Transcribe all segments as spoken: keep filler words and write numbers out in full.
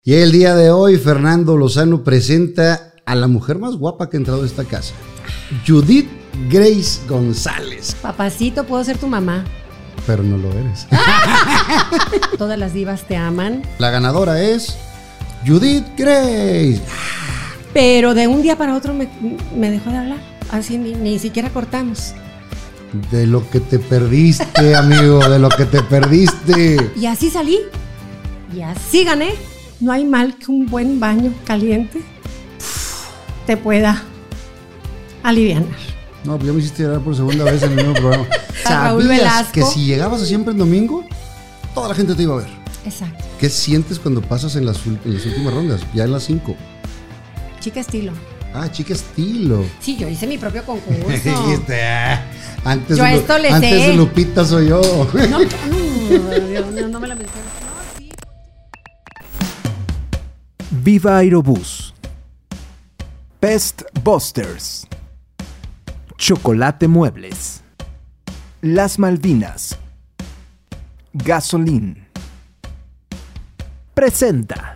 Y el día de hoy, Fernando Lozano presenta a la mujer más guapa que ha entrado a esta casa, Judith Grace González. Papacito, puedo ser tu mamá. Pero no lo eres. Todas las divas te aman. La ganadora es Judith Grace. Pero de un día para otro me, me dejó de hablar. Así ni, ni siquiera cortamos. De lo que te perdiste, amigo, de lo que te perdiste. Y así salí. Y así gané. No hay mal que un buen baño caliente te pueda aliviar. No, pues ya me hiciste llorar por segunda vez en el mismo programa. Raúl ¿Sabías Velasco que si llegabas a Siempre en Domingo, toda la gente te iba a ver? Exacto. ¿Qué sientes cuando pasas en las, en las últimas rondas? Ya en las cinco. Chica estilo. Ah, chica estilo. Sí, yo hice mi propio concurso. Dijiste, ah, antes, yo de, esto le antes sé. de Lupita soy yo. No, no, Dios, no, no me la menciones. No, sí. Viva Aerobús, Pest Busters, Chocolate Muebles, Las Malvinas, Gasolín. Presenta.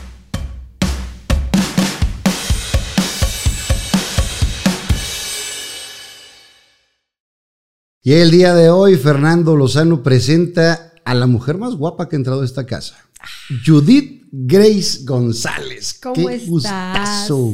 Y el día de hoy, Fernando Lozano presenta a la mujer más guapa que ha entrado a esta casa, Judith Grace González. ¿Cómo ¡Qué estás? gustazo!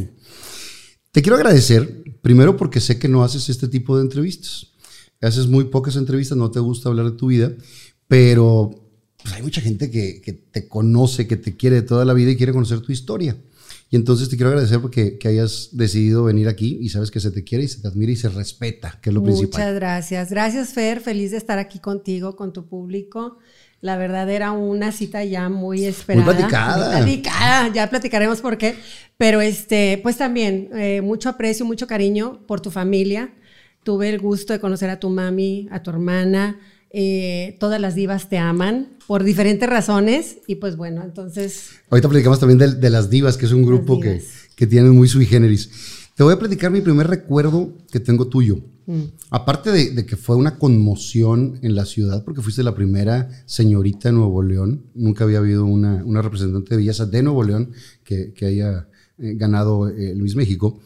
Te quiero agradecer, primero porque sé que no haces este tipo de entrevistas. Haces muy pocas entrevistas, no te gusta hablar de tu vida, pero pues, hay mucha gente que, que te conoce, que te quiere de toda la vida y quiere conocer tu historia. Y entonces te quiero agradecer porque que hayas decidido venir aquí y sabes que se te quiere y se te admira y se respeta, que es lo Muchas principal. Muchas gracias. Gracias, Fer. Feliz de estar aquí contigo, con tu público. La verdad era una cita ya muy esperada. Muy platicada. Muy platicada. Ya platicaremos por qué. Pero este, pues también eh, mucho aprecio, mucho cariño por tu familia. Tuve el gusto de conocer a tu mami, a tu hermana. Eh, todas las divas te aman por diferentes razones y pues bueno, entonces... Ahorita platicamos también de, de las divas, que es un grupo que, que tienen muy sui generis. Te voy a platicar mi primer recuerdo que tengo tuyo. Mm. Aparte de, de que fue una conmoción en la ciudad, porque fuiste la primera señorita de Nuevo León. Nunca había habido una, una representante de belleza de Nuevo León que, que haya eh, ganado eh, el Miss México.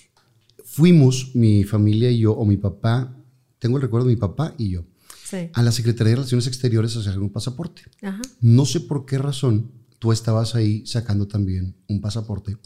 Fuimos, mi familia y yo, o mi papá, tengo el recuerdo de mi papá y yo, sí, a la Secretaría de Relaciones Exteriores a hacer un pasaporte. Ajá. No sé por qué razón tú estabas ahí sacando también un pasaporte,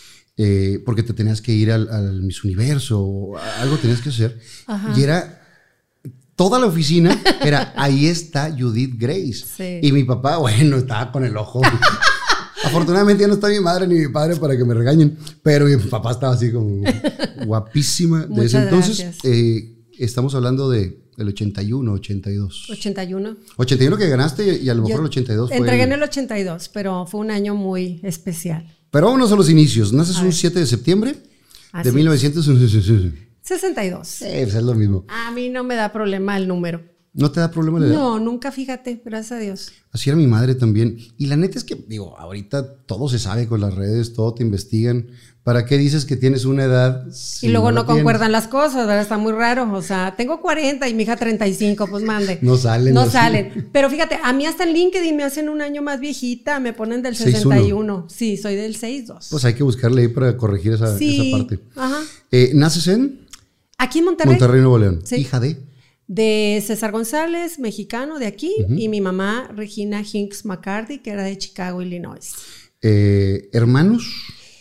eh, porque te tenías que ir al, al Miss Universo o algo tenías que hacer. Ajá. Y era toda la oficina, era ahí está Judith Grace. Sí. Y mi papá, bueno, estaba con el ojo. Afortunadamente ya no está mi madre ni mi padre para que me regañen, pero mi papá estaba así como guapísima. De ese entonces, eh, estamos hablando de el ochenta y uno, ochenta y dos. ochenta y uno. ochenta y uno que ganaste y a lo mejor Yo el ochenta y dos fue... Entregué en el ochenta y dos, pero fue un año muy especial. Pero vámonos a los inicios. Naces un siete de septiembre Así de mil novecientos sesenta y dos. Sí, pues es lo mismo. A mí no me da problema el número. ¿No te da problema la edad? No, nunca, fíjate, gracias a Dios. Así era mi madre también. Y la neta es que, digo, ahorita todo se sabe con las redes, todo te investigan. ¿Para qué dices que tienes una edad? Si y luego no, no concuerdan las cosas, ¿verdad? Está muy raro. O sea, tengo cuarenta y mi hija treinta y cinco, pues mande. No salen. No así. salen. Pero fíjate, a mí hasta en LinkedIn me hacen un año más viejita, me ponen del sesenta y uno. Sí, soy del sesenta y dos. Pues hay que buscarle ahí para corregir esa, sí. esa parte. Ajá. Eh, ¿Naces en? Aquí en Monterrey. Monterrey, Nuevo León. Sí. Hija de... De César González, mexicano de aquí, uh-huh. y mi mamá, Regina Hinks McCarthy, que era de Chicago, Illinois. Eh, ¿Hermanos?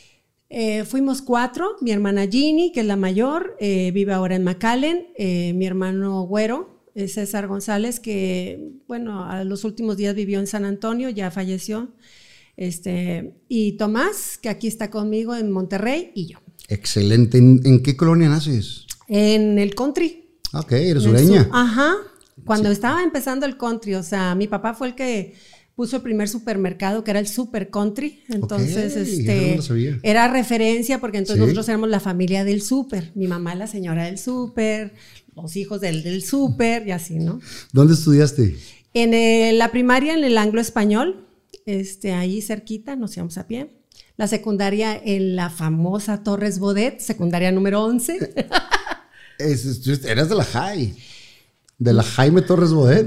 Eh, fuimos cuatro. Mi hermana Ginny, que es la mayor, eh, vive ahora en McAllen. Eh, mi hermano Güero, eh, César González, que, bueno, a los últimos días vivió en San Antonio, ya falleció. Este, y Tomás, que aquí está conmigo en Monterrey, y yo. Excelente. ¿En, en qué colonia naces? En el country. Ok, eres sureña. Ajá, cuando sí. estaba empezando el country, o sea, mi papá fue el que puso el primer supermercado, que era el Super Country, entonces okay, este no sabía. Era referencia, porque entonces ¿Sí? nosotros éramos la familia del súper, mi mamá la señora del súper, los hijos del, del súper y así, ¿no? ¿Dónde estudiaste? En el, la primaria en el Anglo Español, este, ahí cerquita, nos íbamos a pie. La secundaria en la famosa Torres Bodet, secundaria número once. Es, eras de la high. De la Jaime Torres Bodet.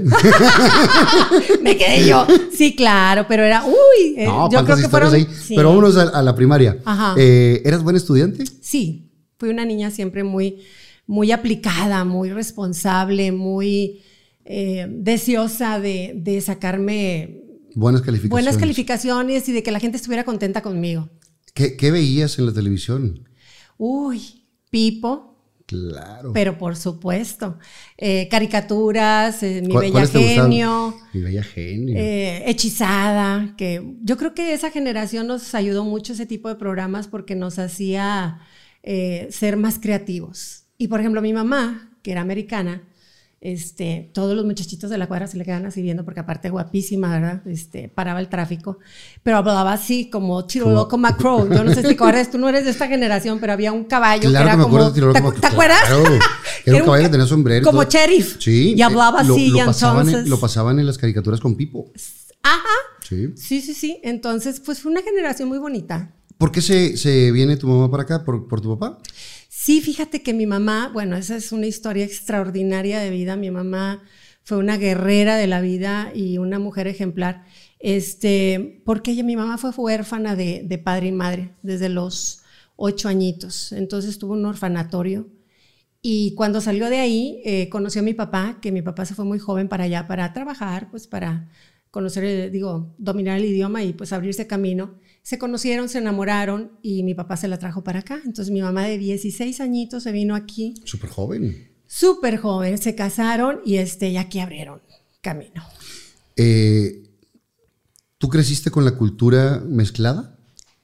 Me quedé yo. Sí, claro, pero era, uy, eh, no, yo creo que fueron... Ahí. Sí. Pero vámonos a, a la primaria. Ajá. Eh, ¿Eras buen estudiante? Sí, fui una niña siempre muy, muy aplicada, muy responsable, muy eh, deseosa de, de sacarme... Buenas calificaciones. Buenas calificaciones y de que la gente estuviera contenta conmigo. ¿Qué, qué veías en la televisión? Uy, Pipo. Claro. Pero por supuesto. Eh, caricaturas, eh, Mi Bella Genio. Mi Bella Genio. Eh, Hechizada, que yo creo que esa generación nos ayudó mucho ese tipo de programas porque nos hacía eh, ser más creativos. Y por ejemplo, mi mamá, que era americana, Este, todos los muchachitos de la cuadra se le quedan así viendo porque aparte guapísima, ¿verdad? Este, paraba el tráfico, pero hablaba así como Tiroloco McCrow. Yo no sé si te acuerdas, tú no eres de esta generación, pero había un caballo claro que era que me como, acuerdo de ¿te, ¿te acuerdas? Claro, era un caballo que tenía sombrero. Como sheriff. Sí. Y hablaba eh, lo, así lo y pasaban entonces... En, lo pasaban en las caricaturas con Pipo. Ajá. Sí. Sí, sí, sí. Entonces, pues fue una generación muy bonita. ¿Por qué se, se viene tu mamá para acá? ¿Por, por tu papá? Sí, fíjate que mi mamá, bueno, esa es una historia extraordinaria de vida. Mi mamá fue una guerrera de la vida y una mujer ejemplar, este, porque ella, mi mamá fue huérfana de, de padre y madre desde los ocho añitos. Entonces tuvo un orfanatorio y cuando salió de ahí eh, conoció a mi papá, que mi papá se fue muy joven para allá para trabajar, pues para conocer, digo, dominar el idioma y pues abrirse camino. Se conocieron, se enamoraron y mi papá se la trajo para acá. Entonces mi mamá de dieciséis añitos se vino aquí. Súper joven. Súper joven, se casaron y este, ya aquí abrieron camino. Eh, ¿Tú creciste con la cultura mezclada?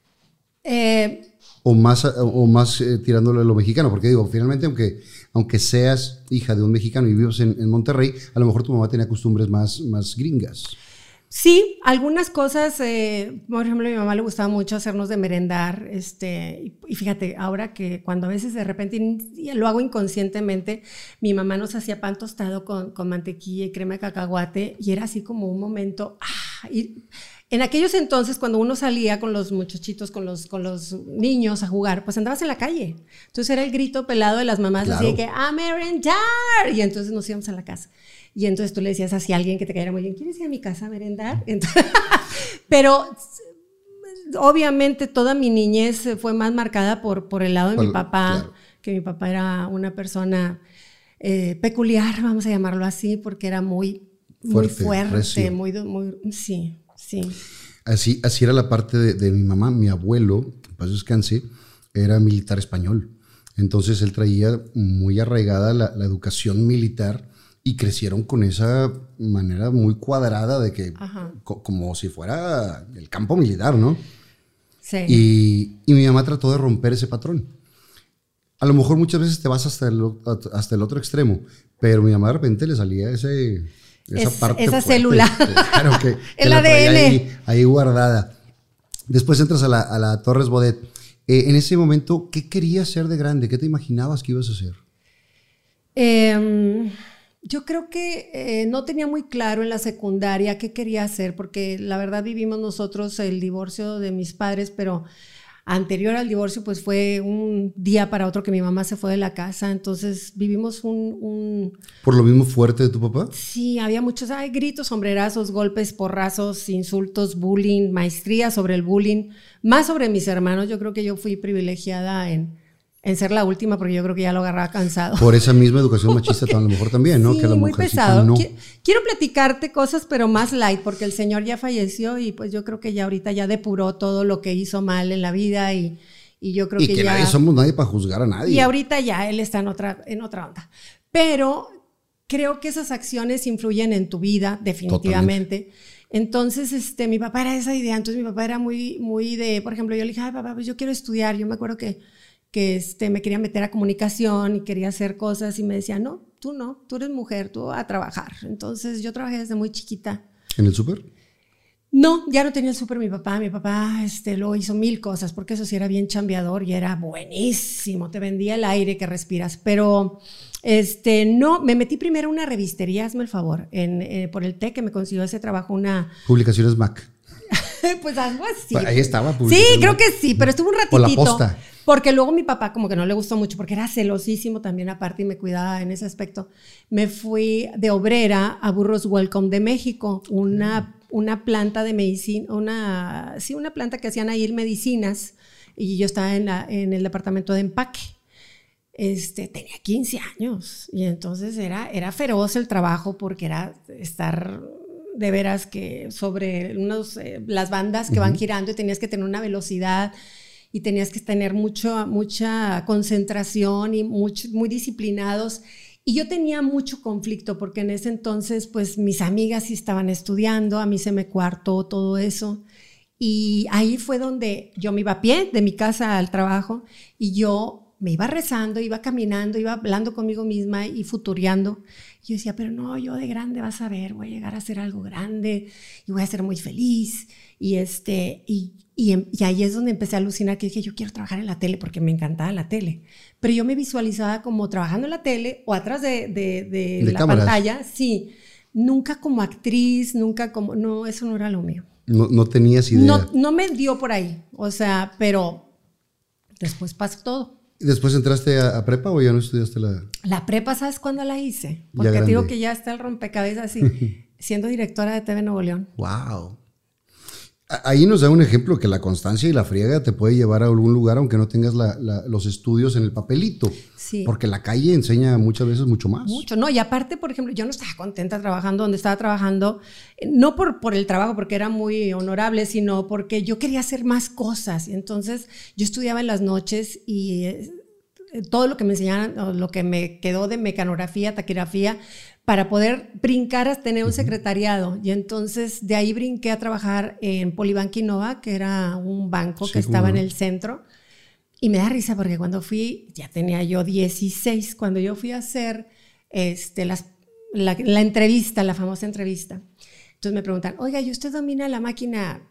Eh, ¿O más, o más eh, tirándole a lo mexicano? Porque digo, finalmente, aunque, aunque seas hija de un mexicano y vivas en, en Monterrey, a lo mejor tu mamá tenía costumbres más, más gringas. Sí, algunas cosas, eh, por ejemplo, a mi mamá le gustaba mucho hacernos de merendar, este, y, y fíjate, ahora que cuando a veces de repente, lo hago inconscientemente, mi mamá nos hacía pan tostado con, con mantequilla y crema de cacahuate, y era así como un momento, ah, y en aquellos entonces, cuando uno salía con los muchachitos, con los, con los niños a jugar, pues andabas en la calle, entonces era el grito pelado de las mamás, claro. Así de que, ¡a merendar! Y entonces nos íbamos a la casa. Y entonces tú le decías así a alguien que te cayera muy bien, ¿quieres ir a mi casa a merendar? Entonces, pero obviamente toda mi niñez fue más marcada por, por el lado de por, mi papá, claro. Que mi papá era una persona eh, peculiar, vamos a llamarlo así, porque era muy fuerte, muy, fuerte muy, muy, sí, sí. Así, así era la parte de, de mi mamá. Mi abuelo, que paz descanse, era militar español. Entonces él traía muy arraigada la, la educación militar. Y crecieron con esa manera muy cuadrada de que, co- como si fuera el campo militar, ¿no? Sí. Y, y mi mamá trató de romper ese patrón. A lo mejor muchas veces te vas hasta el, hasta el otro extremo, pero mi mamá de repente le salía ese, esa es, parte esa fuerte, célula. Claro, que, que el la A D N. Ahí, ahí guardada. Después entras a la, a la Torres Bodet. Eh, en ese momento, ¿qué querías ser de grande? ¿Qué te imaginabas que ibas a hacer? Eh... Yo creo que eh, no tenía muy claro en la secundaria qué quería hacer, porque la verdad vivimos nosotros el divorcio de mis padres, pero anterior al divorcio pues fue un día para otro que mi mamá se fue de la casa, entonces vivimos un... un ¿Por lo mismo fuerte de tu papá? Sí, había muchos ay, gritos, sombrerazos, golpes, porrazos, insultos, bullying, maestría sobre el bullying, más sobre mis hermanos. Yo creo que yo fui privilegiada en... en ser la última, porque yo creo que ya lo agarraba cansado. Por esa misma educación machista, a lo mejor también, ¿no? Sí, que la muy pesado. No. Quiero platicarte cosas, pero más light, porque el señor ya falleció y pues yo creo que ya ahorita ya depuró todo lo que hizo mal en la vida y, y yo creo y que, que ya... nadie somos nadie para juzgar a nadie. Y ahorita ya él está en otra, en otra onda. Pero creo que esas acciones influyen en tu vida, definitivamente. Totalmente. Entonces, este, mi papá era esa idea. Entonces, mi papá era muy, muy de, por ejemplo, yo le dije, ay, papá, pues yo quiero estudiar. Yo me acuerdo que que este, me quería meter a comunicación y quería hacer cosas y me decía, no, tú no, tú eres mujer, tú a trabajar. Entonces yo trabajé desde muy chiquita. ¿En el súper? No, ya no tenía el súper mi papá. Mi papá este, luego hizo mil cosas porque eso sí era bien chambeador y era buenísimo, te vendía el aire que respiras. Pero este, no, me metí primero en una revistería, hazme el favor, en, eh, por el TEC que me consiguió ese trabajo una... Publicaciones Mac. Pues algo así. Ahí estaba. Sí, creo que sí, pero estuvo un ratitito. O La Posta. Porque luego mi papá como que no le gustó mucho, porque era celosísimo también aparte y me cuidaba en ese aspecto. Me fui de obrera a Burros Welcome de México, una, una planta de medicina, una, sí, una planta que hacían ahí medicinas, y yo estaba en, la, en el departamento de empaque. Este, tenía quince años y entonces era, era feroz el trabajo porque era estar de veras que sobre unos, eh, las bandas que uh-huh. van girando y tenías que tener una velocidad y tenías que tener mucho, mucha concentración y mucho, muy disciplinados. Y yo tenía mucho conflicto porque en ese entonces pues mis amigas sí estaban estudiando, a mí se me coartó todo eso. Y ahí fue donde yo me iba a pie de mi casa al trabajo y yo me iba rezando, iba caminando, iba hablando conmigo misma y futureando. Y yo decía, pero no, yo de grande vas a ver, voy a llegar a hacer algo grande y voy a ser muy feliz. Y, este, y, y, y ahí es donde empecé a alucinar, que dije, yo quiero trabajar en la tele porque me encantaba la tele. Pero yo me visualizaba como trabajando en la tele o atrás de, de, de, de la cámaras. Pantalla. Sí, nunca como actriz, nunca como, no, eso no era lo mío. No, no tenías idea. No, no me dio por ahí, o sea, pero después pasó todo. ¿Y después entraste a, a prepa o ya no estudiaste la...? La prepa, ¿sabes cuándo la hice? Porque te digo que ya está el rompecabezas así, siendo directora de T V Nuevo León. ¡Wow! Ahí nos da un ejemplo que la constancia y la friega te puede llevar a algún lugar aunque no tengas la, la, los estudios en el papelito. Sí. Porque la calle enseña muchas veces mucho más. Mucho, no, y aparte, por ejemplo, yo no estaba contenta trabajando donde estaba trabajando, no por, por el trabajo, porque era muy honorable, sino porque yo quería hacer más cosas. Y entonces yo estudiaba en las noches y eh, todo lo que me enseñaban, lo que me quedó de mecanografía, taquigrafía, para poder brincar a tener un secretariado. Y entonces de ahí brinqué a trabajar en Polibank Innova, que era un banco sí, que estaba bueno. en el centro. Y me da risa porque cuando fui, ya tenía yo dieciséis, cuando yo fui a hacer este, las, la, la entrevista, la famosa entrevista. Entonces me preguntan, oiga, ¿y usted domina la máquina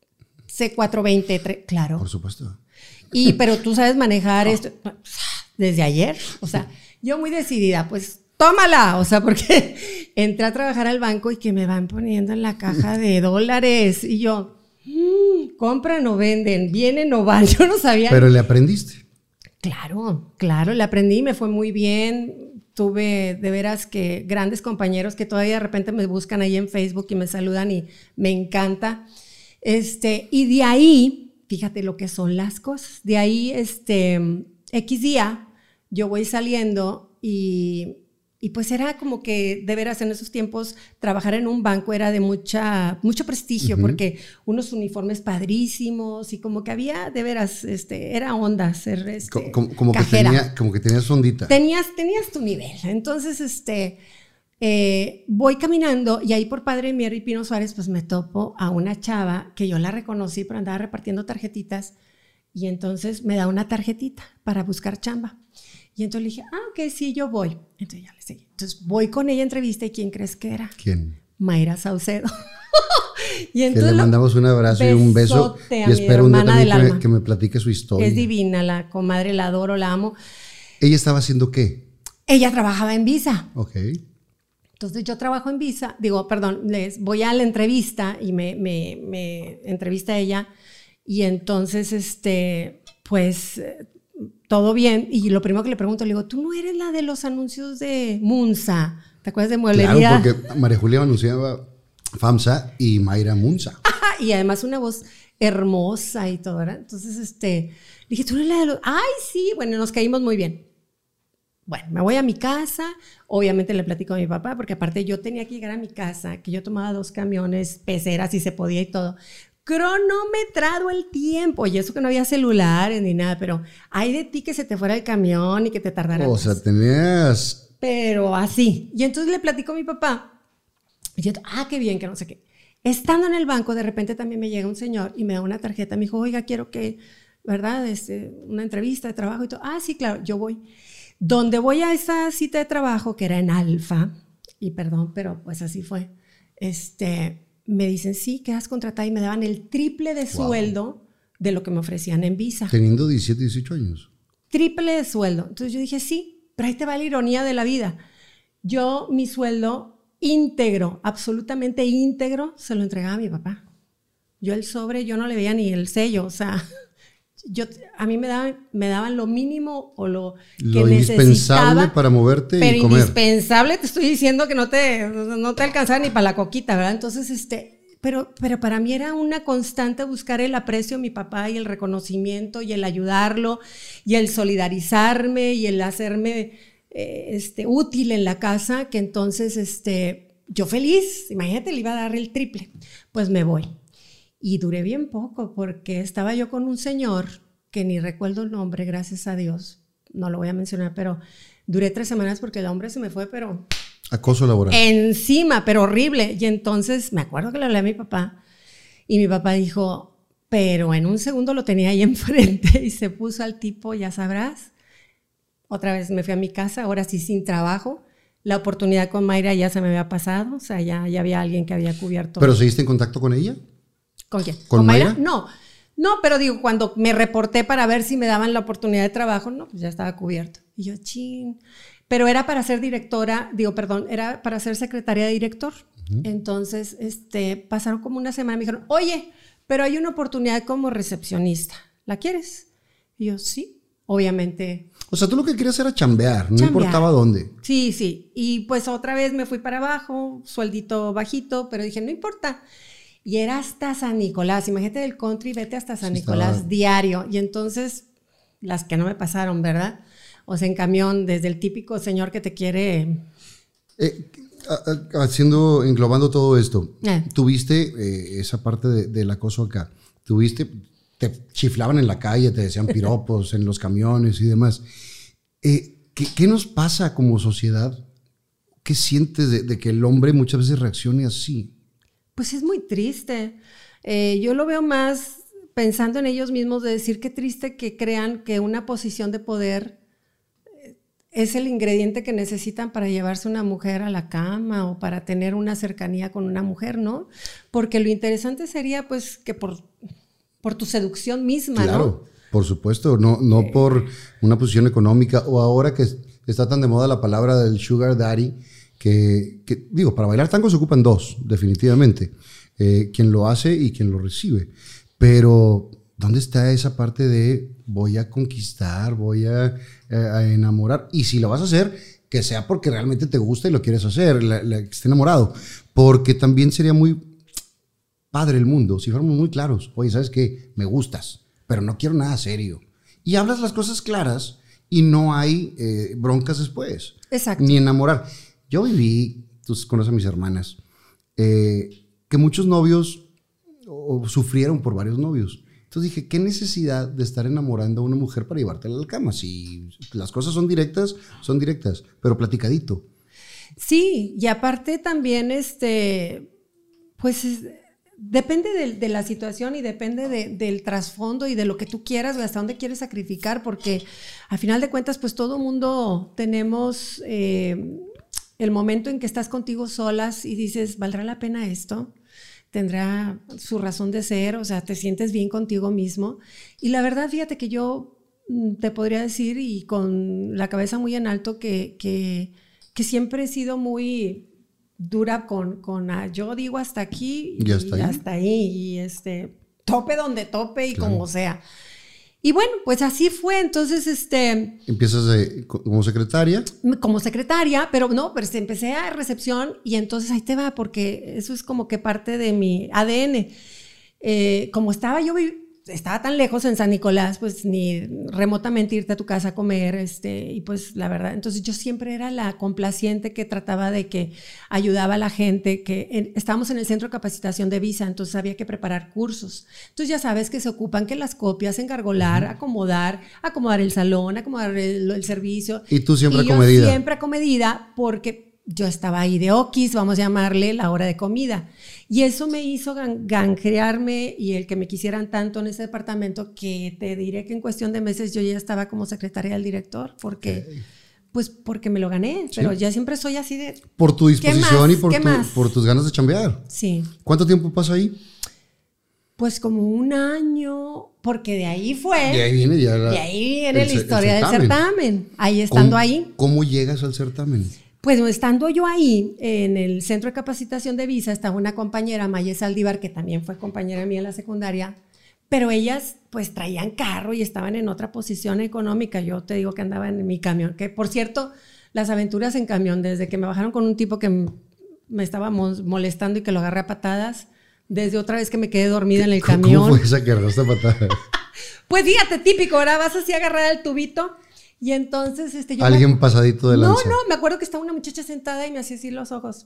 C cuatrocientos veinte? Claro. Por supuesto. Y, pero tú sabes manejar oh. esto desde ayer. O sea, yo muy decidida, pues tómala, o sea, porque entré a trabajar al banco y que me van poniendo en la caja de dólares y yo, mmm, compran o venden, vienen o van, yo no sabía. Pero le aprendiste. Claro, claro, le aprendí, me fue muy bien, tuve de veras que grandes compañeros que todavía de repente me buscan ahí en Facebook y me saludan y me encanta. Este, y de ahí, fíjate lo que son las cosas, de ahí, este, X día, yo voy saliendo y... Y pues era como que, de veras, en esos tiempos, trabajar en un banco era de mucha, mucho prestigio, uh-huh. porque unos uniformes padrísimos y como que había, de veras, este, era onda ser este, como, como, cajera. Que tenía, como que tenías ondita. Tenías, tenías tu nivel. Entonces, este, eh, voy caminando y ahí por Padre Mier y Pino Suárez, pues me topo a una chava que yo la reconocí, pero andaba repartiendo tarjetitas y entonces me da una tarjetita para buscar chamba. Y entonces le dije, ah, ok, sí, yo voy. Entonces ya le seguí. Entonces voy con ella a entrevista y ¿quién crees que era? ¿Quién? Mayra Saucedo. Y entonces que le mandamos un abrazo y un beso. Y espero un día también que me, que me platique su historia. Es divina, la comadre, la adoro, la amo. ¿Ella estaba haciendo qué? Ella trabajaba en Visa. Ok. Entonces yo trabajo en Visa, digo, perdón, les voy a la entrevista y me, me, me entrevista ella y entonces, este, pues... todo bien, y lo primero que le pregunto, le digo, ¿tú no eres la de los anuncios de Munza? ¿Te acuerdas de Mueblería? Claro, porque María Julia anunciaba FAMSA y Mayra Munza. Ajá, y además una voz hermosa y todo, ¿verdad? Entonces, este, dije, ¿tú no eres la de los...? ¡Ay, sí! Bueno, nos caímos muy bien. Bueno, me voy a mi casa, obviamente le platico a mi papá, porque aparte yo tenía que llegar a mi casa, que yo tomaba dos camiones, peceras, si se podía y todo. Cronometrado el tiempo, y eso que no había celulares ni nada, pero hay de ti que se te fuera el camión y que te tardara. O sea, tenías... Pero así. Y entonces le platico a mi papá, y yo, ah, qué bien, que no sé qué. Estando en el banco, de repente también me llega un señor y me da una tarjeta, me dijo, oiga, quiero que, ¿verdad? Este, una entrevista de trabajo y todo. Ah, sí, claro, yo voy. Donde voy a esa cita de trabajo, que era en Alfa, y perdón, pero pues así fue, este... me dicen, sí, quedas contratada y me daban el triple de wow. sueldo de lo que me ofrecían en Visa. Teniendo diecisiete, dieciocho años. Triple de sueldo. Entonces yo dije, sí, pero ahí te va la ironía de la vida. Yo, mi sueldo íntegro, absolutamente íntegro, se lo entregaba a mi papá. Yo el sobre, yo no le veía ni el sello, o sea, yo, a mí me daban, me daban lo mínimo o lo que lo indispensable para moverte pero y comer. Indispensable, te estoy diciendo que no te, no te alcanzaba ni para la coquita, ¿verdad? Entonces, este, pero, pero para mí era una constante buscar el aprecio de mi papá y el reconocimiento y el ayudarlo y el solidarizarme y el hacerme eh, este, útil en la casa, que entonces, este, yo feliz, imagínate, le iba a dar el triple, pues me voy. Y duré bien poco porque estaba yo con un señor que ni recuerdo el nombre, gracias a Dios, no lo voy a mencionar, pero duré tres semanas porque el hombre se me fue, pero... Acoso laboral. Encima, pero horrible. Y entonces me acuerdo que le hablé a mi papá y mi papá dijo, pero en un segundo lo tenía ahí enfrente y se puso al tipo, ya sabrás. Otra vez me fui a mi casa, ahora sí sin trabajo. La oportunidad con Mayra ya se me había pasado, o sea, ya, ya había alguien que había cubierto. ¿Pero seguiste en contacto con ella? ¿Con quién? ¿Con, ¿Con Mayra? Mayra? No, no, pero digo, cuando me reporté para ver si me daban la oportunidad de trabajo, no, pues ya estaba cubierto. Y yo, chin. Pero era para ser directora, digo, perdón, era para ser secretaria de director. Uh-huh. Entonces, este, pasaron como una semana y me dijeron, oye, pero hay una oportunidad como recepcionista. ¿La quieres? Y yo, sí, obviamente. O sea, tú lo que querías era chambear, no chambear. Importaba dónde. Sí, sí. Y pues otra vez me fui para abajo, sueldito bajito, pero dije, no importa. Y era hasta San Nicolás, imagínate del country, vete hasta San sí, Nicolás estaba... diario. Y entonces, las que no me pasaron, ¿verdad? O sea, en camión, desde el típico señor que te quiere... Eh, haciendo, englobando todo esto, eh. tuviste eh, esa parte de, del acoso acá, tuviste, te chiflaban en la calle, te decían piropos en los camiones y demás. Eh, ¿qué, ¿Qué nos pasa como sociedad? ¿Qué sientes de, de que el hombre muchas veces reaccione así? Pues es muy triste. Eh, yo lo veo más pensando en ellos mismos, de decir qué triste que crean que una posición de poder es el ingrediente que necesitan para llevarse una mujer a la cama o para tener una cercanía con una mujer, ¿no? Porque lo interesante sería, pues, que por, por tu seducción misma, claro, ¿no? Claro, por supuesto, no, no eh. por una posición económica, o ahora que está tan de moda la palabra del sugar daddy, Que, que, digo, para bailar tango se ocupan dos, definitivamente. Eh, quien lo hace y quien lo recibe. Pero, ¿dónde está esa parte de voy a conquistar, voy a, a enamorar? Y si lo vas a hacer, que sea porque realmente te gusta y lo quieres hacer, la, la, que esté enamorado. Porque también sería muy padre el mundo si fuéramos muy claros. Oye, ¿sabes qué? Me gustas, pero no quiero nada serio. Y hablas las cosas claras y no hay eh, broncas después. Exacto. Ni enamorar. Yo viví, tú conoces a mis hermanas, eh, que muchos novios o, sufrieron por varios novios. Entonces dije, ¿qué necesidad de estar enamorando a una mujer para llevártela a la cama? Si las cosas son directas, son directas, pero platicadito. Sí, y aparte también, este, pues es, depende de, de la situación y depende de, del trasfondo y de lo que tú quieras o hasta dónde quieres sacrificar, porque a final de cuentas, pues todo mundo tenemos... Eh, el momento en que estás contigo solas y dices, ¿valdrá la pena esto? ¿Tendrá su razón de ser? O sea, ¿te sientes bien contigo mismo? Y la verdad, fíjate que yo te podría decir, y con la cabeza muy en alto, que, que, que siempre he sido muy dura con, con ah, yo digo hasta aquí y, y hasta ahí, hasta ahí y este, tope donde tope y claro. Como sea. Y bueno, pues así fue, entonces este... ¿Empiezas de, como secretaria? Como secretaria, pero no, pero empecé a recepción y entonces ahí te va, porque eso es como que parte de mi A D N. Eh, como estaba yo, estaba tan lejos en San Nicolás, pues ni remotamente irte a tu casa a comer, este, y pues la verdad, entonces yo siempre era la complaciente que trataba de que ayudaba a la gente, que en, estábamos en el centro de capacitación de Visa, entonces había que preparar cursos. Entonces ya sabes que se ocupan que las copias, engargolar, uh-huh. acomodar, acomodar el salón, acomodar el, el servicio. Y tú siempre y yo acomedida. Siempre acomedida porque yo estaba ahí de oquis, vamos a llamarle la hora de comida. Y eso me hizo gan- gangrearme y el que me quisieran tanto en ese departamento, que te diré que en cuestión de meses yo ya estaba como secretaria del director, porque, okay. pues porque me lo gané, sí. Pero ya siempre soy así de... Por tu disposición y por, tu, por tus ganas de chambear. Sí. ¿Cuánto tiempo pasó ahí? Pues como un año, porque de ahí fue... De ahí viene ya la... De ahí viene la historia del certamen. Ahí estando ¿Cómo, ahí. ¿Cómo llegas al certamen? Pues estando yo ahí, en el centro de capacitación de Visa, estaba una compañera, Maya Saldívar, que también fue compañera mía en la secundaria, pero ellas pues traían carro y estaban en otra posición económica. Yo te digo que andaba en mi camión, que por cierto, las aventuras en camión, desde que me bajaron con un tipo que me estaba molestando y que lo agarré a patadas, desde otra vez que me quedé dormida en el ¿Cómo, camión. ¿Cómo fue esa que agarraste a patadas? Pues fíjate, típico, ahora vas así a agarrar el tubito y entonces este, yo... Alguien me... pasadito de lanza. No, no, me acuerdo que estaba una muchacha sentada y me hacía así los ojos.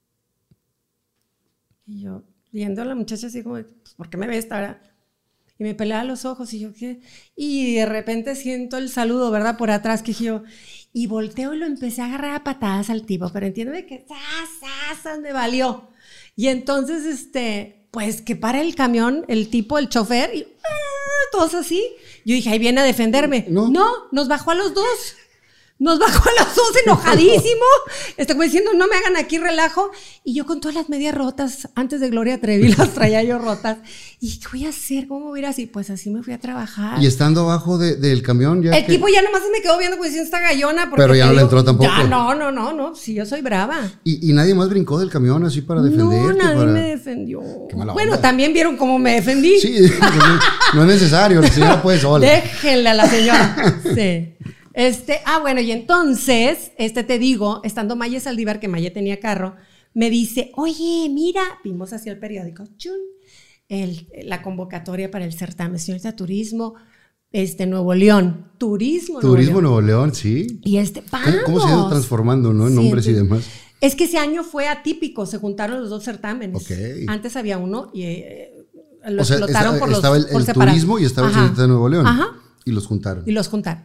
Y yo, viendo a la muchacha así como, pues, ¿por qué me ves ahora? Y me pelaba los ojos y yo, ¿qué? Y de repente siento el saludo, ¿verdad? Por atrás, que yo... Y volteo y lo empecé a agarrar a patadas al tipo, pero entiéndeme que ¡zas, zas! Me valió. Y entonces, este, pues que para el camión, el tipo, el chofer, y ¡ah! Todos así. Yo dije, ahí viene a defenderme. No, no nos bajó a los dos. Nos bajó a los dos enojadísimo. Está como diciendo, no me hagan aquí relajo. Y yo con todas las medias rotas, antes de Gloria Trevi, las traía yo rotas. ¿Y qué voy a hacer? ¿Cómo voy a ir así? Pues así me fui a trabajar. Y estando abajo de, del camión ya. El que... tipo ya nomás me quedó viendo como diciendo esta gallona. Pero ya no digo, le entró tampoco. Ya, no, no, no, no. Sí, yo soy brava. ¿Y, y nadie más brincó del camión así para defenderte? No, nadie para... me defendió. Bueno, onda. También vieron cómo me defendí. Sí, no, no es necesario. La señora puede sola. Déjenle a la señora. Sí. Este, ah, bueno, y entonces, este te digo, estando Maye Saldívar, que Maye tenía carro, me dice, oye, mira, vimos hacia el periódico, chun, el, la convocatoria para el certamen, señorita Turismo, este, Nuevo León, Turismo Nuevo Turismo León. Nuevo León, sí. Y este, vamos. ¿Cómo, cómo se ha ido transformando, no? En sí, nombres entonces, y demás. Es que ese año fue atípico, se juntaron los dos certámenes. Okay. Antes había uno y eh, lo o sea, explotaron está, por los estaba el, por el separado. turismo y estaba Ajá. el Señorita de Nuevo León. Ajá. Y los juntaron. Y los juntaron.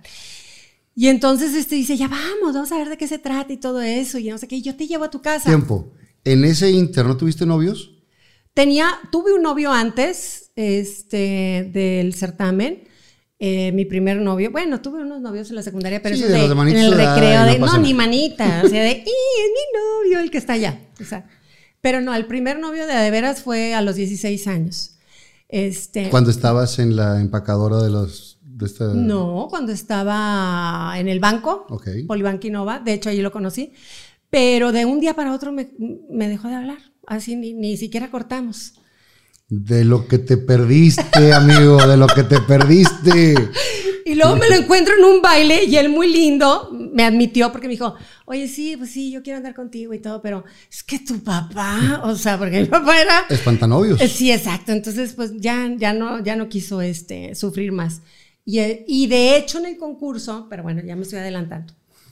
Y entonces este dice, ya vamos, vamos a ver de qué se trata y todo eso, y no sé qué, yo te llevo a tu casa. Tiempo. ¿En ese inter no tuviste novios? Tenía, tuve un novio antes este, del certamen, eh, mi primer novio, bueno, tuve unos novios en la secundaria, pero sí, eso de, de, de en el recreo, no de, no, nada. ni manita, o sea, de, ¡y, es mi novio el que está allá! O sea, pero no, el primer novio de de veras fue a los dieciséis años. Este, Cuando estabas en la empacadora de los... De esta... No, cuando estaba en el banco, okay. Polibanco Innova, de hecho allí lo conocí, pero de un día para otro me, me dejó de hablar, así ni, ni siquiera cortamos. De lo que te perdiste, amigo, de lo que te perdiste. Y luego me lo encuentro en un baile y él muy lindo me admitió porque me dijo, oye, sí, pues sí, yo quiero andar contigo y todo, pero es que tu papá, o sea, porque mi papá era... Espantanovios. Sí, exacto, entonces pues ya, ya, no, ya no quiso este, sufrir más. Y, y de hecho en el concurso, pero bueno, ya me estoy adelantando.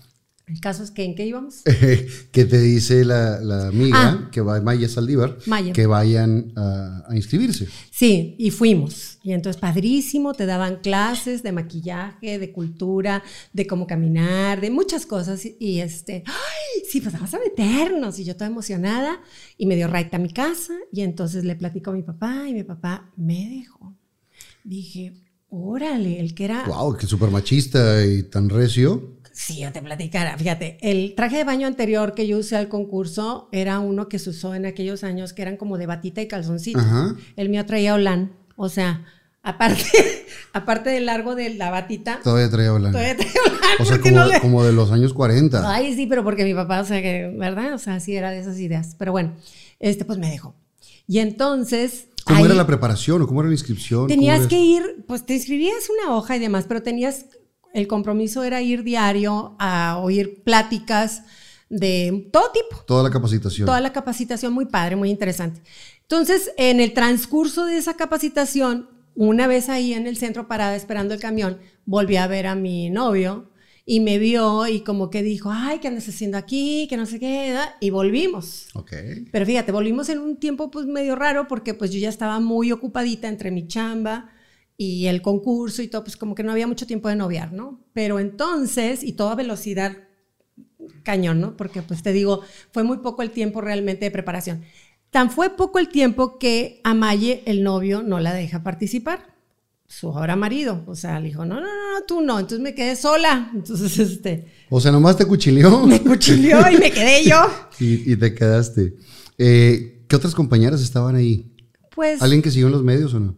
El caso es que, ¿en qué íbamos? Que te dice la, la amiga, ah, que va Maya Saldívar, Maya. que vayan a, a inscribirse. Sí, y fuimos. Y entonces padrísimo, te daban clases de maquillaje, de cultura, de cómo caminar, de muchas cosas. Y, y este, ¡ay! Sí, pues vamos a meternos. Y yo toda emocionada. Y me dio right a mi casa. Y entonces le platico a mi papá y mi papá me dejó. Dije... Órale, el que era... Wow, que súper machista y tan recio. Sí, yo te platicara. Fíjate, el traje de baño anterior que yo usé al concurso era uno que se usó en aquellos años que eran como de batita y calzoncito. Ajá. El mío traía holán. O sea, aparte, aparte del largo de la batita... Todavía traía holán. Todavía traía holán. O sea, como, no le... como de los años cuarenta. Ay, sí, pero porque mi papá, o sea, que, ¿verdad? O sea, sí era de esas ideas. Pero bueno, este pues me dejó. Y entonces... ¿Cómo ahí era la preparación o cómo era la inscripción? Tenías que ir, pues te inscribías una hoja y demás, pero tenías, el compromiso era ir diario a oír pláticas de todo tipo. Toda la capacitación. Toda la capacitación, muy padre, muy interesante. Entonces, en el transcurso de esa capacitación, una vez ahí en el centro parada esperando el camión, volví a ver a mi novio y me vio y como que dijo, ay, ¿qué andas haciendo aquí? Que no sé qué, ¿verdad? Y volvimos. Okay. Pero fíjate, volvimos en un tiempo pues medio raro porque pues yo ya estaba muy ocupadita entre mi chamba y el concurso y todo, pues como que no había mucho tiempo de noviar, ¿no? Pero entonces, y toda velocidad cañón, ¿no? Porque pues te digo, fue muy poco el tiempo realmente de preparación. Tan fue poco el tiempo que a Maye, el novio, no la deja participar. Su ahora marido, o sea, le dijo, no, no, no, tú no, entonces me quedé sola, entonces este... O sea, nomás te cuchileó. Me cuchileó y me quedé yo. y, y te quedaste. Eh, ¿Qué otras compañeras estaban ahí? Pues... ¿Alguien que siguió en los medios o no?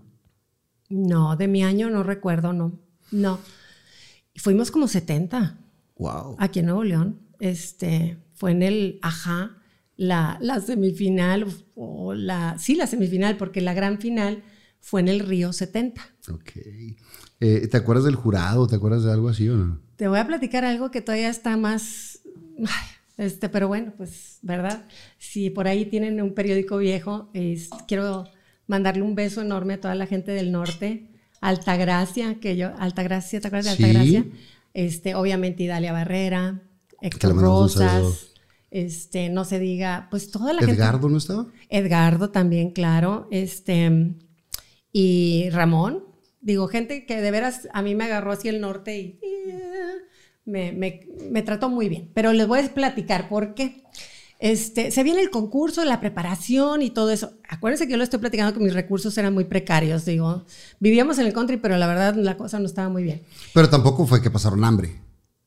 No, de mi año no recuerdo, no, no. Fuimos como setenta. Wow. Aquí en Nuevo León, este, fue en el, ajá, la, la semifinal, o la, sí, la semifinal, porque la gran final... fue en el Río setenta. Ok. Eh, ¿Te acuerdas del jurado? ¿Te acuerdas de algo así o no? Te voy a platicar algo que todavía está más... Este, pero bueno, pues, ¿verdad? Si por ahí tienen un periódico viejo, es, quiero mandarle un beso enorme a toda la gente del norte. Altagracia, que yo... Altagracia, ¿te acuerdas de Sí. Altagracia? Este, obviamente Idalia Barrera, Héctor Rosas, este, no se diga, pues toda la ¿Edgardo gente. ¿Edgardo no estaba? Edgardo también, claro. Este, y Ramón. Digo, gente que de veras a mí me agarró así el norte y, y me, me, me trató muy bien. Pero les voy a platicar por qué. Este, se viene el concurso, la preparación y todo eso. Acuérdense que yo lo estoy platicando que mis recursos eran muy precarios. Digo, vivíamos en el country, pero la verdad la cosa no estaba muy bien. Pero tampoco fue que pasaron hambre.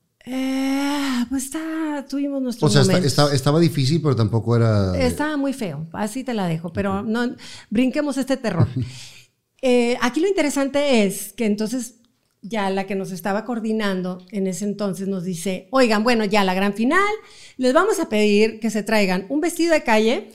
Eh, pues está, tuvimos nuestros O sea, momentos. está, está, estaba difícil, pero tampoco era... Estaba muy feo, así te la dejo, pero no brinquemos este terror. Eh, aquí lo interesante es que entonces ya la que nos estaba coordinando en ese entonces nos dice, oigan, bueno, ya la gran final, les vamos a pedir que se traigan un vestido de calle,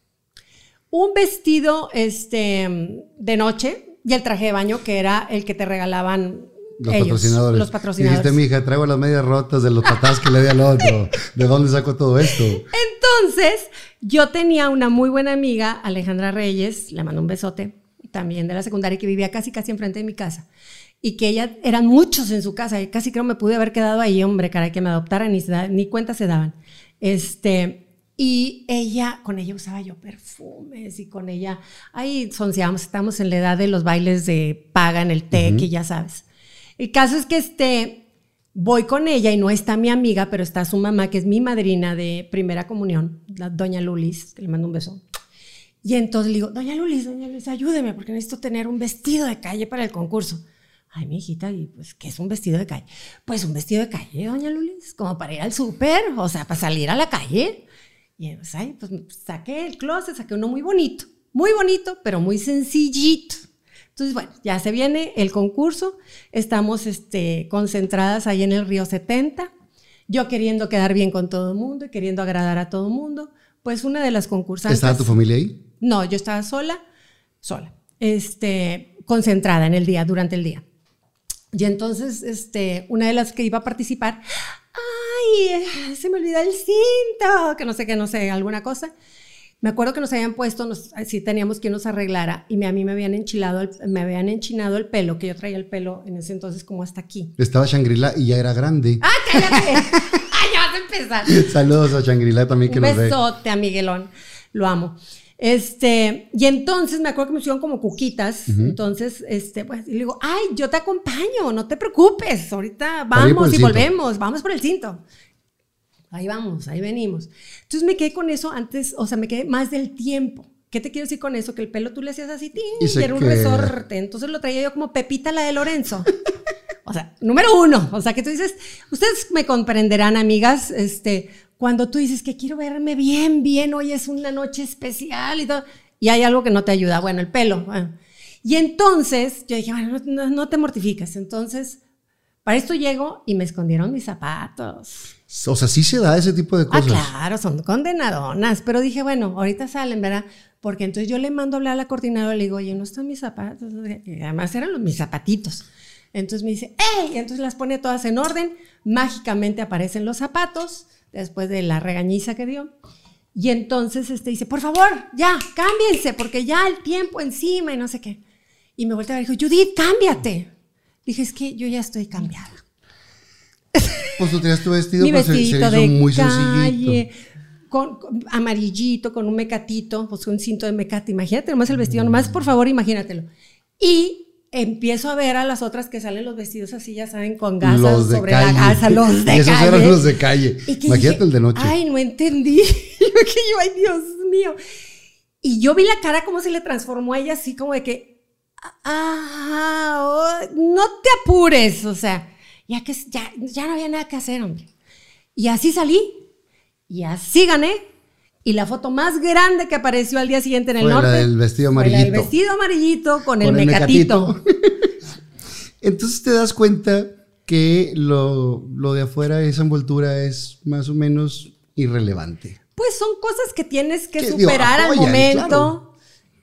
un vestido este, de noche y el traje de baño que era el que te regalaban Los ellos, patrocinadores. los patrocinadores. Dijiste, mija, traigo las medias rotas de los patás que le di al otro. ¿De dónde saco todo esto? Entonces, yo tenía una muy buena amiga, Alejandra Reyes, le mando un besote, también de la secundaria, que vivía casi casi enfrente de mi casa. Y que ella, eran muchos en su casa, y casi creo me pude haber quedado ahí, hombre, caray, que me adoptaran, ni, ni cuenta se daban. Este, y ella, con ella usaba yo perfumes, y con ella, ahí sonceábamos, estábamos en la edad de los bailes de paga en el TEC, uh-huh. y ya sabes. El caso es que este, voy con ella y no está mi amiga, pero está su mamá, que es mi madrina de primera comunión, la doña Lulis, que le mando un beso. Y entonces le digo, doña Lulis, doña Lulis, ayúdeme, porque necesito tener un vestido de calle para el concurso. Ay, mi hijita, ¿y pues qué es un vestido de calle? Pues un vestido de calle, doña Lulis, como para ir al súper, o sea, para salir a la calle. Y pues, ay, pues saqué el closet, saqué uno muy bonito, muy bonito, pero muy sencillito. Entonces, bueno, ya se viene el concurso, estamos este, concentradas ahí en el Río setenta, yo queriendo quedar bien con todo el mundo y queriendo agradar a todo el mundo. Pues una de las concursantes... ¿Estaba tu familia ahí? No, yo estaba sola, sola, este, concentrada en el día, durante el día. Y entonces, este, una de las que iba a participar, ¡ay! Se me olvidó el cinto, que no sé qué, no sé, alguna cosa. Me acuerdo que nos habían puesto, nos, sí teníamos quien nos arreglara, y me, a mí me habían enchilado, el, me habían enchinado el pelo, que yo traía el pelo en ese entonces como hasta aquí. Estaba Shangri-La y ya era grande. ¡Ah, cállate! ¡Ay, ya vas a empezar! Saludos a Shangri-La también que Un nos ve. Un besote a Miguelón, lo amo. Este, y entonces me acuerdo que me hicieron como cuquitas, uh-huh. entonces, este, pues, y le digo, ay, yo te acompaño, no te preocupes, ahorita vamos y volvemos, vamos por el cinto. Ahí vamos, ahí venimos. Entonces me quedé con eso antes, o sea, me quedé más del tiempo. ¿Qué te quiero decir con eso? Que el pelo tú le hacías así, ¡tín! Y, y era un que... resorte, entonces lo traía yo como Pepita, la de Lorenzo. O sea, número uno, o sea, que tú dices, ustedes me comprenderán, amigas, este... Cuando tú dices que quiero verme bien, bien, hoy es una noche especial y todo, y hay algo que no te ayuda, bueno, el pelo. Bueno. Y entonces yo dije, bueno, no, no, no te mortifiques. Entonces, para esto llego y me escondieron mis zapatos. O sea, sí se da ese tipo de cosas. Ah, claro, son condenadonas, pero dije, bueno, ahorita salen, ¿verdad? Porque entonces yo le mando a hablar a la coordinadora y le digo, oye, ¿no están mis zapatos? Y además eran los, mis zapatitos. Entonces me dice, ¡ey! Y entonces las pone todas en orden, mágicamente aparecen los zapatos, después de la regañiza que dio, y entonces este dice, por favor, ya, cámbiense, porque ya el tiempo encima y no sé qué. Y me volteaba y dijo, Judith, cámbiate. Dije, es que yo ya estoy cambiada. Pues tú tenías tu vestido, Mi pues vestidito se, se hizo de muy calle, sencillito. Con, con amarillito, con un mecatito, pues un cinto de mecate. Imagínate nomás el vestido, nomás por favor, imagínatelo. Y empiezo a ver a las otras que salen los vestidos así, ya saben, con gasas sobre calle. La gasa, los de y esos calle. eran los de calle. Imagínate dije, el de noche. Ay, no entendí. yo que yo, ay, Dios mío. Y yo vi la cara como se le transformó a ella así como de que, ah, oh, no te apures, o sea, ya que ya, ya no había nada que hacer, hombre. Y así salí, y así gané. Y la foto más grande que apareció al día siguiente en el fue norte. La del vestido amarillito. Fue la del vestido amarillito con, con el, el mecatito. mecatito. Entonces te das cuenta que lo, lo de afuera, esa envoltura es más o menos irrelevante. Pues son cosas que tienes que superar digo, al momento. Claro.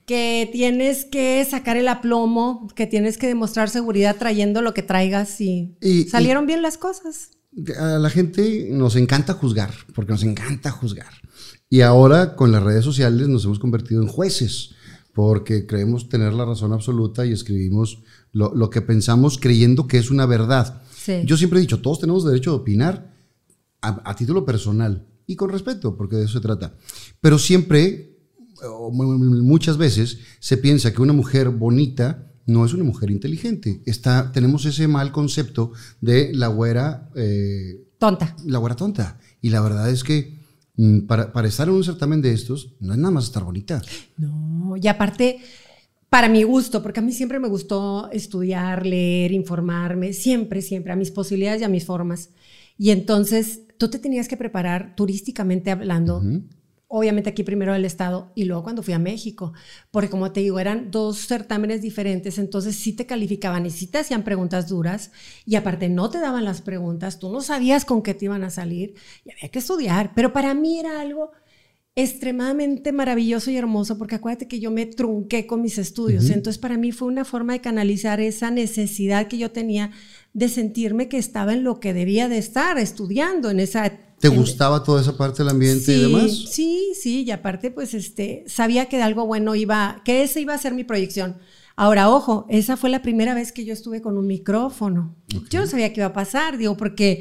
que tienes que sacar el aplomo, que tienes que demostrar seguridad trayendo lo que traigas y, y salieron y bien las cosas. A la gente nos encanta juzgar, porque nos encanta juzgar. Y ahora con las redes sociales nos hemos convertido en jueces, porque creemos tener la razón absoluta y escribimos lo, lo que pensamos creyendo que es una verdad. Sí. Yo siempre he dicho, todos tenemos derecho de opinar a, a título personal y con respeto, porque de eso se trata. Pero siempre, o muchas veces, se piensa que una mujer bonita no es una mujer inteligente. Está, tenemos ese mal concepto de la güera... Eh, tonta. La güera tonta. Y la verdad es que mm, para, para estar en un certamen de estos, no es nada más estar bonita. No, y aparte, para mi gusto, porque a mí siempre me gustó estudiar, leer, informarme, siempre, siempre, a mis posibilidades y a mis formas. Y entonces, tú te tenías que preparar turísticamente hablando, uh-huh. obviamente aquí primero del estado y luego cuando fui a México, porque como te digo, eran dos certámenes diferentes, entonces sí te calificaban y sí te hacían preguntas duras y aparte no te daban las preguntas, tú no sabías con qué te iban a salir y había que estudiar, pero para mí era algo extremadamente maravilloso y hermoso porque acuérdate que yo me trunqué con mis estudios, uh-huh. entonces para mí fue una forma de canalizar esa necesidad que yo tenía de sentirme que estaba en lo que debía de estar, estudiando en esa... ¿Te gustaba toda esa parte del ambiente sí, y demás? Sí, sí, y aparte pues este, sabía que de algo bueno iba, que esa iba a ser mi proyección. Ahora, ojo, esa fue la primera vez que yo estuve con un micrófono. Okay. Yo no sabía qué iba a pasar, digo, porque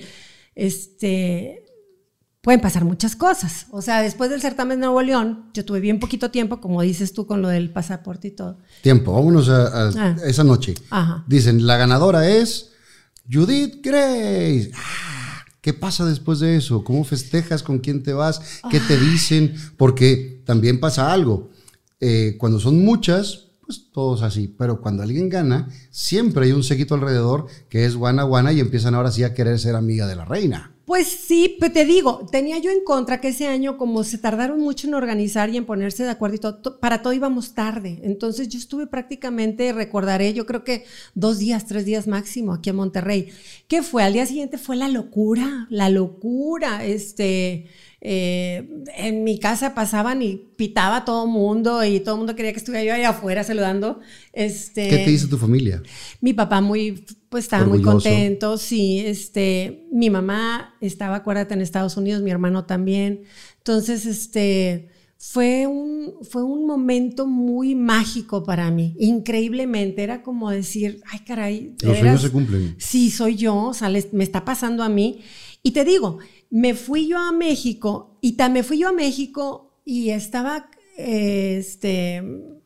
este, pueden pasar muchas cosas. O sea, después del certamen de Nuevo León, yo tuve bien poquito tiempo, como dices tú, con lo del pasaporte y todo. Tiempo, vámonos a, a ah. esa noche. Ajá. Dicen, la ganadora es Judith Grace. Ah, ¿qué pasa después de eso? ¿Cómo festejas? ¿Con quién te vas? ¿Qué te dicen? Porque también pasa algo. Eh, cuando son muchas, pues todos así. Pero cuando alguien gana, siempre hay un séquito alrededor que es guana guana y empiezan ahora sí a querer ser amiga de la reina. Pues sí, pero te digo, tenía yo en contra que ese año, como se tardaron mucho en organizar y en ponerse de acuerdo y todo, to, para todo íbamos tarde. Entonces yo estuve prácticamente, recordaré, yo creo que dos días, tres días máximo aquí en Monterrey. ¿Qué fue? Al día siguiente fue la locura, la locura. Este, eh, en mi casa pasaban y pitaba todo mundo y todo el mundo quería que estuviera yo ahí afuera saludando. Este, ¿Qué te dice tu familia? Mi papá muy... Pues estaba orgulloso. Muy contento, sí, este, mi mamá estaba, acuérdate, en Estados Unidos, mi hermano también, entonces, este, fue un, fue un momento muy mágico para mí, increíblemente, era como decir, ay caray, los sueños se cumplen. Sí, soy yo, o sea, les, me está pasando a mí, y te digo, me fui yo a México, y ta, me fui yo a México, y estaba, eh, este,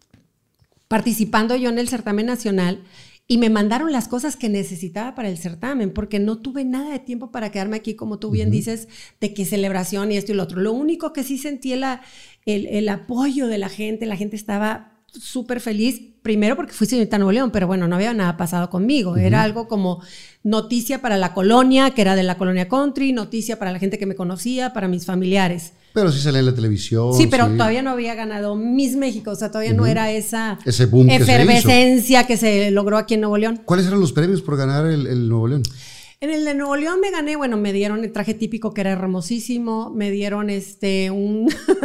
participando yo en el certamen nacional, y me mandaron las cosas que necesitaba para el certamen, porque no tuve nada de tiempo para quedarme aquí, como tú bien uh-huh. dices, de qué celebración y esto y lo otro. Lo único que sí sentí la, el, el apoyo de la gente, la gente estaba súper feliz, primero porque fui señorita Nuevo León, pero bueno, no había nada pasado conmigo, uh-huh. era algo como noticia para la colonia, que era de la colonia country, noticia para la gente que me conocía, para mis familiares. Pero sí salía en la televisión. Sí, pero sí. Todavía no había ganado Miss México, o sea, todavía uh-huh. no era esa ese boom efervescencia que se, que se logró aquí en Nuevo León. ¿Cuáles eran los premios por ganar el, el Nuevo León? En el de Nuevo León me gané, bueno, me dieron el traje típico que era hermosísimo, me dieron este, un,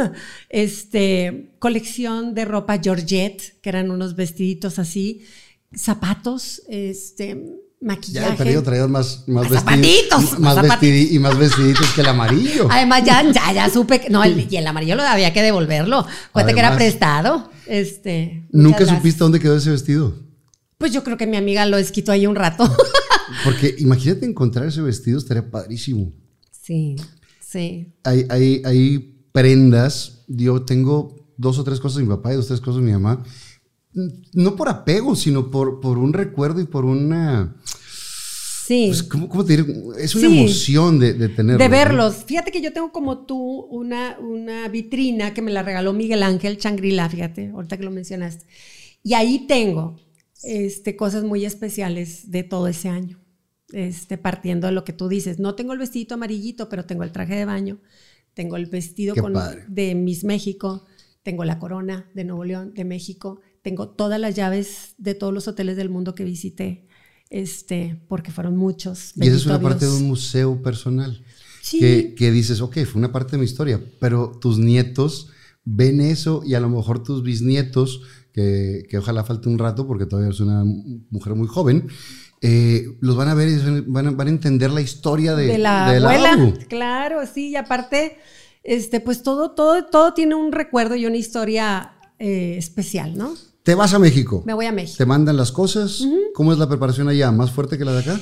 este, colección de ropa Georgette, que eran unos vestiditos así, zapatos, este... maquillaje. Ya el periodo traía más, más, más vestiditos, zapatitos, más, más vestidi, y más vestiditos que el amarillo. Además ya, ya, ya supe que, no, el, y el amarillo lo había que devolverlo, cuenta que era prestado. Este, ¿Nunca supiste gracias. Dónde quedó ese vestido? Pues yo creo que mi amiga lo desquitó ahí un rato. Porque imagínate encontrar ese vestido, estaría padrísimo. Sí, sí. Hay, hay, hay prendas, yo tengo dos o tres cosas de mi papá y dos o tres cosas de mi mamá, no por apego, sino por, por un recuerdo y por una... Sí. Pues, ¿cómo, ¿Cómo te diré? Es una sí. emoción de, de tenerlos. De verlos. ¿No? Fíjate que yo tengo como tú una, una vitrina que me la regaló Miguel Ángel Shangri-La, fíjate, ahorita que lo mencionaste. Y ahí tengo este, cosas muy especiales de todo ese año, este, partiendo de lo que tú dices. No tengo el vestidito amarillito, pero tengo el traje de baño, tengo el vestido con, de Miss México, tengo la corona de Nuevo León, de México, tengo todas las llaves de todos los hoteles del mundo que visité, este, porque fueron muchos. Y esa es una Dios. Parte de un museo personal. Sí. Que, que dices, ok, fue una parte de mi historia, pero tus nietos ven eso y a lo mejor tus bisnietos que, que ojalá falte un rato porque todavía es una mujer muy joven, eh, los van a ver y van a, van a entender la historia de, de la de abuela. La claro, sí, y aparte, este, pues todo, todo, todo tiene un recuerdo y una historia eh, especial, ¿no? Te vas a México. Me voy a México. Te mandan las cosas. Uh-huh. ¿Cómo es la preparación allá? ¿Más fuerte que la de acá?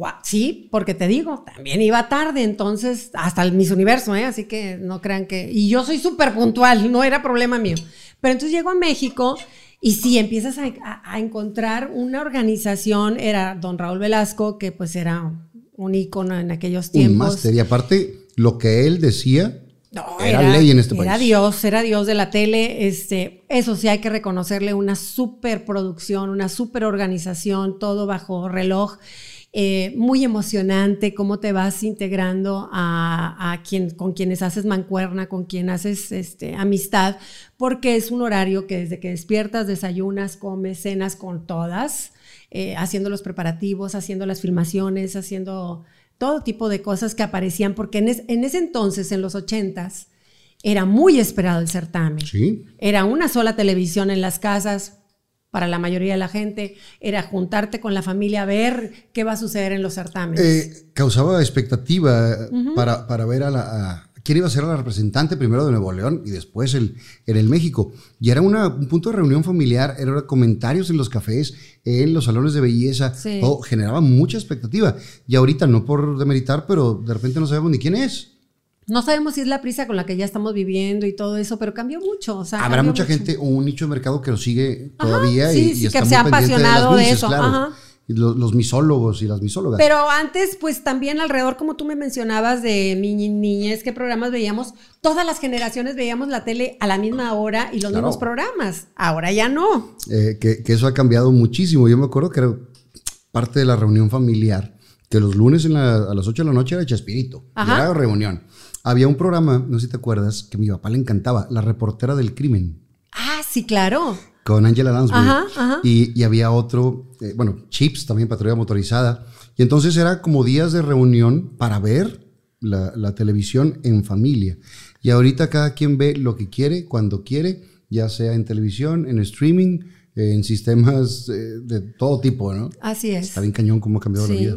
Sí, porque te digo, también iba tarde, entonces, hasta el Miss Universo, ¿eh? Así que no crean que... Y yo soy súper puntual, no era problema mío. Pero entonces llego a México y sí, empiezas a, a, a encontrar una organización, era don Raúl Velasco, que pues era un ícono en aquellos tiempos. Un máster, y aparte, lo que él decía... No, era, era ley en este era país. Era Dios, era Dios de la tele. Este, eso sí hay que reconocerle una super producción, una super organización, todo bajo reloj. Eh, muy emocionante cómo te vas integrando a, a quien, con quienes haces mancuerna, con quien haces este, amistad, porque es un horario que desde que despiertas, desayunas, comes, cenas con todas, eh, haciendo los preparativos, haciendo las filmaciones, haciendo todo tipo de cosas que aparecían, porque en, es, en ese entonces, en los ochentas, era muy esperado el certamen. ¿Sí? Era una sola televisión en las casas. Para la mayoría de la gente, era juntarte con la familia a ver qué va a suceder en los certámenes. Eh, causaba expectativa uh-huh. para, para ver a la... A, quién iba a ser la representante primero de Nuevo León y después el, en el México. Y era una, un punto de reunión familiar, eran comentarios en los cafés, en los salones de belleza, sí. Todo, generaba mucha expectativa. Y ahorita, no por demeritar, pero de repente no sabemos ni quién es. No sabemos si es la prisa con la que ya estamos viviendo y todo eso, pero cambió mucho. O sea, habrá mucha mucho. gente o un nicho de mercado que lo sigue todavía. Ajá, sí, y, sí, y está que muy se ha pendiente apasionado de, de, las mises, eso. claro. Ajá. Y los, los misólogos y las misólogas. Pero antes, pues también alrededor, como tú me mencionabas de mi niñez, qué programas veíamos, todas las generaciones veíamos la tele a la misma hora y los claro. mismos programas. Ahora ya no. Eh, que, que eso ha cambiado muchísimo. Yo me acuerdo que era parte de la reunión familiar, que los lunes en la, a las ocho de la noche era Chespirito. Ajá. Era reunión. Había un programa, no sé si te acuerdas, que a mi papá le encantaba, La Reportera del Crimen. Ah, sí, claro. Con Angela Lansbury. Ajá, ajá. Y, y había otro, eh, bueno, Chips, también patrulla motorizada. Y entonces era como días de reunión para ver la, la televisión en familia. Y ahorita cada quien ve lo que quiere, cuando quiere, ya sea en televisión, en streaming, eh, en sistemas eh, de todo tipo, ¿no? Así es. Está bien cañón cómo ha cambiado sí. la vida.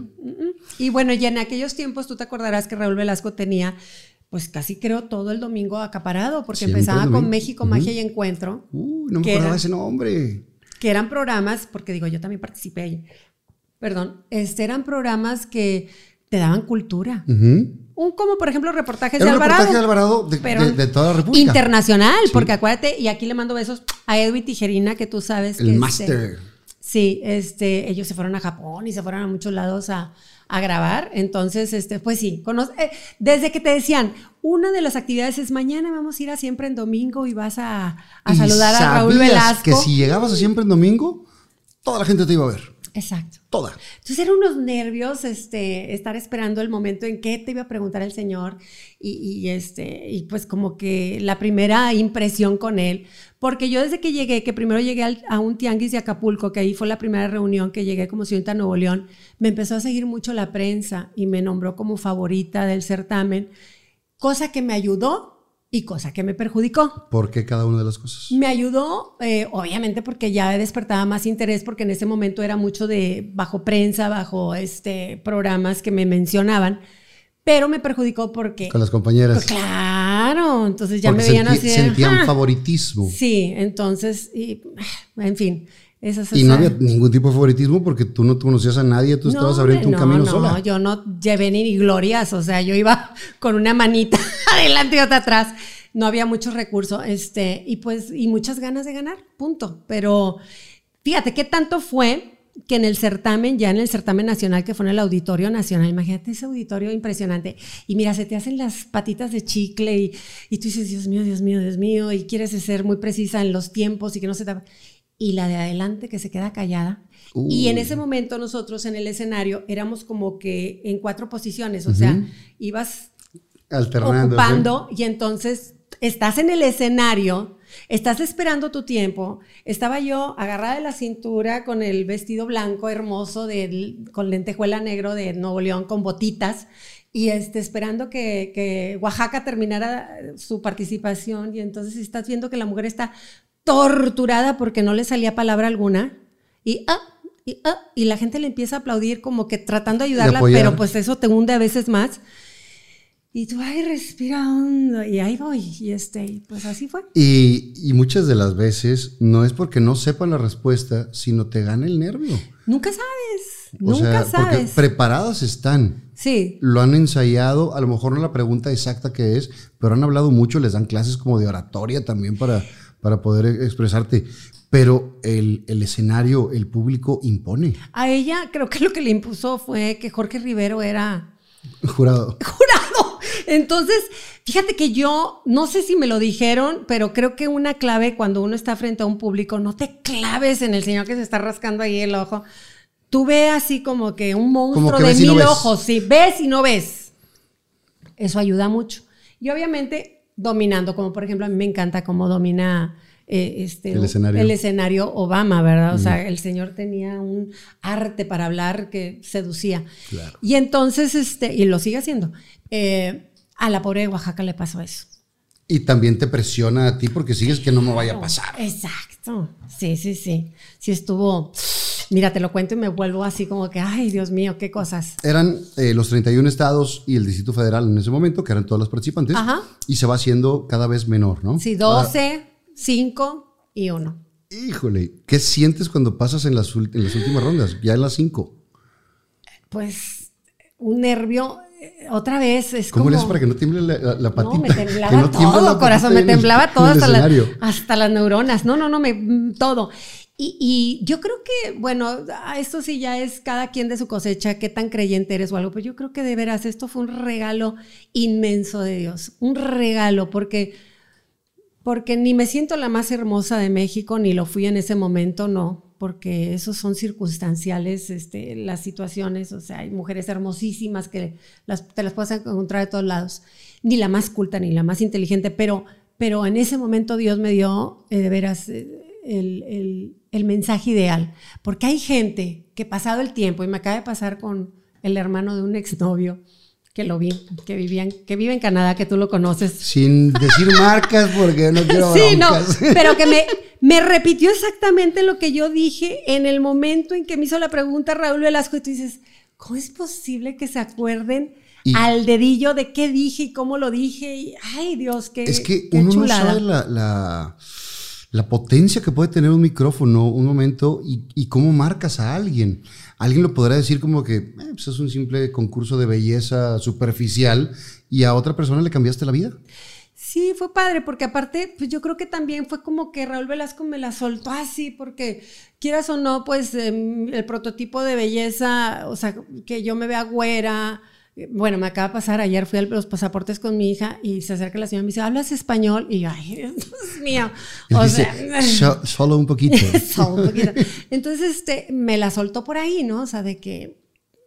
Y bueno, y en aquellos tiempos tú te acordarás que Raúl Velasco tenía... pues casi creo todo el domingo acaparado, porque siempre empezaba con México, uh-huh. Magia y Encuentro. Uh, no me acordaba era, ese nombre. Que eran programas, porque digo, yo también participé ahí. Perdón, este, eran programas que te daban cultura. Uh-huh. Un, como por ejemplo reportajes era de Alvarado. Reportaje de Alvarado de, de, de toda la República. Internacional, sí. Porque acuérdate, y aquí le mando besos a Edwin Tijerina, que tú sabes el que... El máster. Este, sí, este, ellos se fueron a Japón y se fueron a muchos lados a... a grabar, entonces, este, pues sí, conoce, eh, desde que te decían, una de las actividades es mañana vamos a ir a Siempre en Domingo y vas a, a ¿Y saludar a Raúl Velasco. Que si llegabas a Siempre en Domingo, toda la gente te iba a ver. Exacto. Toda. Entonces eran unos nervios, este, estar esperando el momento en que te iba a preguntar el señor y, y, este, y pues como que la primera impresión con él, porque yo desde que llegué, que primero llegué al, a un tianguis de Acapulco, que ahí fue la primera reunión que llegué como ciudadana de Nuevo León, me empezó a seguir mucho la prensa y me nombró como favorita del certamen, cosa que me ayudó y cosa que me perjudicó. ¿Por qué cada una de las cosas? Me ayudó, eh, obviamente, porque ya despertaba más interés, porque en ese momento era mucho de bajo prensa, bajo este, programas que me mencionaban, pero me perjudicó porque... Con las compañeras. Pues, claro, entonces ya porque me veían sentí, así. Sentían ¡ah! favoritismo. Sí, entonces, y, en fin... Esas, y no había ningún tipo de favoritismo porque tú no conocías a nadie, tú no, estabas abriendo un no, camino no, sola. No, yo no llevé ni glorias, o sea, yo iba con una manita adelante y otra atrás. No había mucho recurso, este, y pues, y muchas ganas de ganar, punto. Pero fíjate qué tanto fue que en el certamen, ya en el certamen nacional, que fue en el Auditorio Nacional, imagínate ese auditorio impresionante, y mira, se te hacen las patitas de chicle y, y tú dices, Dios mío, Dios mío, Dios mío, y quieres ser muy precisa en los tiempos y que no se te... Y la de adelante que se queda callada. Uh. Y en ese momento nosotros en el escenario éramos como que en cuatro posiciones, o uh-huh. sea, ibas alternando, ocupando, ¿sí? Y entonces estás en el escenario, estás esperando tu tiempo. Estaba yo agarrada de la cintura con el vestido blanco hermoso, de, con lentejuela negro de Nuevo León, con botitas, y este, esperando que, que Oaxaca terminara su participación, y entonces estás viendo que la mujer está torturada porque no le salía palabra alguna y, ah, y, ah, y la gente le empieza a aplaudir como que tratando de ayudarla, de pero pues eso te hunde a veces más. Y tú, ay, respira hondo, y ahí voy, y este, pues así fue. Y, y muchas de las veces no es porque no sepan la respuesta, sino te gana el nervio. Nunca sabes, o nunca sea, sabes. Porque preparadas están. Sí. Lo han ensayado, a lo mejor no la pregunta exacta que es, pero han hablado mucho, les dan clases como de oratoria también para, para poder expresarte. Pero el, el escenario, el público impone. A ella creo que lo que le impuso fue que Jorge Rivero era... Jurado. Jurado. Entonces, fíjate que yo, no sé si me lo dijeron, pero creo que una clave cuando uno está frente a un público, no te claves en el señor que se está rascando ahí el ojo. Tú ves así como que un monstruo que de mil no ojos, sí, ves y no ves. Eso ayuda mucho. Y obviamente dominando, como por ejemplo a mí me encanta cómo domina eh, este, el, escenario. el escenario Obama, ¿verdad? O mm. sea, el señor tenía un arte para hablar que seducía. Claro. Y entonces, este, y lo sigue haciendo. Eh, a la pobre de Oaxaca le pasó eso. Y también te presiona a ti porque sigues que no me vaya a pasar. Exacto. Sí, sí, sí. Sí estuvo... Mira, te lo cuento y me vuelvo así como que, ay, Dios mío, qué cosas. Eran eh, los treinta y uno estados y el Distrito Federal en ese momento, que eran todas las participantes. Ajá. Y se va haciendo cada vez menor, ¿no? Sí, doce, cinco y uno. Híjole, ¿qué sientes cuando pasas en las, en las últimas rondas? Ya en las cinco. Pues un nervio, eh, otra vez, es ¿Cómo como... le haces para que no tiemble la, la, la patita? No, me temblaba no todo, corazón, me temblaba todo, hasta, la, hasta las neuronas. No, no, no, me, todo. Y, y yo creo que, bueno, esto sí ya es cada quien de su cosecha, qué tan creyente eres o algo, pero yo creo que de veras esto fue un regalo inmenso de Dios, un regalo, porque, porque ni me siento la más hermosa de México, ni lo fui en ese momento, no, porque esos son circunstanciales, este, las situaciones, o sea, hay mujeres hermosísimas que las, te las puedes encontrar de todos lados, ni la más culta, ni la más inteligente, pero, pero en ese momento Dios me dio, eh, de veras... Eh, El, el, el mensaje ideal, porque hay gente que pasado el tiempo, y me acaba de pasar con el hermano de un exnovio que lo vi, que vivía, que vive en Canadá, que tú lo conoces. Sin decir marcas porque no quiero sí, broncas. No, pero que me, me repitió exactamente lo que yo dije en el momento en que me hizo la pregunta Raúl Velasco, y tú dices, ¿cómo es posible que se acuerden y al dedillo de qué dije y cómo lo dije? Y, ay, Dios, qué Es que qué uno chulada. no sabe la... la... la potencia que puede tener un micrófono, un momento, y, y cómo marcas a alguien. Alguien lo podrá decir como que eh, pues es un simple concurso de belleza superficial y a otra persona le cambiaste la vida. Sí, fue padre, porque aparte, pues yo creo que también fue como que Raúl Velasco me la soltó así, porque quieras o no, pues eh, el prototipo de belleza, o sea, que yo me vea güera. Bueno, me acaba de pasar, ayer fui a los pasaportes con mi hija y se acerca la señora y me dice, ¿hablas español? Y yo, ay, Dios mío. Él o dice, sea, solo un poquito. Solo un poquito. Entonces, este, me la soltó por ahí, ¿no? O sea, de que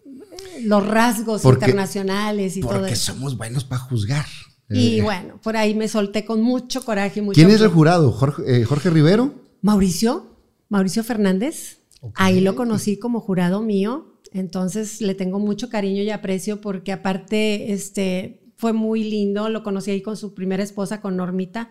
los rasgos porque, internacionales y todo eso. Porque somos buenos para juzgar. Y eh. bueno, por ahí me solté con mucho coraje y mucho... ¿Quién es el jurado? ¿Jorge, eh, Jorge Rivero? Mauricio, Mauricio Fernández. Okay. Ahí lo conocí como jurado mío. Entonces le tengo mucho cariño y aprecio porque aparte este, fue muy lindo, lo conocí ahí con su primera esposa, con Normita.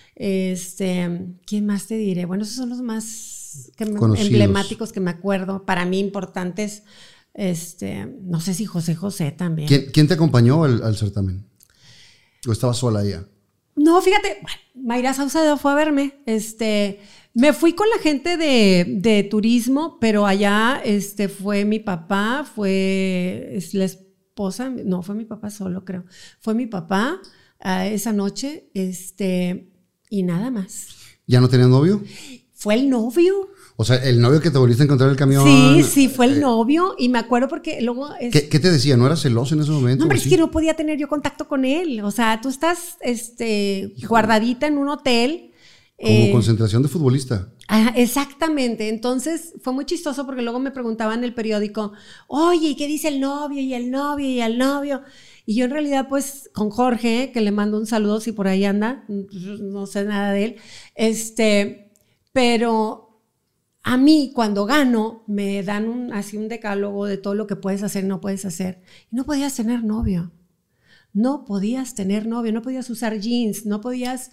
Este, ¿quién más te diré? Bueno, esos son los más que me, emblemáticos que me acuerdo, para mí importantes. Este, no sé si José José también. ¿Quién, quién te acompañó al, al certamen? ¿O estabas sola ella? No, fíjate, bueno, Mayra Saucedo fue a verme, este... Me fui con la gente de, de turismo, pero allá este, fue mi papá, fue es la esposa, no, fue mi papá solo, creo. Fue mi papá uh, esa noche este, y nada más. ¿Ya no tenías novio? Fue el novio. O sea, el novio que te volviste a encontrar en el camión. Sí, sí, fue el eh, novio y me acuerdo porque luego... Es, ¿qué, ¿Qué te decía? ¿No eras celoso en ese momento? No, pero es que no podía tener yo contacto con él. O sea, tú estás este, guardadita en un hotel... Como eh, concentración de futbolista. Ah, exactamente. Entonces fue muy chistoso porque luego me preguntaban en el periódico, oye, ¿y qué dice el novio? Y el novio, y el novio. Y yo en realidad pues con Jorge, que le mando un saludo si por ahí anda, no sé nada de él, este, pero a mí cuando gano me dan un, así un decálogo de todo lo que puedes hacer y no puedes hacer. Y no podías tener novio. No podías tener novio, no podías usar jeans, no podías...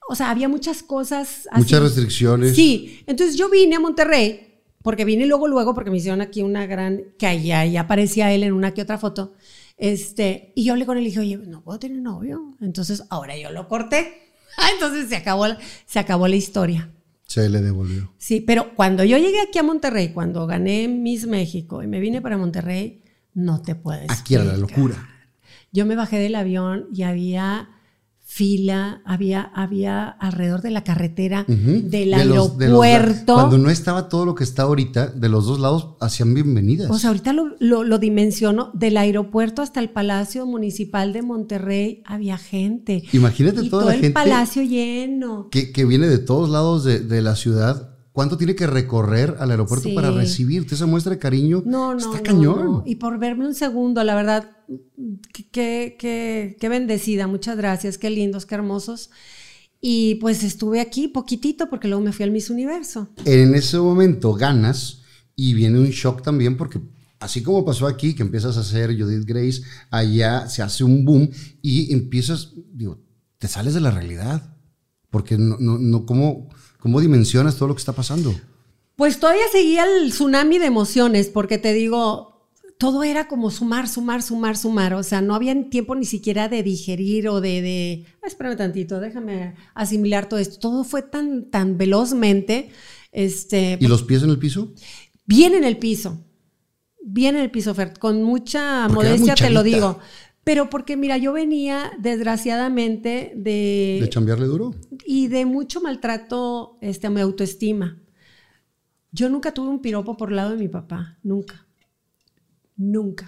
o sea, había muchas cosas así. Muchas restricciones. Sí, entonces yo vine a Monterrey, porque vine luego, luego, porque me hicieron aquí una gran, que ahí, ahí aparecía él en una que otra foto, este, y yo hablé con él y dije, oye, no puedo tener novio, entonces ahora yo lo corté, entonces se acabó, se acabó la historia. Se le devolvió. Sí, pero cuando yo llegué aquí a Monterrey, cuando gané Miss México y me vine para Monterrey, no te puedes Aquí era la locura. Yo me bajé del avión y había fila, había, había alrededor de la carretera, uh-huh. del de los, aeropuerto. De los, cuando no estaba todo lo que está ahorita, de los dos lados hacían bienvenidas. O sea, ahorita lo, lo, lo dimensiono, del aeropuerto hasta el Palacio Municipal de Monterrey había gente. Imagínate y toda todo la gente. el palacio lleno. Que, que viene de todos lados de, de la ciudad. ¿Cuánto tiene que recorrer al aeropuerto sí. para recibirte esa muestra de cariño? No, no, está no, cañón. No. Y por verme un segundo, la verdad, qué, qué, qué bendecida, muchas gracias, qué lindos, qué hermosos. Y pues estuve aquí poquitito porque luego me fui al Miss Universo. En ese momento ganas y viene un shock también porque así como pasó aquí, que empiezas a hacer Judith Grace, allá se hace un boom y empiezas, digo, te sales de la realidad. Porque no, no, no, ¿cómo... ¿Cómo dimensionas todo lo que está pasando? Pues todavía seguía el tsunami de emociones, porque te digo, todo era como sumar, sumar, sumar, sumar. O sea, no había tiempo ni siquiera de digerir o de... de ah, espérame tantito, déjame asimilar todo esto. Todo fue tan, tan velozmente. Este, ¿Y los pies en el piso? Bien en el piso. Bien en el piso, Fer. Con mucha porque modestia te lo digo. Pero porque, mira, yo venía, desgraciadamente, de... ¿De chambearle duro? Y de mucho maltrato este, a mi autoestima. Yo nunca tuve un piropo por el lado de mi papá. Nunca. Nunca.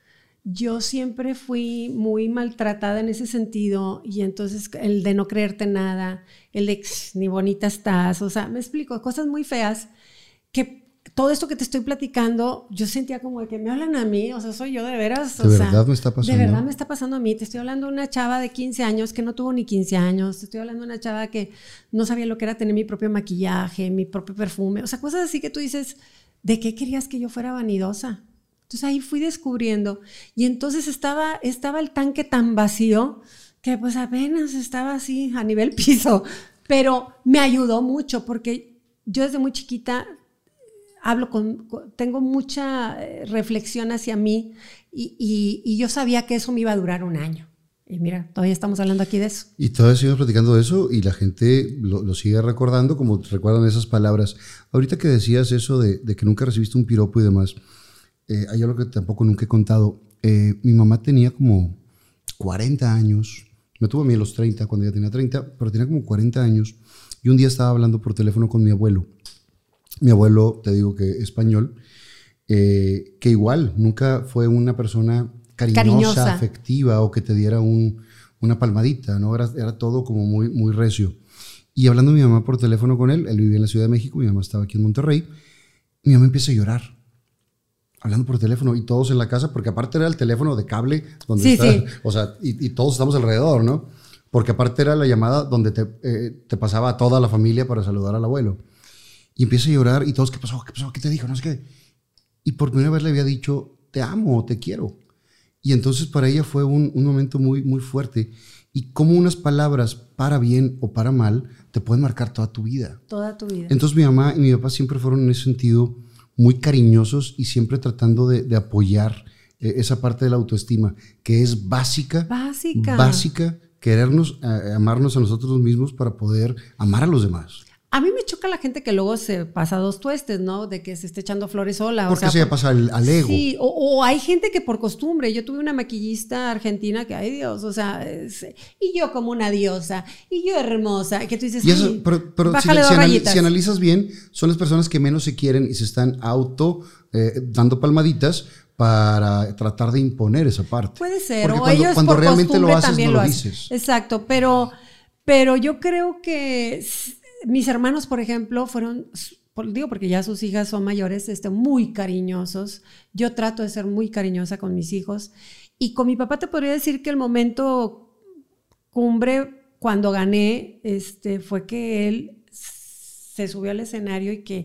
Yo siempre fui muy maltratada en ese sentido. Y entonces, el de no creerte nada, el de ni bonita estás. O sea, me explico, cosas muy feas que... Todo esto que te estoy platicando, yo sentía como de que me hablan a mí, o sea, soy yo de veras. De o verdad sea, me está pasando. De verdad me está pasando a mí. Te estoy hablando de una chava de quince años que no tuvo ni quince años. Te estoy hablando de una chava que no sabía lo que era tener mi propio maquillaje, mi propio perfume. O sea, cosas así que tú dices, ¿de qué querías que yo fuera vanidosa? Entonces ahí fui descubriendo. Y entonces estaba, estaba el tanque tan vacío que pues apenas estaba así a nivel piso. Pero me ayudó mucho porque yo desde muy chiquita... Hablo con, tengo mucha reflexión hacia mí y, y, y yo sabía que eso me iba a durar un año. Y mira, todavía estamos hablando aquí de eso. Y todavía seguimos platicando de eso y la gente lo, lo sigue recordando como recuerdan esas palabras. Ahorita que decías eso de, de que nunca recibiste un piropo y demás, eh, hay algo que tampoco nunca he contado. Eh, mi mamá tenía como cuarenta años, me tuvo a mí a los treinta, cuando ella tenía treinta, pero tenía como cuarenta años y un día estaba hablando por teléfono con mi abuelo. Mi abuelo, te digo que español, eh, que igual nunca fue una persona cariñosa, cariñosa. afectiva o que te diera un, una palmadita, ¿no? Era, era todo como muy, muy recio. Y hablando de mi mamá por teléfono con él, él vivía en la Ciudad de México, mi mamá estaba aquí en Monterrey, mi mamá empieza a llorar, hablando por teléfono y todos en la casa, porque aparte era el teléfono de cable, donde sí, está, sí. o sea, y, y todos estamos alrededor, ¿no? Porque aparte era la llamada donde te, eh, te pasaba a toda la familia para saludar al abuelo. Y empieza a llorar y todos, ¿qué pasó? ¿Qué pasó? ¿Qué te dijo? No sé qué. Y por primera vez le había dicho, te amo, te quiero. Y entonces para ella fue un, un momento muy, muy fuerte. Y como unas palabras, para bien o para mal, te pueden marcar toda tu vida. Toda tu vida. Entonces mi mamá y mi papá siempre fueron en ese sentido muy cariñosos y siempre tratando de, de apoyar eh, esa parte de la autoestima, que es básica. Básica. Básica, querernos, eh, amarnos a nosotros mismos para poder amar a los demás. A mí me choca la gente que luego se pasa dos tuestes, ¿no? De que se esté echando flores sola. Porque o sea, se ya pasa al, al ego. Sí, o, o hay gente que por costumbre. Yo tuve una maquillista argentina que, ay Dios, o sea, es, y yo como una diosa, y yo hermosa, que tú dices, y eso, pero, pero bájale si, dos si, rayitas. si analizas bien, son las personas que menos se quieren y se están auto eh, dando palmaditas para tratar de imponer esa parte. Puede ser, porque o cuando, ellos cuando por realmente lo haces, también no lo lo hacen. dices. Exacto, pero, pero yo creo que mis hermanos, por ejemplo, fueron, digo porque ya sus hijas son mayores, este, muy cariñosos. Yo trato de ser muy cariñosa con mis hijos. Y con mi papá te podría decir que el momento cumbre cuando gané este, fue que él se subió al escenario y que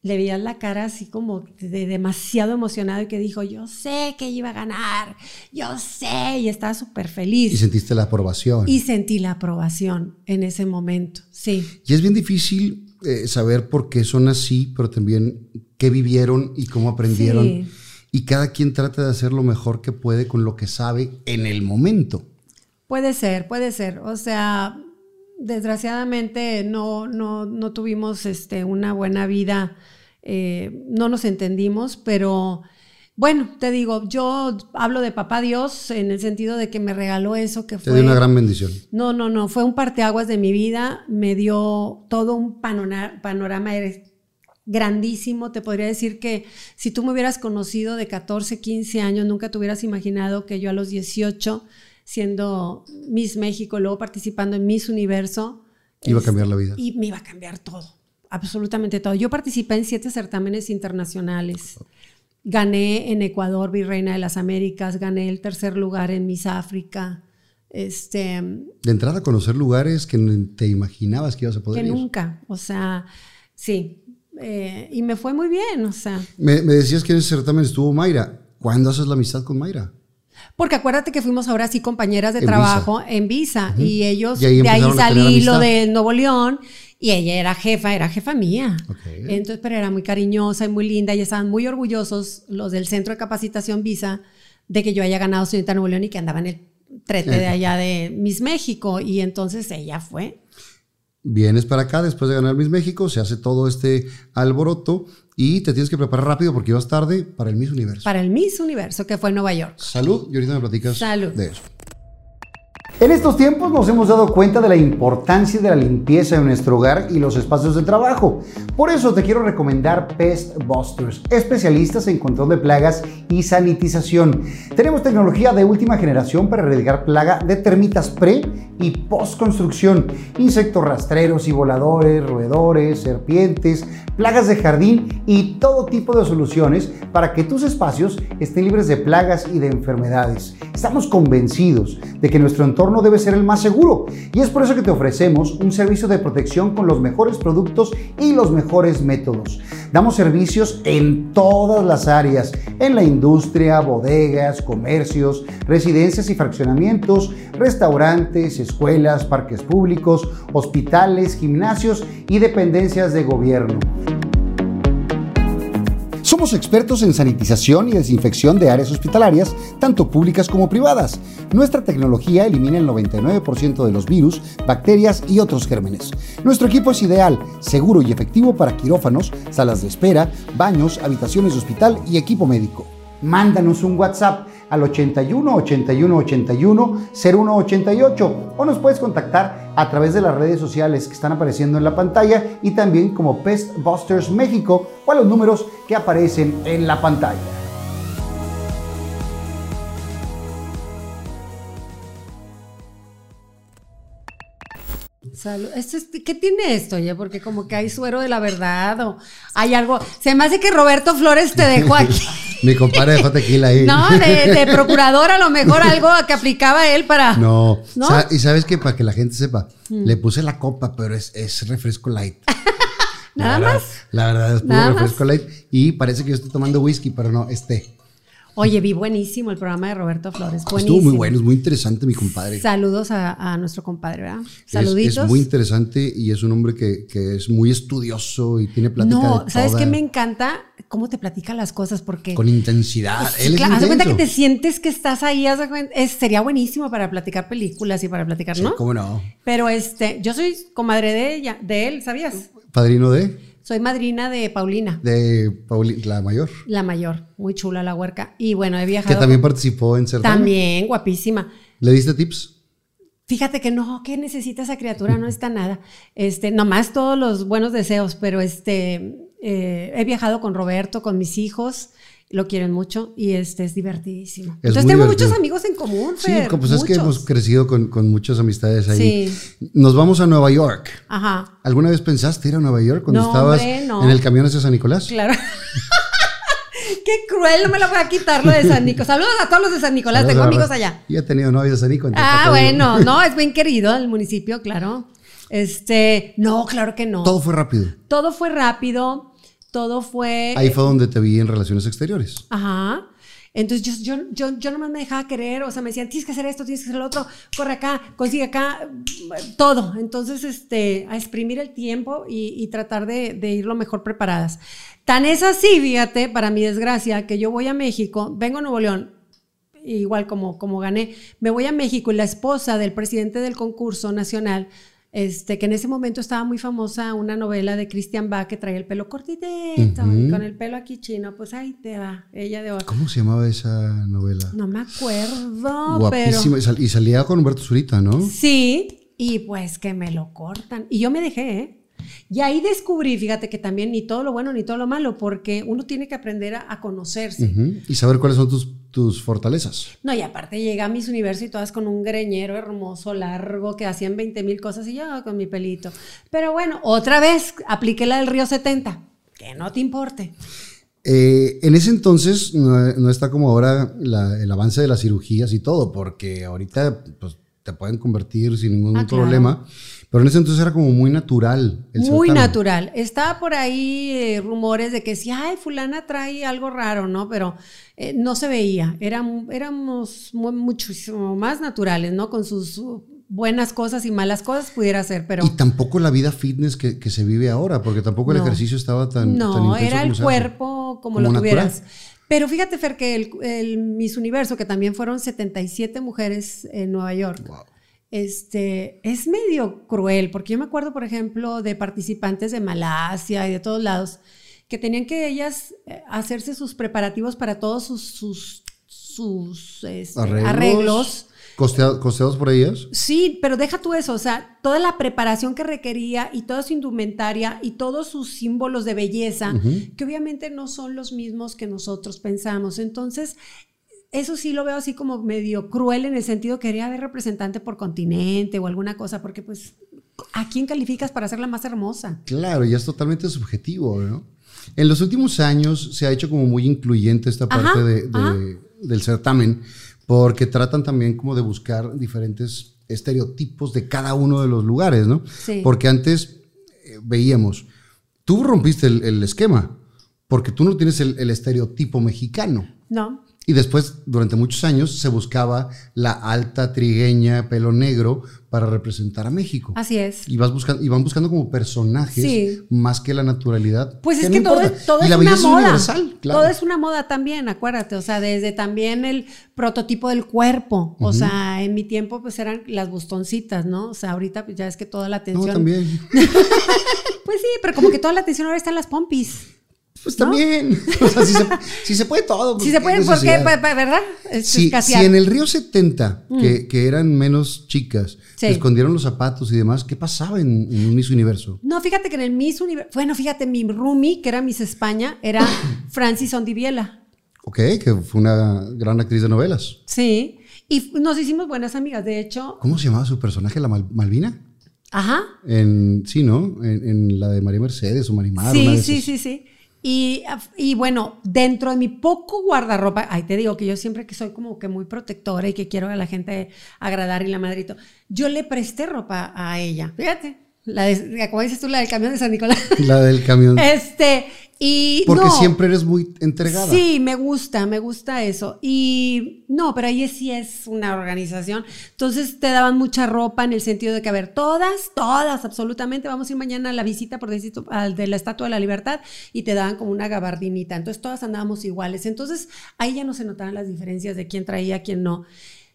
le veías la cara así como de demasiado emocionado y que dijo, yo sé que iba a ganar, yo sé, y estaba súper feliz. Y sentiste la aprobación. Y sentí la aprobación en ese momento, sí. Y es bien difícil eh, saber por qué son así, pero también qué vivieron y cómo aprendieron. Sí. Y cada quien trata de hacer lo mejor que puede con lo que sabe en el momento. Puede ser, puede ser. O sea, desgraciadamente no, no, no tuvimos este, una buena vida. Eh, no nos entendimos, pero bueno, te digo, yo hablo de papá Dios en el sentido de que me regaló eso que fue... Te dio una gran bendición. No, no, no, fue un parteaguas de mi vida, me dio todo un panorama, panorama grandísimo. Te podría decir que si tú me hubieras conocido de catorce, quince años, nunca te hubieras imaginado que yo a los dieciocho, siendo Miss México, luego participando en Miss Universo... Iba a cambiar la vida. Y me iba a cambiar todo. Absolutamente todo. Yo participé en siete certámenes internacionales. Gané en Ecuador, Virreina de las Américas, gané el tercer lugar en Miss África. Este, de entrada, conocer lugares que te imaginabas que ibas a poder que ir. Que nunca, o sea, sí. Eh, y me fue muy bien, o sea. Me, me decías que en ese certamen estuvo Mayra. ¿Cuándo haces la amistad con Mayra? Porque acuérdate que fuimos ahora sí compañeras de en trabajo Visa. en Visa. Uh-huh. Y ellos, y ahí de ahí salí lo de Nuevo León. Y ella era jefa, era jefa mía. Okay. Entonces, pero era muy cariñosa y muy linda y estaban muy orgullosos los del Centro de Capacitación Visa de que yo haya ganado Señorita Nuevo León y que andaba en el trete de allá de Miss México. Y entonces ella fue. Vienes para acá después de ganar Miss México, se hace todo este alboroto y te tienes que preparar rápido porque ibas tarde para el Miss Universo. Para el Miss Universo, que fue en Nueva York. Salud, y ahorita me platicas Salud. de eso. En estos tiempos nos hemos dado cuenta de la importancia de la limpieza en nuestro hogar y los espacios de trabajo. Por eso te quiero recomendar Pest Busters, especialistas en control de plagas y sanitización. Tenemos tecnología de última generación para erradicar plaga de termitas pre y post construcción, insectos rastreros y voladores, roedores, serpientes, plagas de jardín y todo tipo de soluciones para que tus espacios estén libres de plagas y de enfermedades. Estamos convencidos de que nuestro entorno debe ser el más seguro y es por eso que te ofrecemos un servicio de protección con los mejores productos y los mejores métodos. Damos servicios en todas las áreas, en la industria, bodegas, comercios, residencias y fraccionamientos, restaurantes, escuelas, parques públicos, hospitales, gimnasios y dependencias de gobierno. Somos expertos en sanitización y desinfección de áreas hospitalarias, tanto públicas como privadas. Nuestra tecnología elimina el noventa y nueve por ciento de los virus, bacterias y otros gérmenes. Nuestro equipo es ideal, seguro y efectivo para quirófanos, salas de espera, baños, habitaciones de hospital y equipo médico. Mándanos un WhatsApp al ochenta y uno, ochenta y uno, ochenta y uno, cero uno ochenta y ocho o nos puedes contactar a través de las redes sociales que están apareciendo en la pantalla y también como Pest Busters México o a los números que aparecen en la pantalla. Salud. Esto es, ¿qué tiene esto, oye? Porque como que hay suero de la verdad o hay algo. Se me hace que Roberto Flores te dejó aquí. Mi compadre dejó tequila ahí. No, de, de procurador a lo mejor algo que aplicaba él para... No, ¿no? Y sabes que para que la gente sepa, mm. le puse la copa, pero es, es refresco light. ¿Nada la más? Verdad, la verdad es puro refresco light y parece que yo estoy tomando whisky, pero no, es té. Oye, vi buenísimo el programa de Roberto Flores. Buenísimo. Estuvo muy bueno, es muy interesante, mi compadre. Saludos a, a nuestro compadre, ¿verdad? Saluditos. Es, es muy interesante y es un hombre que, que es muy estudioso y tiene plática no, de ¿sabes toda... qué me encanta? Cómo te platica las cosas, porque... Con intensidad. Pues, Él claro, es haz de cuenta que intenso. te sientes que estás ahí, haz de cuenta, es, sería buenísimo para platicar películas y para platicar, ¿no? Sí, cómo no. Pero este, yo soy comadre de ella, de él, ¿sabías? ¿Padrino de...? Soy madrina de Paulina. De Paulina, la mayor. La mayor, muy chula la huerca. Y bueno, he viajado. Que también con... participó en certamen. También, guapísima. ¿Le diste tips? Fíjate que no, ¿qué necesita esa criatura? No está nada. Este, nomás todos los buenos deseos, pero este, eh, he viajado con Roberto, con mis hijos. Lo quieren mucho y este es divertidísimo. Es Entonces tengo divertido. Muchos amigos en común, Fer, sí, pues muchos. Es que hemos crecido con, con muchas amistades ahí. Sí. Nos vamos a Nueva York. Ajá. ¿Alguna vez pensaste ir a Nueva York cuando no, estabas hombre, no. en el camión hacia San Nicolás? Claro. Qué cruel, no me la voy a quitar lo de San Nicolás. Saludos a todos los de San Nicolás, Saludos, tengo amigos allá. Yo he tenido novios de San Nicolás. Ah, bueno, no, es bien querido el municipio, claro. Este, no, claro que no. Todo fue rápido. Todo fue rápido. todo fue... Ahí fue donde te vi en Relaciones Exteriores. Ajá. Entonces yo, yo, yo, yo nomás me dejaba querer, o sea, me decían, tienes que hacer esto, tienes que hacer lo otro, corre acá, consigue acá, todo. Entonces, este, a exprimir el tiempo y, y tratar de, de ir lo mejor preparadas. Tan es así, fíjate, para mi desgracia, que yo voy a México, vengo a Nuevo León, igual como, como gané, me voy a México y la esposa del presidente del concurso nacional, Este, que en ese momento estaba muy famosa una novela de Christian Bach que traía el pelo cortito, uh-huh. con el pelo aquí chino, pues ahí te va, ella de oro. ¿Cómo se llamaba esa novela? No me acuerdo, guapísima, pero... y salía con Humberto Zurita, ¿no? Sí, y pues que me lo cortan, y yo me dejé, ¿eh? Y ahí descubrí, fíjate que también ni todo lo bueno ni todo lo malo, porque uno tiene que aprender a, a conocerse. Uh-huh. Y saber cuáles son tus, tus fortalezas. No, y aparte llegué a Miss Universo y todas con un greñero hermoso, largo, que hacían veinte mil cosas y yo con mi pelito. Pero bueno, otra vez apliqué la del Río setenta, que no te importe. Eh, en ese entonces no, no está como ahora la, el avance de las cirugías y todo, porque ahorita pues, te pueden convertir sin ningún ah, problema. Claro. Pero en ese entonces era como muy natural. El muy certamen. natural. Estaba por ahí eh, rumores de que si, ay, fulana trae algo raro, ¿no? Pero eh, no se veía. Era, éramos muy, muchísimo más naturales, ¿no? Con sus buenas cosas y malas cosas pudiera ser, pero... Y tampoco la vida fitness que, que se vive ahora, porque tampoco el no, ejercicio estaba tan, no, tan intenso. No, era el cuerpo como, como lo natural. Tuvieras. Pero fíjate, Fer, que el, el Miss Universo, que también fueron setenta y siete mujeres en Nueva York, wow. Este, es medio cruel, porque yo me acuerdo, por ejemplo, de participantes de Malasia y de todos lados, que tenían que ellas hacerse sus preparativos para todos sus, sus, sus este, arreglos. arreglos. ¿Costeados, ¿Costeados por ellas? Sí, pero deja tú eso, o sea, toda la preparación que requería y toda su indumentaria y todos sus símbolos de belleza, uh-huh. que obviamente no son los mismos que nosotros pensamos. Entonces, eso sí lo veo así como medio cruel en el sentido que quería haber representante por continente o alguna cosa, porque pues, ¿a quién calificas para ser la más hermosa? Claro, ya es totalmente subjetivo, ¿no? En los últimos años se ha hecho como muy incluyente esta parte ajá, de, de, del certamen, porque tratan también como de buscar diferentes estereotipos de cada uno de los lugares, ¿no? Sí. Porque antes eh, veíamos, tú rompiste el, el esquema, porque tú no tienes el, el estereotipo mexicano. No. Y después, durante muchos años, se buscaba la alta trigueña, pelo negro, para representar a México. Así es. Y, vas buscando, y van buscando como personajes sí. más que la naturalidad. Pues que es no que todo, es, todo y es la una belleza moda. Es universal, claro. Todo es una moda también, acuérdate. O sea, desde también el prototipo del cuerpo. O uh-huh. sea, en mi tiempo pues eran las bustoncitas, ¿no? O sea, ahorita pues, ya es que toda la atención... No, también. Pues sí, pero como que toda la atención ahora está en las pompis. Pues también, ¿no? O sea, si se, si se puede todo. Si se puede, ¿por qué? ¿Verdad? Es si, si en el Río setenta, mm. que, que eran menos chicas, sí. escondieron los zapatos y demás, ¿qué pasaba en, en un Miss Universo? No, fíjate que en el Miss Universo, bueno, fíjate, mi roomie, que era Miss España, era Francis Ondiviela. Ok, que fue una gran actriz de novelas. Sí, y nos hicimos buenas amigas, de hecho. ¿Cómo se llamaba su personaje, la Mal- Malvina? Ajá. En, sí, ¿no? En, en la de María Mercedes o Marimar. Sí, una de sí, esas. sí, sí. Y, y bueno, dentro de mi poco guardarropa, ahí te digo que yo siempre que soy como que muy protectora y que quiero a la gente agradar y la madrito, yo le presté ropa a ella, fíjate, la de, como dices tú, la del camión de San Nicolás. La del camión. Este, y porque no, siempre eres muy entregada. Sí, me gusta, me gusta eso. Y no, pero ahí sí es una organización. Entonces te daban mucha ropa en el sentido de que, a ver, todas, todas, absolutamente, vamos a ir mañana a la visita, por decir, al de la Estatua de la Libertad, y te daban como una gabardinita. Entonces todas andábamos iguales. Entonces ahí ya no se notaban las diferencias de quién traía, quién no.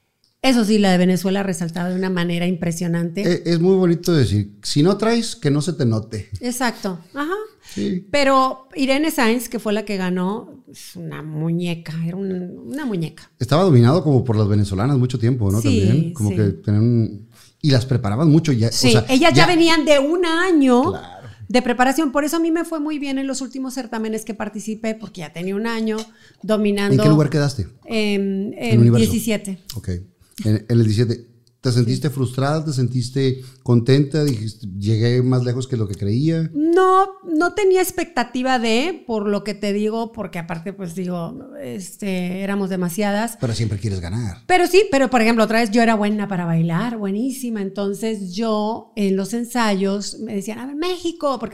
Eso sí, la de Venezuela resaltaba de una manera impresionante. Es, es muy bonito decir, si no traes, que no se te note. Exacto, ajá. Sí. Pero Irene Sainz, que fue la que ganó, es una muñeca, era una, una muñeca. Estaba dominado como por las venezolanas mucho tiempo, ¿no? Sí, también, como sí. que tenían... Y las preparaban mucho ya. Sí, o sea, ellas ya, ya venían de un año... Claro. De preparación, por eso a mí me fue muy bien en los últimos certámenes que participé, porque ya tenía un año dominando. ¿En qué lugar quedaste? En, en, en diecisiete. Ok, en, en el diecisiete. ¿Te sentiste sí. frustrada? ¿Te sentiste contenta? ¿Dijiste, llegué más lejos que lo que creía? No, no tenía expectativa de, por lo que te digo, porque aparte, pues digo, este, éramos demasiadas. Pero siempre quieres ganar. Pero sí, pero por ejemplo, otra vez yo era buena para bailar, buenísima. Entonces yo en los ensayos me decían, a ver, México, porque todos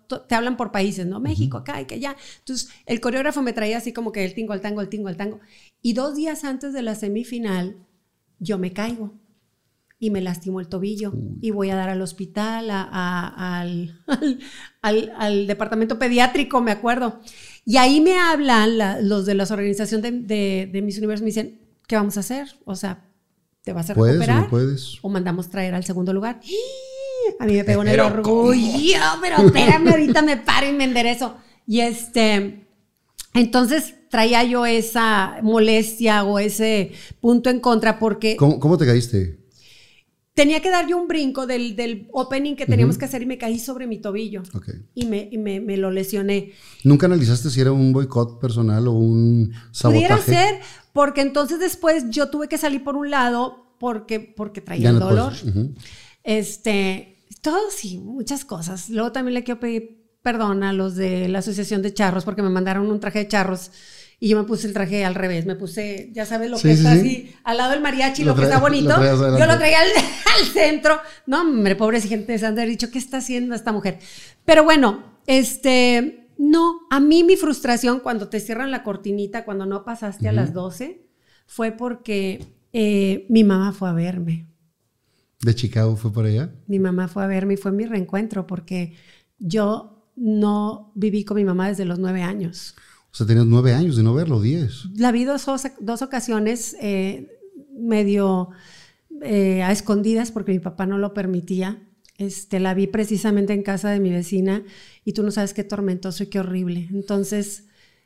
te hablan por países, ¿no? México, acá y que allá. Entonces, el coreógrafo me traía así como que el tingo, el tango, el tingo, el tango. Y dos días antes de la semifinal, yo me caigo y me lastimo el tobillo. Uy. Y voy a dar al hospital, a, a, al, al, al, al departamento pediátrico, me acuerdo. Y ahí me hablan la, los de la organización de, de, de Miss Universo, me dicen, ¿qué vamos a hacer? O sea, ¿te vas a recuperar? ¿Puedes o no puedes? O mandamos traer al segundo lugar. A mí me pegó en el orgullo, pero espérame, ahorita me paro y me enderezo. Y este, entonces traía yo esa molestia o ese punto en contra porque... ¿Cómo, cómo te caíste? Tenía que dar yo un brinco del, del opening que teníamos uh-huh. que hacer y me caí sobre mi tobillo. Okay. Y, me, y me, me lo lesioné. ¿Nunca analizaste si era un boicot personal o un sabotaje? Pudiera ser, porque entonces después yo tuve que salir por un lado porque, porque traía el dolor. Uh-huh. Este... Todo sí, muchas cosas. Luego también le quiero pedir perdón a los de la Asociación de Charros porque me mandaron un traje de charros y yo me puse el traje al revés. Me puse, ya sabes lo sí, que sí, está sí. así, al lado del mariachi, lo, lo trae, que está bonito. Lo yo lo traía al, al centro. No, hombre, pobres gente, se han de haber dicho, ¿qué está haciendo esta mujer? Pero bueno, este, no, a mí mi frustración cuando te cierran la cortinita, cuando no pasaste uh-huh. a las doce, fue porque eh, mi mamá fue a verme. ¿De Chicago fue por allá? Mi mamá fue a verme y fue mi reencuentro porque yo no viví con mi mamá desde los nueve años. O sea, tenías nueve años de no verlo, diez. La vi dos, dos ocasiones eh, medio eh, a escondidas porque mi papá no lo permitía. Este, la vi precisamente en casa de mi vecina y tú no sabes qué tormentoso y qué horrible. Entonces...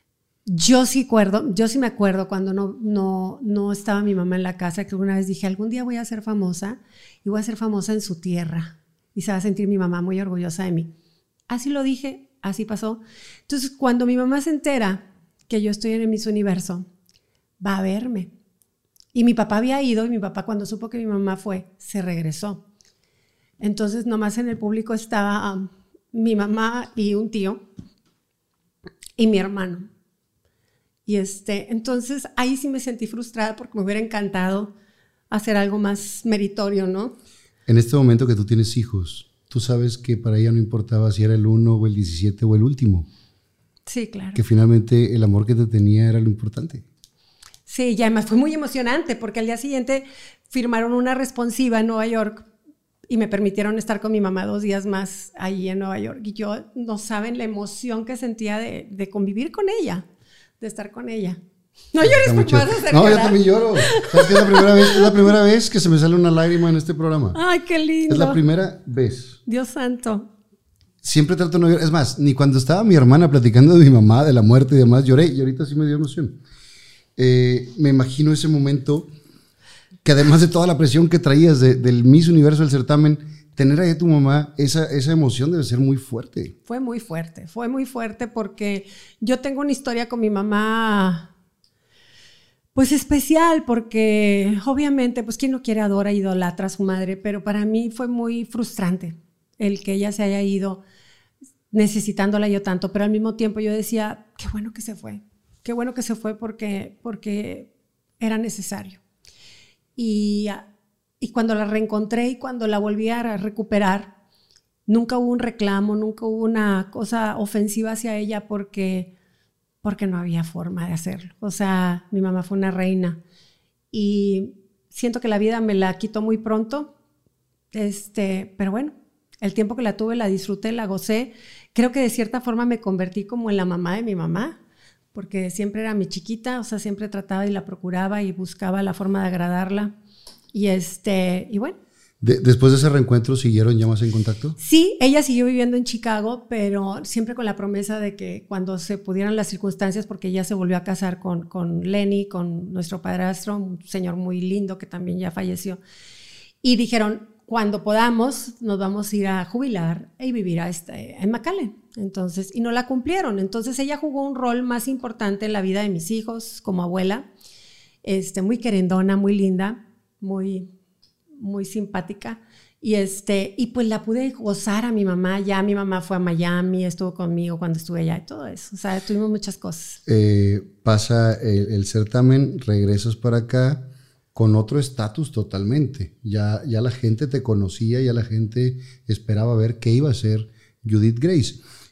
Yo sí, acuerdo, yo sí me acuerdo cuando no, no, no estaba mi mamá en la casa, que una vez dije, algún día voy a ser famosa y voy a ser famosa en su tierra y se va a sentir mi mamá muy orgullosa de mí. Así lo dije, así pasó. Entonces, cuando mi mamá se entera que yo estoy en el Miss Universo, va a verme. Y mi papá había ido y mi papá cuando supo que mi mamá fue, se regresó. Entonces, nomás en el público estaba um, mi mamá y un tío y mi hermano. Y este, entonces ahí sí me sentí frustrada porque me hubiera encantado hacer algo más meritorio, ¿no? En este momento que tú tienes hijos, tú sabes que para ella no importaba si era el uno o el diecisiete o el último. Sí, claro. Que finalmente el amor que te tenía era lo importante. Sí, y además fue muy emocionante porque al día siguiente firmaron una responsiva en Nueva York y me permitieron estar con mi mamá dos días más ahí en Nueva York. Y yo, no saben la emoción que sentía de, de convivir con ella. De estar con ella. No llores porque vas a hacer No, llorar. yo también lloro. ¿Sabes qué? Es la primera vez, es la primera vez que se me sale una lágrima en este programa. Ay, qué lindo. Es la primera vez. Dios santo. Siempre trato de no llorar. Es más, ni cuando estaba mi hermana platicando de mi mamá, de la muerte y demás, lloré. Y ahorita sí me dio emoción. Eh, me imagino ese momento que además de toda la presión que traías de, del Miss Universo del certamen, tener ahí a tu mamá, esa, esa emoción debe ser muy fuerte. Fue muy fuerte, fue muy fuerte porque yo tengo una historia con mi mamá, pues especial, porque obviamente, pues quién no quiere, adora, idolatra a su madre, pero para mí fue muy frustrante el que ella se haya ido necesitándola yo tanto, pero al mismo tiempo yo decía, qué bueno que se fue, qué bueno que se fue porque, porque era necesario. Y... Y cuando la reencontré y cuando la volví a recuperar, nunca hubo un reclamo, nunca hubo una cosa ofensiva hacia ella porque, porque no había forma de hacerlo. O sea, mi mamá fue una reina y siento que la vida me la quitó muy pronto, este, pero bueno, el tiempo que la tuve la disfruté, la gocé. Creo que de cierta forma me convertí como en la mamá de mi mamá, porque siempre era mi chiquita, o sea, siempre trataba y la procuraba y buscaba la forma de agradarla. Y, este, y bueno. De, ¿Después de ese reencuentro siguieron ya más en contacto? Sí, ella siguió viviendo en Chicago, pero siempre con la promesa de que cuando se pudieran las circunstancias, porque ella se volvió a casar con, con Lenny, con nuestro padrastro, un señor muy lindo que también ya falleció. Y dijeron, cuando podamos, nos vamos a ir a jubilar y vivir a este, en McAllen. Entonces, y no la cumplieron. Entonces ella jugó un rol más importante en la vida de mis hijos como abuela, este, muy querendona, muy linda. Muy, muy simpática y, este, y pues la pude gozar a mi mamá, ya mi mamá fue a Miami, estuvo conmigo cuando estuve allá y todo eso, o sea, tuvimos muchas cosas. Eh, pasa el, el certamen, regresas para acá con otro estatus totalmente, ya, ya la gente te conocía, ya la gente esperaba ver qué iba a ser Judith Grace.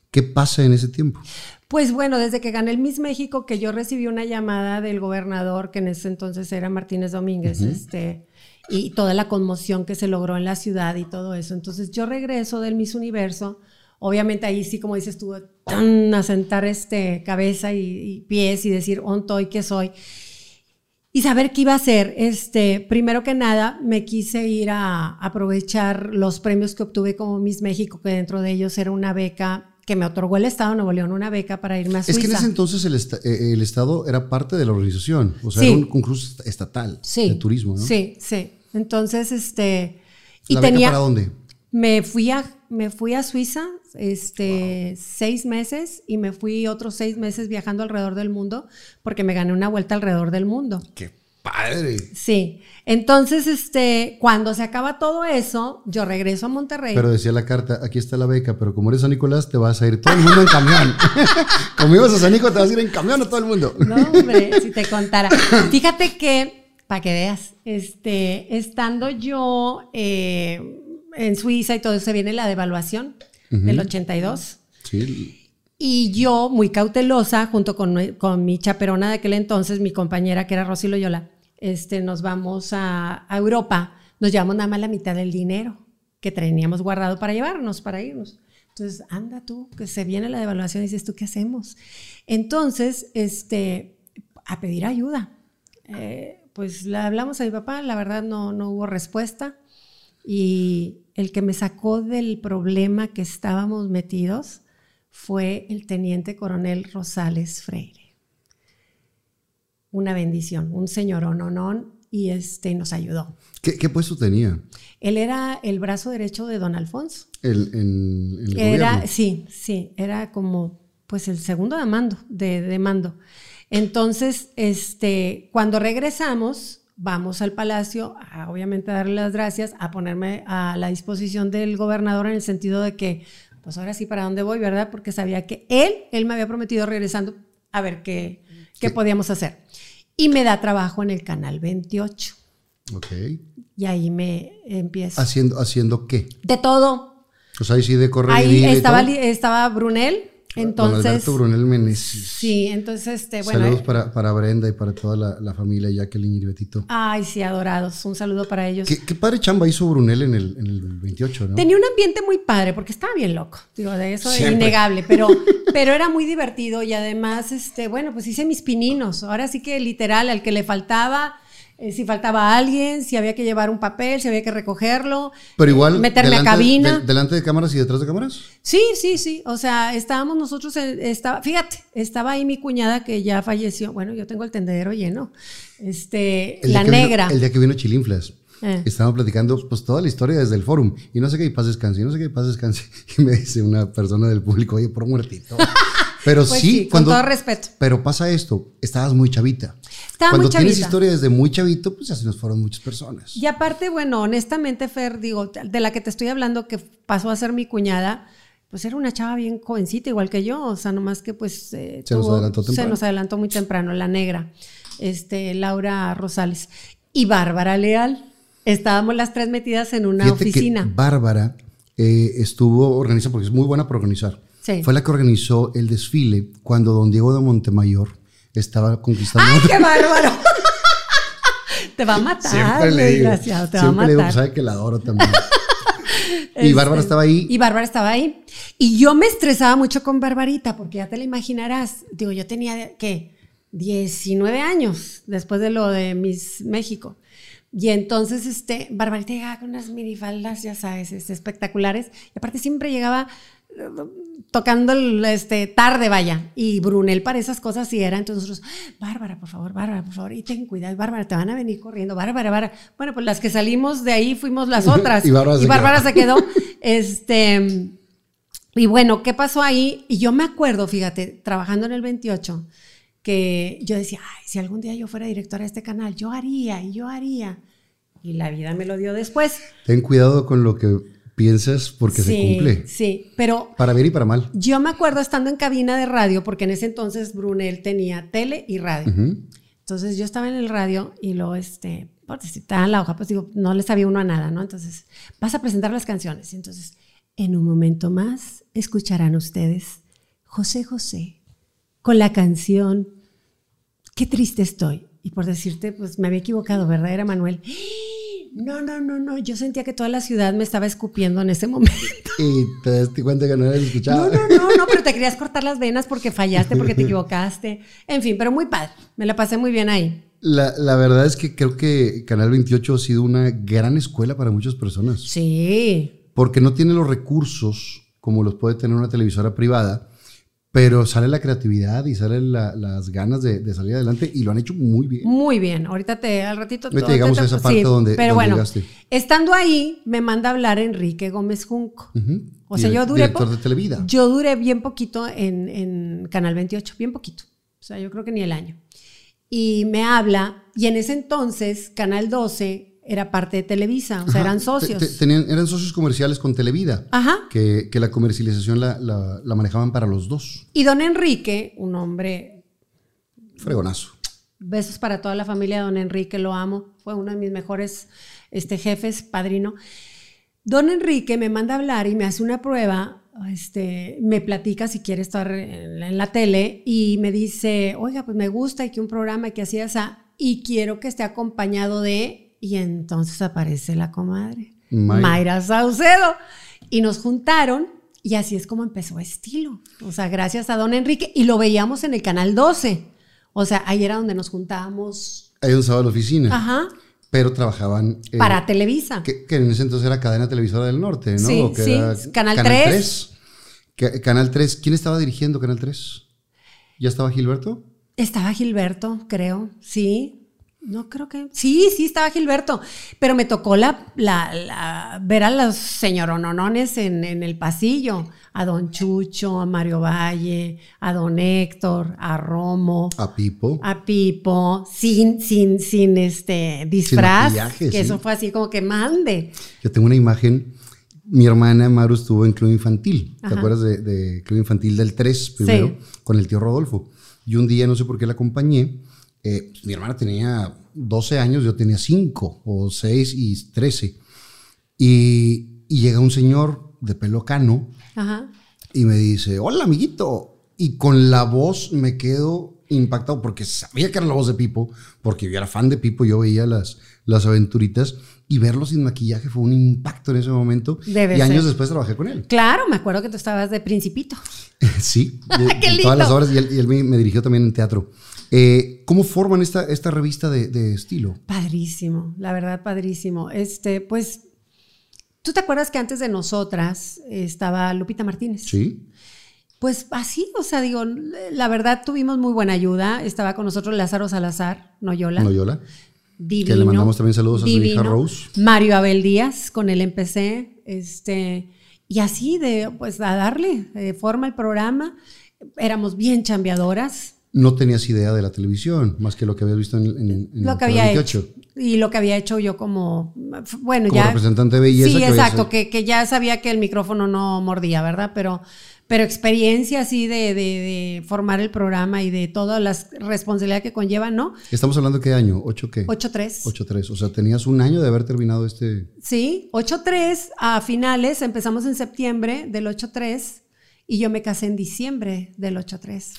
¿Qué pasa en ese tiempo? Pues bueno, desde que gané el Miss México, que yo recibí una llamada del gobernador, que en ese entonces era Martínez Domínguez, uh-huh. este, y toda la conmoción que se logró en la ciudad y todo eso. Entonces yo regreso del Miss Universo, obviamente ahí sí, como dices tú, tan a sentar este, cabeza y, y pies y decir, ¿onto y qué soy? Y saber qué iba a hacer. Este, primero que nada, me quise ir a aprovechar los premios que obtuve como Miss México, que dentro de ellos era una beca que me otorgó el Estado de Nuevo León, una beca para irme a Suiza. Es que en ese entonces el, est- el Estado era parte de la organización, o sea, sí. Era un concurso estatal sí. de turismo, ¿no? Sí, sí. Entonces, este... ¿La y beca tenía, para dónde? Me fui a, me fui a Suiza este, wow. seis meses y me fui otros seis meses viajando alrededor del mundo porque me gané una vuelta alrededor del mundo. ¡Qué padre! Sí. Entonces, este, cuando se acaba todo eso, yo regreso a Monterrey. Pero decía la carta, aquí está la beca, pero como eres San Nicolás, te vas a ir todo el mundo en camión. Como ibas a San Nicolás, te vas a ir en camión a todo el mundo. No, hombre, si te contara. Fíjate que, para que veas, este, estando yo eh, en Suiza y todo eso, se viene la devaluación uh-huh. del ochenta y dos. Sí. Y yo, muy cautelosa, junto con, con mi chaperona de aquel entonces, mi compañera que era Rosy Loyola, este, nos vamos a, a Europa, nos llevamos nada más la mitad del dinero que teníamos guardado para llevarnos, para irnos. Entonces, anda tú, que se viene la devaluación y dices, ¿tú qué hacemos? Entonces, este, a pedir ayuda. Eh, pues le hablamos a mi papá, la verdad no, no hubo respuesta. Y el que me sacó del problema que estábamos metidos fue el teniente coronel Rosales Freire. Una bendición, un señorón, onón, y este, nos ayudó. ¿Qué, qué puesto tenía? Él era el brazo derecho de don Alfonso. ¿El, en, en el era, gobierno? Sí, sí, era como pues el segundo de mando, de, de mando. Entonces, este, cuando regresamos, vamos al palacio, a, obviamente a darle las gracias, a ponerme a la disposición del gobernador en el sentido de que, pues ahora sí, ¿para dónde voy, verdad? Porque sabía que él, él me había prometido regresando a ver qué, qué podíamos hacer. Y me da trabajo en el Canal veintiocho. Ok. Y ahí me empiezo. ¿Haciendo, haciendo qué? De todo. O sea, ahí sí de correr ahí y estaba, y todo. estaba Brunel. Entonces, Don Alberto Brunel Meneses. Sí, entonces, este, bueno. Saludos eh, para, para Brenda y para toda la, la familia, Jacqueline y Betito. Ay, sí, adorados. Un saludo para ellos. ¿Qué, qué padre chamba hizo Brunel en el, en el veintiocho, ¿no? Tenía un ambiente muy padre porque estaba bien loco. Digo, de eso Siempre. es innegable, pero, pero era muy divertido y además, este, bueno, pues hice mis pininos. Ahora sí que literal, al que le faltaba. Eh, si faltaba alguien, si había que llevar un papel, si había que recogerlo. Pero igual, meterme delante, a cabina. De, ¿delante de cámaras y detrás de cámaras? Sí, sí, sí. O sea, estábamos nosotros, en, estaba, fíjate, estaba ahí mi cuñada que ya falleció. Bueno, yo tengo el tendedero lleno. Este, la negra. Vino, el día que vino Chilinflas. Eh. Estábamos platicando pues toda la historia desde el fórum. Y no sé qué, y paz descanse, y no sé qué, y paz descanse. Y me dice una persona del público, oye, por muertito. Pero pues sí, sí, cuando, con todo respeto. Pero pasa esto, estabas muy chavita. Estaba Cuando muy chavita. tienes historia desde muy chavito, pues ya se nos fueron muchas personas. Y aparte, bueno, honestamente, Fer, digo, de la que te estoy hablando, que pasó a ser mi cuñada, pues era una chava bien jovencita, igual que yo, o sea, nomás que pues eh, se, tuvo, nos adelantó temprano. se nos adelantó muy temprano, la negra, este, Laura Rosales y Bárbara Leal. Estábamos las tres metidas en una Fíjate oficina. Que Bárbara eh, estuvo organizando, porque es muy buena para organizar. Sí. Fue la que organizó el desfile cuando don Diego de Montemayor estaba conquistando. ¡Ay, qué bárbaro! Te va a matar, siempre le digo, desgraciado, te siempre va a matar. le digo, pues, sabe que la adoro también. Y este, Bárbara estaba ahí. Y Bárbara estaba ahí. Y yo me estresaba mucho con Barbarita, porque ya te la imaginarás. Digo, yo tenía, ¿qué? diecinueve años después de lo de Miss México. Y entonces, este, Barbarita llegaba con unas minifaldas, ya sabes, este, espectaculares. Y aparte siempre llegaba tocando el, este, tarde, vaya. Y Brunel para esas cosas sí era. Entonces nosotros, Bárbara, por favor, Bárbara, por favor. Y ten cuidado, Bárbara, te van a venir corriendo. Bárbara, Bárbara. Bueno, pues las que salimos de ahí fuimos las otras. y Bárbara, y se, Bárbara quedó. se quedó. Este, y bueno, ¿qué pasó ahí? Y yo me acuerdo, fíjate, trabajando en el veintiocho, que yo decía, ay, si algún día yo fuera directora de este canal, yo haría y yo haría. Y la vida me lo dio después. Ten cuidado con lo que piensas porque sí, se cumple. Sí, pero... Para bien y para mal. Yo me acuerdo estando en cabina de radio, porque en ese entonces Brunel tenía tele y radio. Uh-huh. Entonces yo estaba en el radio y luego, este, porque si te dan la hoja, pues digo, no le sabía uno a nada, ¿no? Entonces, vas a presentar las canciones. Y entonces, en un momento más, escucharán ustedes José José, con la canción Qué triste estoy. Y por decirte, pues me había equivocado, ¿verdad? Era Manuel. No, no, no, no. Yo sentía que toda la ciudad me estaba escupiendo en ese momento. Y te das cuenta que no eres escuchado. No, no, no, no, pero te querías cortar las venas porque fallaste, porque te equivocaste. En fin, pero muy padre. Me la pasé muy bien ahí. La, la verdad es que creo que Canal veintiocho ha sido una gran escuela para muchas personas. Sí. Porque no tiene los recursos como los puede tener una televisora privada, pero sale la creatividad y salen la, las ganas de, de salir adelante y lo han hecho muy bien. Muy bien. Ahorita te, al ratito... Ahorita llegamos te, a esa parte sí, donde, pero donde bueno, llegaste. Estando ahí, me manda a hablar Enrique Gómez Junco. Uh-huh. O sea, Direct, yo duré... Director de Televida. Yo duré bien poquito en, en Canal veintiocho, bien poquito. O sea, yo creo que ni el año. Y me habla, y en ese entonces, Canal doce era parte de Televisa, o sea, Ajá. eran socios. Te, te, tenían, eran socios comerciales con Televida. Ajá. Que, que la comercialización la, la, la manejaban para los dos. Y don Enrique, un hombre... Fregonazo. Besos para toda la familia, don Enrique, lo amo. Fue uno de mis mejores este, jefes, padrino. Don Enrique me manda a hablar y me hace una prueba, este, me platica si quiere estar en, en la tele y me dice, oiga, pues me gusta y que un programa que hacía esa y quiero que esté acompañado de... Y entonces aparece la comadre, Mayra. Mayra Saucedo. Y nos juntaron y así es como empezó Estilo. O sea, gracias a don Enrique. Y lo veíamos en el Canal doce. O sea, ahí era donde nos juntábamos. Ahí donde estaba la oficina. Ajá. Pero trabajaban... Eh, Para Televisa. Que, que en ese entonces era Cadena Televisora del Norte, ¿no? Sí, o que sí. Era Canal, Canal tres. tres. Canal tres. ¿Quién estaba dirigiendo Canal tres? ¿Ya estaba Gilberto? Estaba Gilberto, creo. Sí. No creo que... Sí, sí, estaba Gilberto. Pero me tocó la, la, la, ver a los señorononones en, en el pasillo. A don Chucho, a Mario Valle, a don Héctor, a Romo. A Pipo. A Pipo. Sin, sin, sin este disfraz. Sin maquillaje, que sí. eso fue así como que mande. Yo tengo una imagen... Mi hermana Maru estuvo en Club Infantil. ¿Te Ajá. acuerdas de, de Club Infantil del tres primero? Sí. Con el tío Rodolfo. Y un día, no sé por qué la acompañé... Eh, mi hermana tenía doce años, yo tenía cinco o seis y trece. Y, y llega un señor de pelo cano. Ajá. Y me dice, hola amiguito. Y con la voz me quedo impactado porque sabía que era la voz de Pipo, porque yo era fan de Pipo, yo veía las, las aventuritas y verlo sin maquillaje fue un impacto en ese momento. Debe y años ser. Después trabajé con él. Claro, me acuerdo que tú estabas de Principito. Sí, de, ¡Qué lindo! Todas las obras y él, y él me, me dirigió también en teatro. Eh, ¿Cómo forman esta, esta revista de, de Estilo? Padrísimo, la verdad, padrísimo. Este, pues, ¿tú te acuerdas que antes de nosotras estaba Lupita Martínez? Sí. Pues así, o sea, digo, la verdad tuvimos muy buena ayuda. Estaba con nosotros Lázaro Salazar, Noyola. Noyola. Divino. Que le mandamos también saludos divino. a su hija Rose. Mario Abel Díaz, con él empecé. Este, y así, de, pues a darle eh, forma al programa. Éramos bien chambeadoras. No tenías idea de la televisión, más que lo que habías visto en, en, en lo que había veintiocho. Hecho. Y lo que había hecho yo como, bueno, como ya. representante de belleza. Sí, que exacto, que, que ya sabía que el micrófono no mordía, ¿verdad? Pero, pero experiencia así de, de, de formar el programa y de todas las responsabilidades que conlleva, ¿no? ¿Estamos hablando de qué año? ¿Ocho qué? Ocho tres. Ocho tres, o sea, tenías un año de haber terminado este... Sí, ocho tres a finales, empezamos en septiembre del ocho tres y yo me casé en diciembre del ocho tres.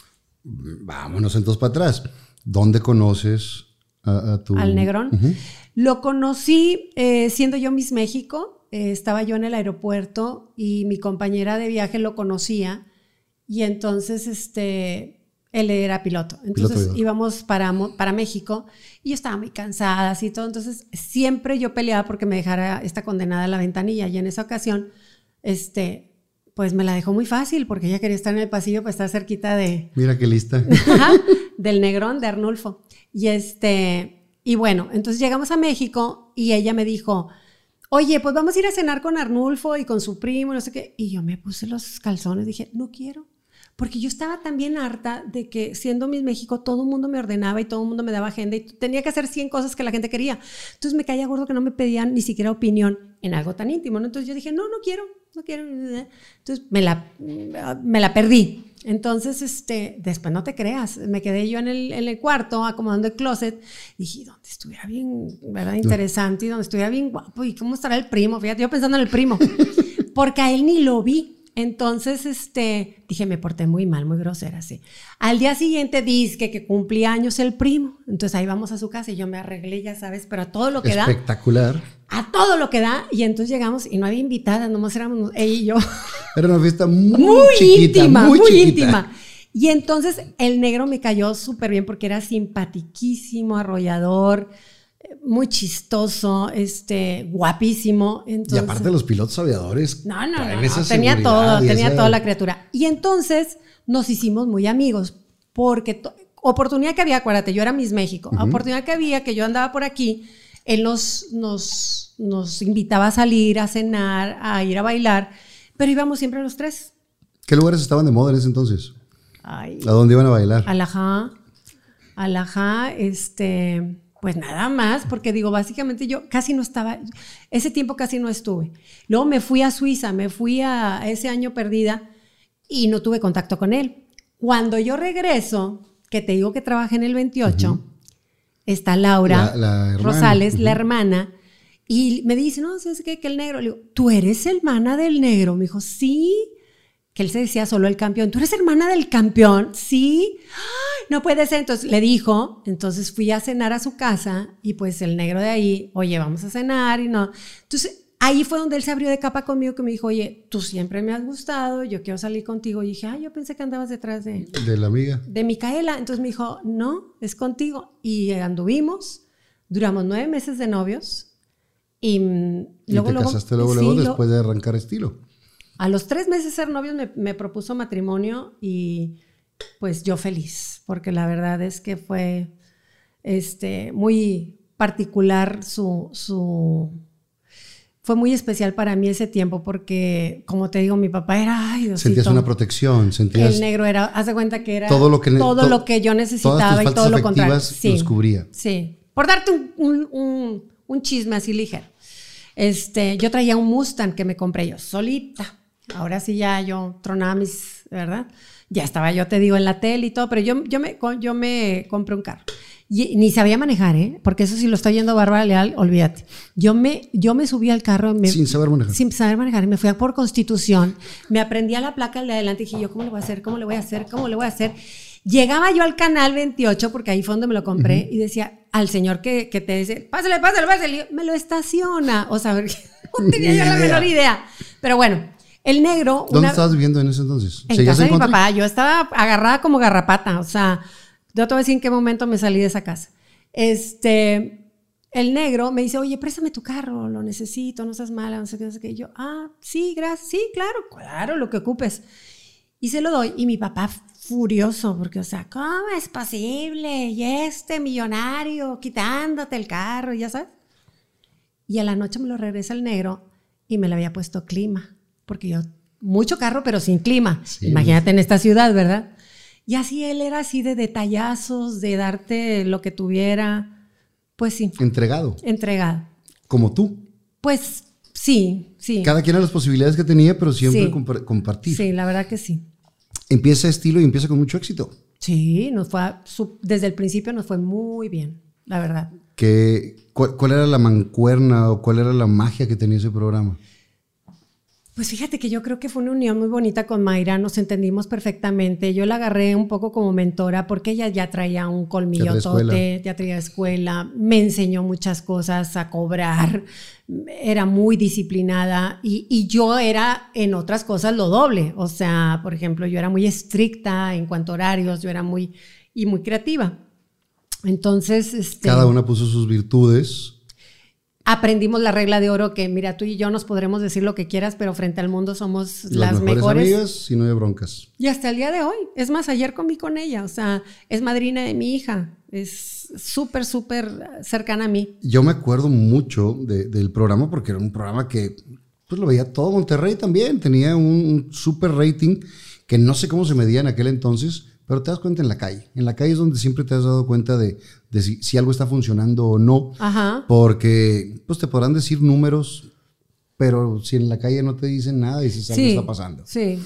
Vámonos entonces para atrás. ¿Dónde conoces a, a tu... Al Negrón? Uh-huh. Lo conocí eh, siendo yo Miss México. Eh, estaba yo en el aeropuerto y mi compañera de viaje lo conocía y entonces este, él era piloto. Entonces piloto íbamos para, para México y yo estaba muy cansada así todo. Entonces siempre yo peleaba porque me dejara esta condenada a la ventanilla y en esa ocasión este... pues me la dejó muy fácil porque ella quería estar en el pasillo para estar cerquita de... Mira qué lista. del Negrón, de Arnulfo. Y este, y bueno, entonces llegamos a México y ella me dijo, oye, pues vamos a ir a cenar con Arnulfo y con su primo, no sé qué. Y yo me puse los calzones, dije, no quiero. Porque yo estaba también harta de que siendo Miss México todo el mundo me ordenaba y todo el mundo me daba agenda y tenía que hacer cien cosas que la gente quería. Entonces me caía gordo que no me pedían ni siquiera opinión en algo tan íntimo, ¿no? Entonces yo dije, no, no quiero, no quiero. Entonces me la, me la perdí. Entonces, este, después no te creas, me quedé yo en el, en el cuarto acomodando el closet y dije, donde estuviera bien, ¿verdad? Interesante y donde estuviera bien guapo y cómo estará el primo, fíjate, yo pensando en el primo, porque a él ni lo vi. Entonces, este, dije, me porté muy mal, muy grosera, sí. Al día siguiente dizque que cumplía años el primo. Entonces ahí vamos a su casa y yo me arreglé, ya sabes, pero a todo lo que da. Espectacular. A todo lo que da. Y entonces llegamos y no había invitadas, nomás éramos ella y yo. Era una fiesta muy, muy chiquita, íntima, muy, muy chiquita. íntima. Y entonces el negro me cayó súper bien porque era simpatiquísimo, arrollador, muy chistoso, este, guapísimo. Entonces, y aparte los pilotos aviadores. No, no, no, no. tenía todo, tenía esa... toda la criatura. Y entonces nos hicimos muy amigos porque to- oportunidad que había, acuérdate, yo era Miss México, uh-huh. oportunidad que había que yo andaba por aquí, él nos, nos, nos invitaba a salir, a cenar, a ir a bailar, pero íbamos siempre los tres. ¿Qué lugares estaban de moda en ese entonces? Ay, ¿A dónde iban a bailar? Alajá, Alajá, este, pues nada más, porque digo, básicamente yo casi no estaba, ese tiempo casi no estuve. Luego me fui a Suiza, me fui a, a ese año perdida y no tuve contacto con él. Cuando yo regreso, que te digo que trabajé en el veintiocho, uh-huh. está Laura la, la Rosales, uh-huh. la hermana, y me dice, no, ¿sabes qué? Que el negro. Le digo, ¿tú eres hermana del negro? Me dijo, sí. Que él se decía solo el campeón. ¿Tú eres hermana del campeón? Sí. ¡Ay, no puede ser! Entonces le dijo, entonces fui a cenar a su casa y pues el negro de ahí, oye, vamos a cenar y no. Entonces ahí fue donde él se abrió de capa conmigo, que me dijo, oye, tú siempre me has gustado, yo quiero salir contigo. Y dije, ay, yo pensé que andabas detrás de... De la amiga. De Micaela. Entonces me dijo, no, es contigo. Y anduvimos, duramos nueve meses de novios y, y luego... te luego, casaste luego, sí, luego lo, después de arrancar estilo. A los tres meses de ser novios me, me propuso matrimonio y pues yo feliz, porque la verdad es que fue este, muy particular su, su... Fue muy especial para mí ese tiempo porque, como te digo, mi papá era... Ay, Diosito, sentías una protección, sentías... El negro era, haz de cuenta que era todo lo que, todo to, lo que yo necesitaba y todo lo contrario. Sí, los cubría. Sí, por darte un, un, un, un chisme así ligero. Este, yo traía un Mustang que me compré yo solita. Ahora sí ya yo tronaba mis, ¿verdad? Ya estaba yo, te digo, en la tele y todo, pero yo, yo, me, yo me compré un carro. Y ni sabía manejar, ¿eh? Porque eso si lo está oyendo Bárbara Leal, olvídate. Yo me, yo me subí al carro. Me, sin saber manejar. Sin saber manejar. Me fui a por Constitución. Me aprendía la placa al de adelante y dije yo, ¿cómo le voy a hacer? ¿Cómo le voy a hacer? ¿Cómo le voy a hacer? Llegaba yo al canal veintiocho, porque ahí fue donde me lo compré, uh-huh. y decía al señor que, que te dice, pásale, pásale, pásale. Me lo estaciona. O sea, no tenía yo la menor idea. Pero bueno. El negro... ¿Dónde una, estabas viviendo en ese entonces? En casa de mi papá. Yo estaba agarrada como garrapata. O sea, yo te voy a decir en qué momento me salí de esa casa. Este, el negro me dice, oye, préstame tu carro, lo necesito, no seas mala, no sé qué, no sé qué. Y yo, ah, sí, gracias, sí, claro, claro, lo que ocupes. Y se lo doy. Y mi papá furioso, porque, o sea, ¿cómo es posible? Y este millonario quitándote el carro, ya sabes. Y a la noche me lo regresa el negro y me le había puesto clima. Porque yo, mucho carro, pero sin clima. Sí. Imagínate en esta ciudad, ¿verdad? Y así él era así de detallazos, de darte lo que tuviera. Pues sí. Entregado. Entregado. Como tú. Pues sí, sí. Cada quien a las posibilidades que tenía, pero siempre sí. comp- compartir. Sí, la verdad que sí. Empieza estilo y empieza con mucho éxito. Sí, nos fue a, su, desde el principio nos fue muy bien, la verdad. ¿Qué, cuál, ¿Cuál era la mancuerna o cuál era la magia que tenía ese programa? Pues fíjate que yo creo que fue una unión muy bonita con Mayra, nos entendimos perfectamente. Yo la agarré un poco como mentora porque ella ya traía un colmillotote, ya traía escuela, me enseñó muchas cosas a cobrar, era muy disciplinada y, y yo era en otras cosas lo doble. O sea, por ejemplo, yo era muy estricta en cuanto a horarios, yo era muy, y muy creativa. Entonces, este, cada una puso sus virtudes. Aprendimos la regla de oro que, mira, tú y yo nos podremos decir lo que quieras, pero frente al mundo somos las, las mejores, mejores amigas y no hay broncas. Y hasta el día de hoy. Es más, ayer comí con ella, o sea, es madrina de mi hija. Es súper, súper cercana a mí. Yo me acuerdo mucho de, del programa porque era un programa que pues lo veía todo Monterrey también. Tenía un, un súper rating que no sé cómo se medía en aquel entonces, pero te das cuenta en la calle. En la calle es donde siempre te has dado cuenta de, de si, si algo está funcionando o no. Ajá. Porque pues te podrán decir números, pero si en la calle no te dicen nada, dices algo sí, está pasando. Sí.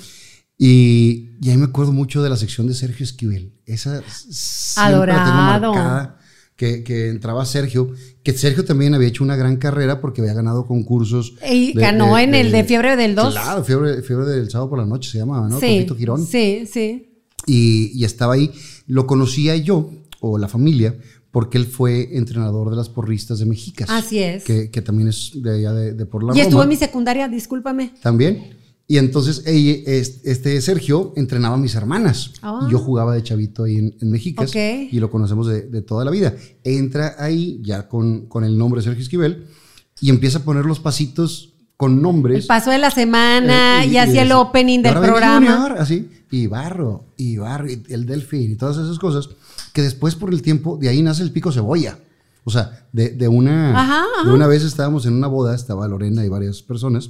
Y, y ahí me acuerdo mucho de la sección de Sergio Esquivel. Esa siempre adorado. la tengo marcada que, que entraba Sergio, que Sergio también había hecho una gran carrera porque había ganado concursos. Y de, ganó de, en de, el de Fiebre del dos. Claro, Fiebre, Fiebre del sábado por la noche se llamaba, ¿no? Sí, con Tito Quirón. Sí, sí. Y, y estaba ahí. Lo conocía yo, o la familia, porque él fue entrenador de las porristas de Mexicas. Así es. Que, que también es de allá de, de por la Y Roma. Estuvo en mi secundaria, discúlpame. También. Y entonces ella, este Sergio entrenaba a mis hermanas. Oh. Y yo jugaba de chavito ahí en, en Mexicas. Okay. Y lo conocemos de, de toda la vida. Entra ahí ya con, con el nombre de Sergio Esquivel y empieza a poner los pasitos con nombres. El paso de la semana eh, y, y hacía y el opening del programa. Junior, así, y Barro, y Barro, y el Delfín y todas esas cosas. Que después por el tiempo, de ahí nace el Pico Cebolla. O sea, de, de, una, ajá, ajá. de una vez estábamos en una boda, estaba Lorena y varias personas.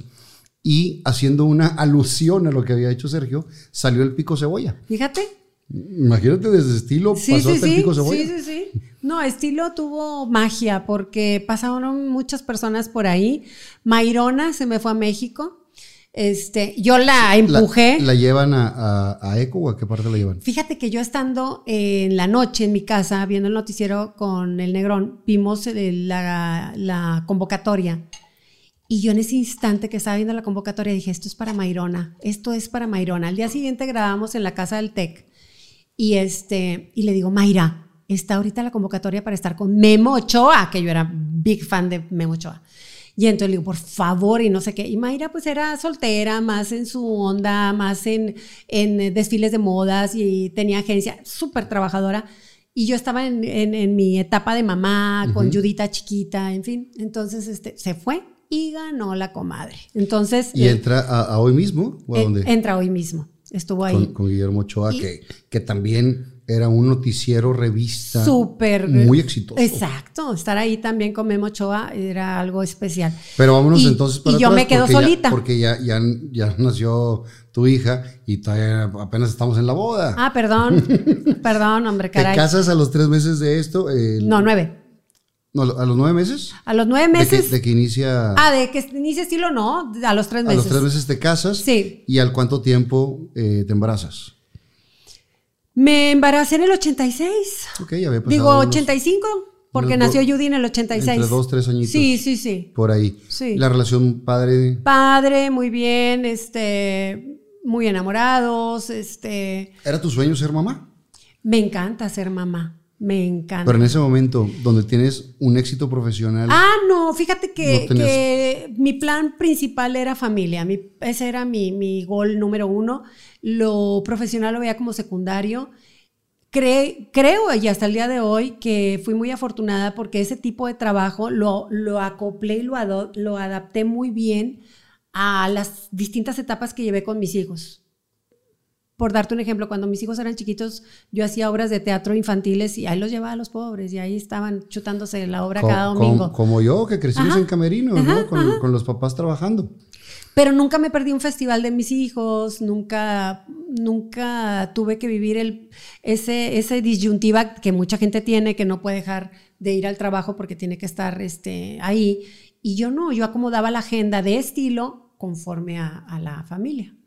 Y haciendo una alusión a lo que había hecho Sergio, salió el Pico Cebolla. Fíjate. Imagínate, desde Estilo sí, pasó sí, hasta sí, el Pico Cebolla. Sí, sí, sí. No, Estilo tuvo magia porque pasaron muchas personas por ahí. Mayrona se me fue a México. Este, yo la empujé. ¿La, la llevan a, a, a ECO o a qué parte la llevan? Fíjate que yo estando en la noche en mi casa viendo el noticiero con el Negrón, vimos la, la convocatoria. Y yo en ese instante que estaba viendo la convocatoria dije, esto es para Mayrona, esto es para Mayrona. Al día siguiente grabamos en la casa del TEC y, este, y le digo, Mayra, está ahorita la convocatoria para estar con Memo Ochoa, que yo era big fan de Memo Ochoa. Y entonces le digo, por favor, y no sé qué. Y Mayra pues era soltera, más en su onda, más en, en desfiles de modas y tenía agencia, súper trabajadora. Y yo estaba en, en, en mi etapa de mamá, con uh-huh. Judita chiquita, en fin. Entonces este, se fue. Y ganó la comadre. Entonces. ¿Y eh, entra a, a hoy mismo? ¿O a eh, dónde? Entra hoy mismo. Estuvo ahí. Con, con Guillermo Ochoa, y, que, que también era un noticiero, revista. Súper. Muy exitoso. Exacto. Estar ahí también con Memo Ochoa era algo especial. Pero vámonos y, entonces para Y yo me quedo solita. Ya, porque ya, ya, ya nació tu hija y todavía apenas estamos en la boda. Ah, perdón. Perdón, hombre, caray. ¿Te casas a los tres meses de esto? El, no, nueve. No, ¿a los nueve meses? A los nueve meses. De que, de que inicia. Ah, de que inicia Estilo, no, a los tres meses. A los tres meses te casas. Sí. ¿Y al cuánto tiempo eh, te embarazas? Me embaracé en el ochenta y seis. Ok, ya había pasado. Digo, ochenta y cinco, porque nació do, Judy en el ochenta y seis. Entre dos, tres añitos. Sí, sí, sí. Por ahí. Sí. La relación padre. Padre, muy bien, este, muy enamorados, este. ¿Era tu sueño ser mamá? Me encanta ser mamá. Me encanta. Pero en ese momento, donde tienes un éxito profesional. Ah, no, fíjate que, no tenías... que mi plan principal era familia. Mi, ese era mi, mi gol número uno. Lo profesional lo veía como secundario. Cre, creo, y hasta el día de hoy, que fui muy afortunada porque ese tipo de trabajo lo, lo acoplé y lo, ado, lo adapté muy bien a las distintas etapas que llevé con mis hijos. Por darte un ejemplo, cuando mis hijos eran chiquitos, yo hacía obras de teatro infantiles y ahí los llevaba a los pobres y ahí estaban chutándose la obra Co cada domingo. Como, como yo, que crecimos ajá, en Camerino, ajá, ¿no? Con, con los papás trabajando. Pero nunca me perdí un festival de mis hijos, nunca, nunca tuve que vivir el, ese, ese disyuntiva que mucha gente tiene, que no puede dejar de ir al trabajo porque tiene que estar este, ahí. Y yo no, yo acomodaba la agenda de Estilo conforme a, a la familia.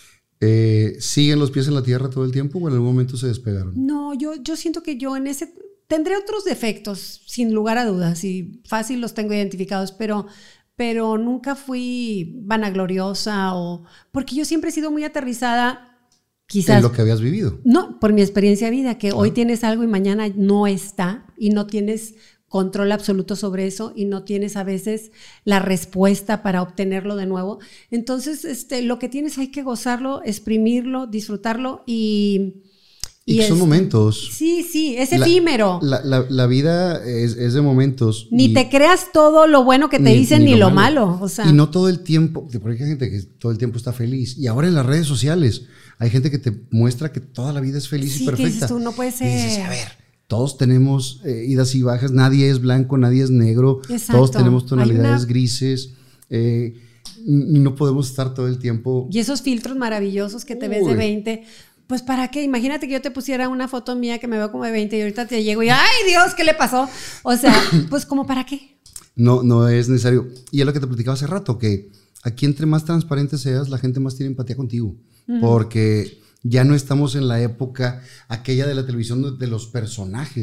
Eh, ¿Siguen los pies en la tierra todo el tiempo o en algún momento se despegaron? No, yo, yo siento que yo en ese... Tendré otros defectos, sin lugar a dudas, y fácil los tengo identificados, pero, pero nunca fui vanagloriosa o... Porque yo siempre he sido muy aterrizada, quizás... ¿En lo que habías vivido? No, por mi experiencia de vida, que ah. hoy tienes algo y mañana no está, y no tienes control absoluto sobre eso y no tienes a veces la respuesta para obtenerlo de nuevo. Entonces, este, lo que tienes hay que gozarlo, exprimirlo, disfrutarlo y... Y, y son es, momentos. Sí, sí, es efímero. La, la, la vida es, es de momentos. Ni y, te creas todo lo bueno que te ni, dicen ni, ni lo, lo malo. malo o sea. Y no todo el tiempo, porque hay gente que todo el tiempo está feliz. Y ahora en las redes sociales hay gente que te muestra que toda la vida es feliz sí, y perfecta. Que dices tú, no puede ser. Y dices, a ver, todos tenemos eh, idas y bajas, nadie es blanco, nadie es negro. Exacto. Todos tenemos tonalidades una... grises. Eh, no podemos estar todo el tiempo. Y esos filtros maravillosos que te Uy. ves de veinte... Pues ¿para qué? Imagínate que yo te pusiera una foto mía que me veo como de veinte y ahorita te llego y ¡ay, Dios! ¿Qué le pasó? O sea, pues ¿como para qué? No, no es necesario. Y es lo que te platicaba hace rato, que aquí entre más transparente seas, la gente más tiene empatía contigo. Uh-huh. Porque ya no estamos en la época aquella de la televisión de los personajes.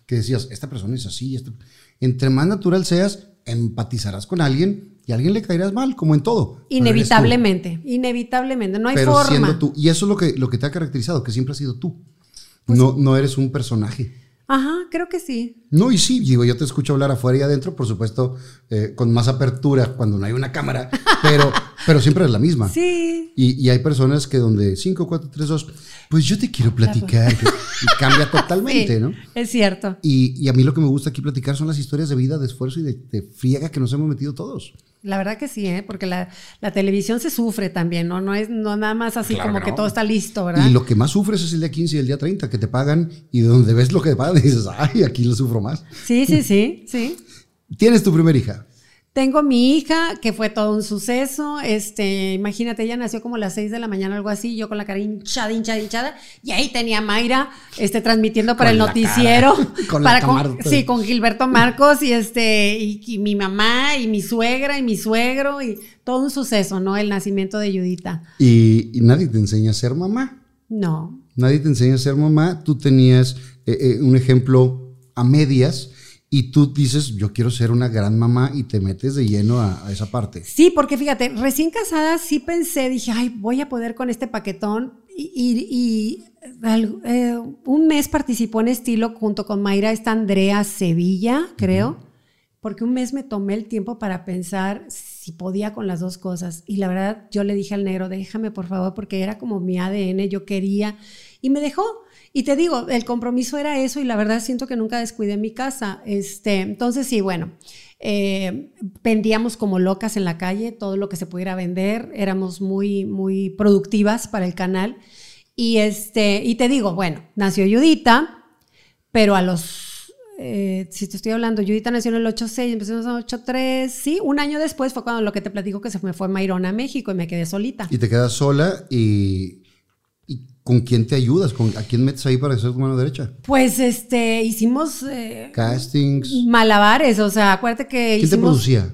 que decías, esta persona es así, esta... entre más natural seas, empatizarás con alguien y a alguien le caerás mal, como en todo. Inevitablemente, inevitablemente, no hay pero forma. Siendo tú, y eso es lo que, lo que te ha caracterizado, que siempre has sido tú. Pues, no, no eres un personaje. Ajá, creo que sí. No, y sí, digo, yo te escucho hablar afuera y adentro, por supuesto, eh, con más apertura cuando no hay una cámara, pero, pero siempre es la misma. Sí. Y, y hay personas que donde cinco, cuatro, tres, dos, pues yo te quiero platicar. Y cambia totalmente, sí, ¿no? Es cierto. Y, y a mí lo que me gusta aquí platicar son las historias de vida, de esfuerzo y de, de friega que nos hemos metido todos. La verdad que sí, ¿eh? Porque la, la televisión se sufre también, ¿no? No es no nada más así claro como que, no. que todo está listo, ¿verdad? Y lo que más sufres es el día quince y el día treinta, que te pagan y de donde ves lo que te pagan dices, ay, aquí lo sufro más. Sí, sí, sí, sí. ¿Tienes tu primera hija? Tengo mi hija, que fue todo un suceso. Este, imagínate, ella nació como a las seis de la mañana, algo así, yo con la cara hinchada, hinchada, hinchada. Y ahí tenía a Mayra este, transmitiendo para con el noticiero. Con para, la con, sí, con Gilberto Marcos y, este, y, y mi mamá y mi suegra y mi suegro. Y todo un suceso, ¿no? El nacimiento de Judita. ¿Y, y nadie te enseña a ser mamá? No. Nadie te enseña a ser mamá. Tú tenías eh, eh, un ejemplo a medias. Y tú dices, yo quiero ser una gran mamá y te metes de lleno a, a esa parte. Sí, porque fíjate, recién casada sí pensé, dije, ay, voy a poder con este paquetón. Y, y, y eh, un mes participó en Estilo junto con Mayra, esta Andrea Sevilla, creo. Uh-huh. Porque un mes me tomé el tiempo para pensar si podía con las dos cosas. Y la verdad, yo le dije al negro, déjame por favor, porque era como mi A D N, yo quería. Y me dejó. Y te digo, el compromiso era eso y la verdad siento que nunca descuidé mi casa. Este, entonces sí, bueno, eh, vendíamos como locas en la calle todo lo que se pudiera vender. Éramos muy, muy productivas para el canal. Y, este, y te digo, bueno, nació Judita, pero a los... Eh, si te estoy hablando, Judita nació en el ochenta y seis, empezamos en el ochenta y tres, sí, un año después fue cuando lo que te platico que se me fue Mayrona a México y me quedé solita. Y te quedas sola y, y ¿con quién te ayudas? ¿Con, ¿A quién metes ahí para ser tu mano derecha? Pues este, hicimos eh, castings, malabares, o sea, acuérdate que ¿quién hicimos, te producía?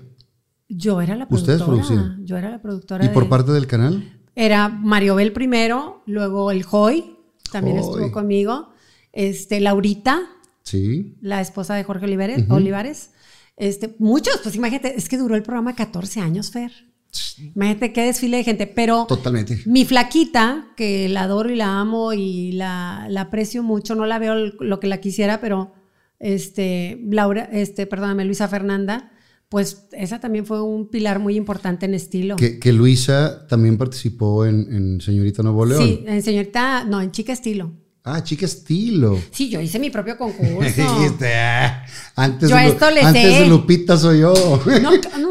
Yo era la productora. ¿Ustedes producían? Yo era la productora. ¿Y por de, parte del canal? Era Mariobel primero, luego el Joy, también Joy. Estuvo conmigo, este, Laurita. Sí. La esposa de Jorge Olivares, uh-huh. Olivares. Este, muchos, pues imagínate, es que duró el programa catorce años, Fer. Imagínate qué desfile de gente, pero totalmente. Mi flaquita, que la adoro y la amo y la, la aprecio mucho, no la veo lo que la quisiera, pero este, Laura, este, perdóname, Luisa Fernanda, pues esa también fue un pilar muy importante en Estilo. Que, que Luisa también participó en, en Señorita Nuevo León. Sí, en Señorita, no, en Chica Estilo. Ah, Chica Estilo. Sí, yo hice mi propio concurso. antes yo de, esto le antes sé. de Lupita soy yo. No,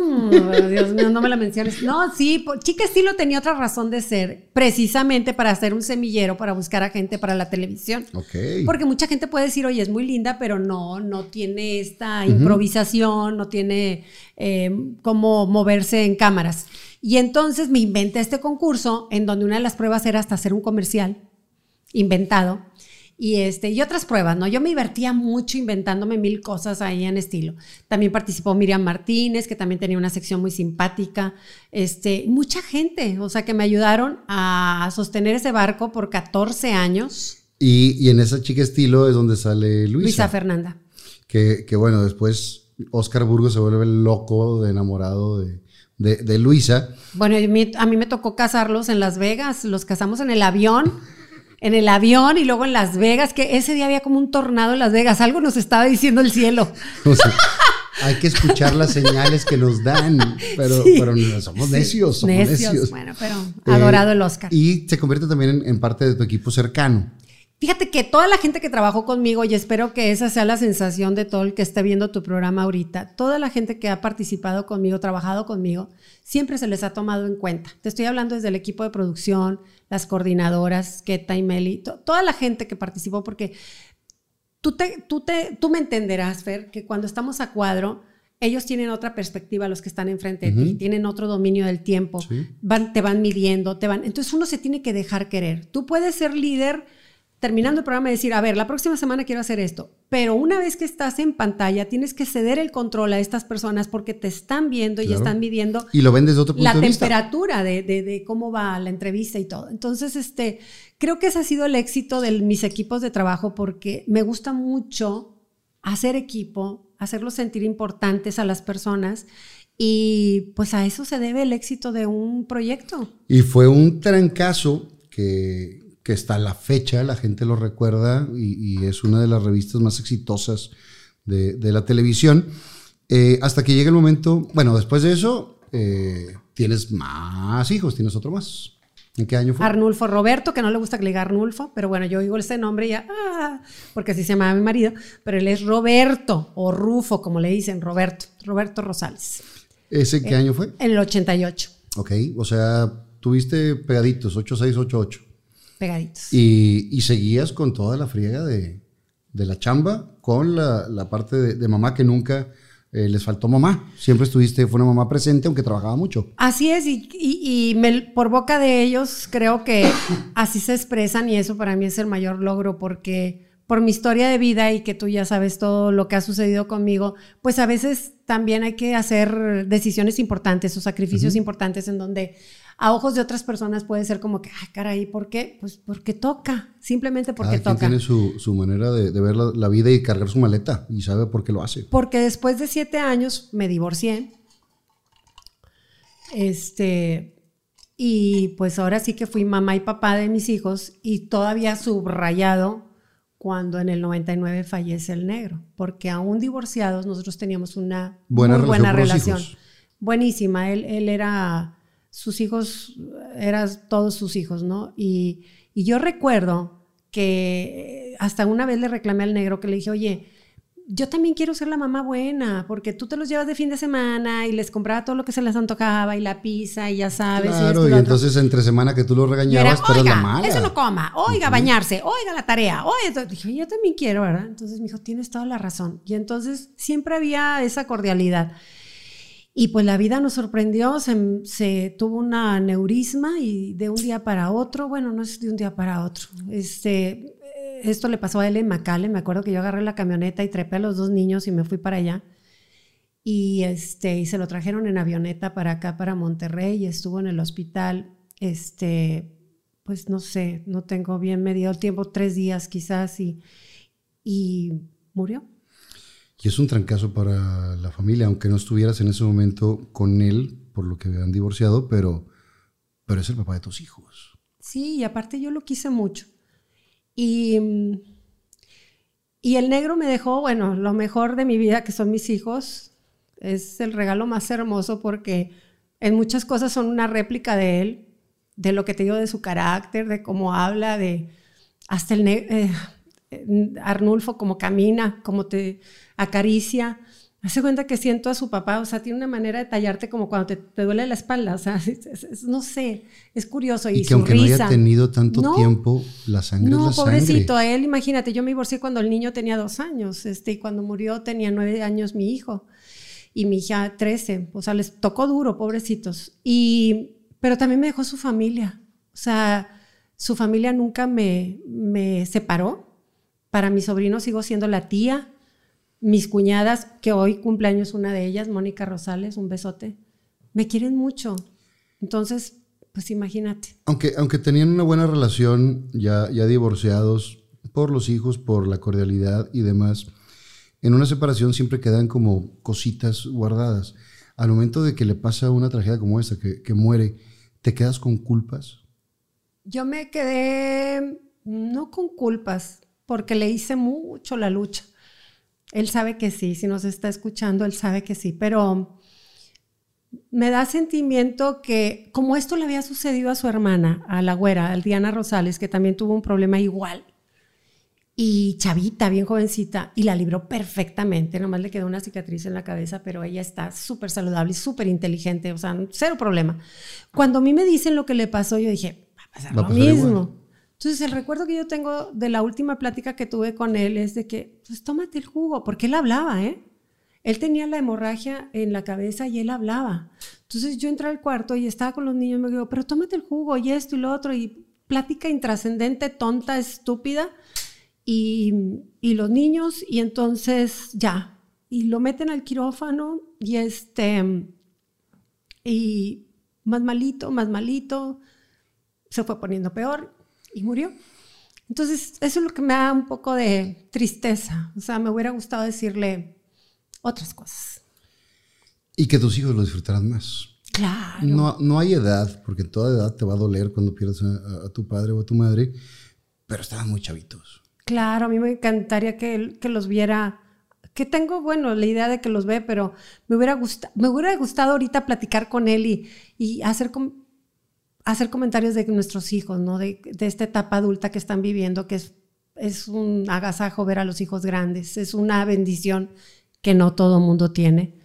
no, Dios mío, no me la menciones. No, sí, Chica Estilo tenía otra razón de ser, precisamente para hacer un semillero, para buscar a gente para la televisión. Okay. Porque mucha gente puede decir, oye, es muy linda, pero no, no tiene esta improvisación, uh-huh. no tiene eh, cómo moverse en cámaras. Y entonces me inventé este concurso en donde una de las pruebas era hasta hacer un comercial inventado y este y otras pruebas, ¿no? Yo me divertía mucho inventándome mil cosas ahí en Estilo. También participó Miriam Martínez, que también tenía una sección muy simpática, este, mucha gente, o sea, que me ayudaron a sostener ese barco por catorce años. Y, y en esa Chica Estilo es donde sale Luisa. Luisa Fernanda. Que, que bueno, después Oscar Burgos se vuelve loco de enamorado de, de, de Luisa. Bueno, a mí me tocó casarlos en Las Vegas, los casamos en el avión. En el avión y luego en Las Vegas, que ese día había como un tornado en Las Vegas. Algo nos estaba diciendo el cielo. O sea, hay que escuchar las señales que nos dan, pero, sí. pero no, somos necios, somos necios. necios. Bueno, pero adorado eh, el Oscar. Y se convierte también en, en parte de tu equipo cercano. Fíjate que toda la gente que trabajó conmigo, y espero que esa sea la sensación de todo el que esté viendo tu programa ahorita, toda la gente que ha participado conmigo, trabajado conmigo, siempre se les ha tomado en cuenta. Te estoy hablando desde el equipo de producción, las coordinadoras, Keta y Meli, to- toda la gente que participó, porque tú, te, tú, te, tú me entenderás, Fer, que cuando estamos a cuadro, ellos tienen otra perspectiva, los que están enfrente de uh-huh. ti, tienen otro dominio del tiempo, sí. van, te van midiendo, te van, entonces uno se tiene que dejar querer. Tú puedes ser líder terminando el programa y decir, a ver, la próxima semana quiero hacer esto, pero una vez que estás en pantalla tienes que ceder el control a estas personas porque te están viendo claro. y están midiendo y lo ven desde otro punto la de vista. temperatura de, de, de cómo va la entrevista y todo. Entonces, este, creo que ese ha sido el éxito de mis equipos de trabajo porque me gusta mucho hacer equipo, hacerlos sentir importantes a las personas, y pues a eso se debe el éxito de un proyecto. Y fue un trancazo que, que hasta la fecha la gente lo recuerda, y, y es una de las revistas más exitosas de, de la televisión, eh, hasta que llega el momento, bueno, después de eso eh, tienes más hijos, tienes otro más. ¿En qué año fue? Arnulfo Roberto, que no le gusta que le diga Arnulfo, pero bueno, yo digo ese nombre y ya, ah, porque así se llamaba mi marido, pero él es Roberto, o Rufo, como le dicen, Roberto, Roberto Rosales. ¿Ese qué eh, año fue? En el ochenta y ocho. Ok, o sea, tuviste pegaditos, ocho seis, ocho ocho. Pegaditos. Y, y seguías con toda la friega de, de la chamba, con la, la parte de, de mamá que nunca... Eh, les faltó mamá, siempre estuviste, fue una mamá presente, aunque trabajaba mucho. Así es, y, y, y me, por boca de ellos creo que así se expresan, y eso para mí es el mayor logro, porque por mi historia de vida y que tú ya sabes todo lo que ha sucedido conmigo, pues a veces también hay que hacer decisiones importantes o sacrificios uh-huh. importantes, en donde a ojos de otras personas puede ser como que, ay, caray, ¿por qué? Pues porque toca, simplemente porque Cada quien toca. Tiene su, su manera de, de ver la, la vida y cargar su maleta, y sabe por qué lo hace. Porque después de siete años me divorcié, este, y pues ahora sí que fui mamá y papá de mis hijos, y todavía subrayado cuando en el noventa y nueve fallece el negro, porque aún divorciados nosotros teníamos una buena muy relación buena relación, hijos. Buenísima. Él, él era, sus hijos, eran todos sus hijos, ¿no? Y, y yo recuerdo que hasta una vez le reclamé al negro, que le dije, oye, yo también quiero ser la mamá buena, porque tú te los llevas de fin de semana y les compraba todo lo que se les antojaba, y la pizza, y ya sabes. Claro, y, y entonces entre semana que tú lo regañabas, era, tú eras oiga, la mala. Eso no coma, oiga, uh-huh. bañarse, oiga, la tarea, oiga. Dije, yo también quiero, ¿verdad? Entonces me dijo, tienes toda la razón. Y entonces siempre había esa cordialidad. Y pues la vida nos sorprendió, se, se tuvo un aneurisma, y de un día para otro, bueno, no es de un día para otro, este... Esto le pasó a él en McAllen. Me acuerdo que yo agarré la camioneta y trepé a los dos niños y me fui para allá. Y, este, y se lo trajeron en avioneta para acá, para Monterrey, y estuvo en el hospital, este, pues no sé, no tengo bien medido el tiempo, tres días quizás, y, y murió. Y es un trancazo para la familia, aunque no estuvieras en ese momento con él, por lo que habían divorciado, pero, pero es el papá de tus hijos. Sí, y aparte yo lo quise mucho. Y, y el negro me dejó, bueno, lo mejor de mi vida, que son mis hijos. Es el regalo más hermoso, porque en muchas cosas son una réplica de él, de lo que te digo, de su carácter, de cómo habla, de hasta el ne- eh, Arnulfo, cómo camina, cómo te acaricia. Hace cuenta que siento a su papá, o sea, tiene una manera de tallarte como cuando te, te duele la espalda, o sea, es, es, es, no sé, es curioso. Y, y que su aunque risa, no haya tenido tanto no, tiempo, la sangre no, es la pobrecito, sangre. a él, imagínate, yo me divorcié cuando el niño tenía dos años, este, y cuando murió tenía nueve años mi hijo, y mi hija trece, o sea, les tocó duro, pobrecitos. Y, pero también me dejó su familia, o sea, su familia nunca me, me separó. Para mis sobrinos sigo siendo la tía. Mis cuñadas, que hoy cumpleaños una de ellas, Mónica Rosales, un besote, me quieren mucho. Entonces, pues imagínate. Aunque, aunque tenían una buena relación, ya, ya divorciados, por los hijos, por la cordialidad y demás, en una separación siempre quedan como cositas guardadas. Al momento de que le pasa una tragedia como esta, que, que muere, ¿te quedas con culpas? Yo me quedé, no con culpas, porque le hice mucho la lucha. Él sabe que sí, si nos está escuchando, él sabe que sí, pero me da sentimiento que, como esto le había sucedido a su hermana, a la güera, a Diana Rosales, que también tuvo un problema igual, y chavita, bien jovencita, y la libró perfectamente, nomás le quedó una cicatriz en la cabeza, pero ella está súper saludable y súper inteligente, o sea, cero problema. Cuando a mí me dicen lo que le pasó, yo dije, va a pasar, va a pasar lo mismo. Igual. Entonces, el recuerdo que yo tengo de la última plática que tuve con él es de que, pues tómate el jugo, porque él hablaba, ¿eh? Él tenía la hemorragia en la cabeza y él hablaba. Entonces, yo entré al cuarto y estaba con los niños y me digo, pero tómate el jugo y esto y lo otro, y plática intrascendente, tonta, estúpida, y, y los niños, y entonces ya, y lo meten al quirófano y este, y más malito, más malito, se fue poniendo peor. Y murió. Entonces, eso es lo que me da un poco de tristeza. O sea, me hubiera gustado decirle otras cosas. Y que tus hijos lo disfrutaran más. Claro. No, no hay edad, porque en toda edad te va a doler cuando pierdas a, a tu padre o a tu madre, pero estaban muy chavitos. Claro, a mí me encantaría que, que los viera, que tengo, bueno, la idea de que los ve, pero me hubiera gustado, me hubiera gustado ahorita platicar con él y, y hacer, com, hacer comentarios de nuestros hijos, ¿no? De, de esta etapa adulta que están viviendo, que es, es un agasajo ver a los hijos grandes, es una bendición que no todo mundo tiene.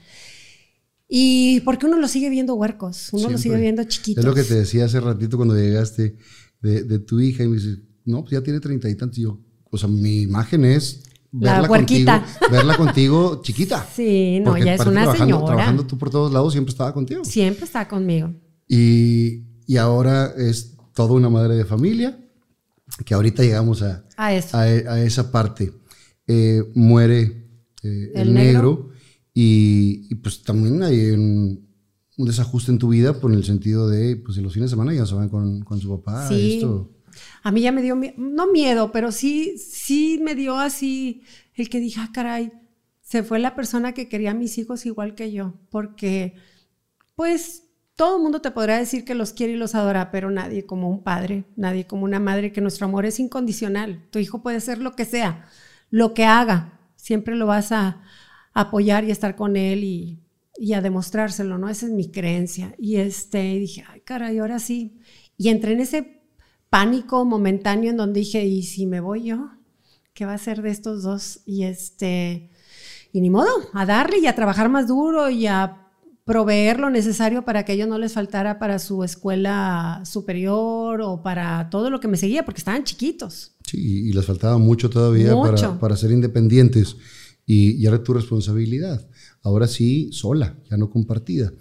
Y porque uno los sigue viendo huercos, uno los sigue viendo chiquitos. Es lo que te decía hace ratito cuando llegaste de, de tu hija y me dices, no, pues ya tiene treinta y tantos. Y yo, o sea, mi imagen es verla contigo, verla contigo chiquita. Sí, no, ya es una trabajando, señora. Trabajando tú por todos lados, siempre estaba contigo. Siempre estaba conmigo. Y, y ahora es toda una madre de familia, que ahorita llegamos a, a, eso. a, a esa parte. Eh, muere eh, el, el negro. negro. Y, y pues también hay un, un desajuste en tu vida por el sentido de, pues en los fines de semana ya se van con, con su papá. Sí, esto. A mí ya me dio, no miedo, pero sí, sí me dio así el que dije, ah, caray, se fue la persona que quería a mis hijos igual que yo, porque pues todo el mundo te podrá decir que los quiere y los adora, pero nadie como un padre, nadie como una madre, que nuestro amor es incondicional. Tu hijo puede ser lo que sea, lo que haga, siempre lo vas a apoyar y estar con él y, y a demostrárselo, ¿no? Esa es mi creencia. Y este, y dije, ay, caray, ahora sí. Y entré en ese pánico momentáneo en donde dije, ¿y si me voy yo? ¿Qué va a ser de estos dos? Y este, y ni modo, a darle y a trabajar más duro y a proveer lo necesario para que a ellos no les faltara para su escuela superior o para todo lo que me seguía, porque estaban chiquitos. Sí, y les faltaba mucho todavía mucho. Para, para ser independientes. Y ya era tu responsabilidad. Ahora sí, sola, ya no compartida.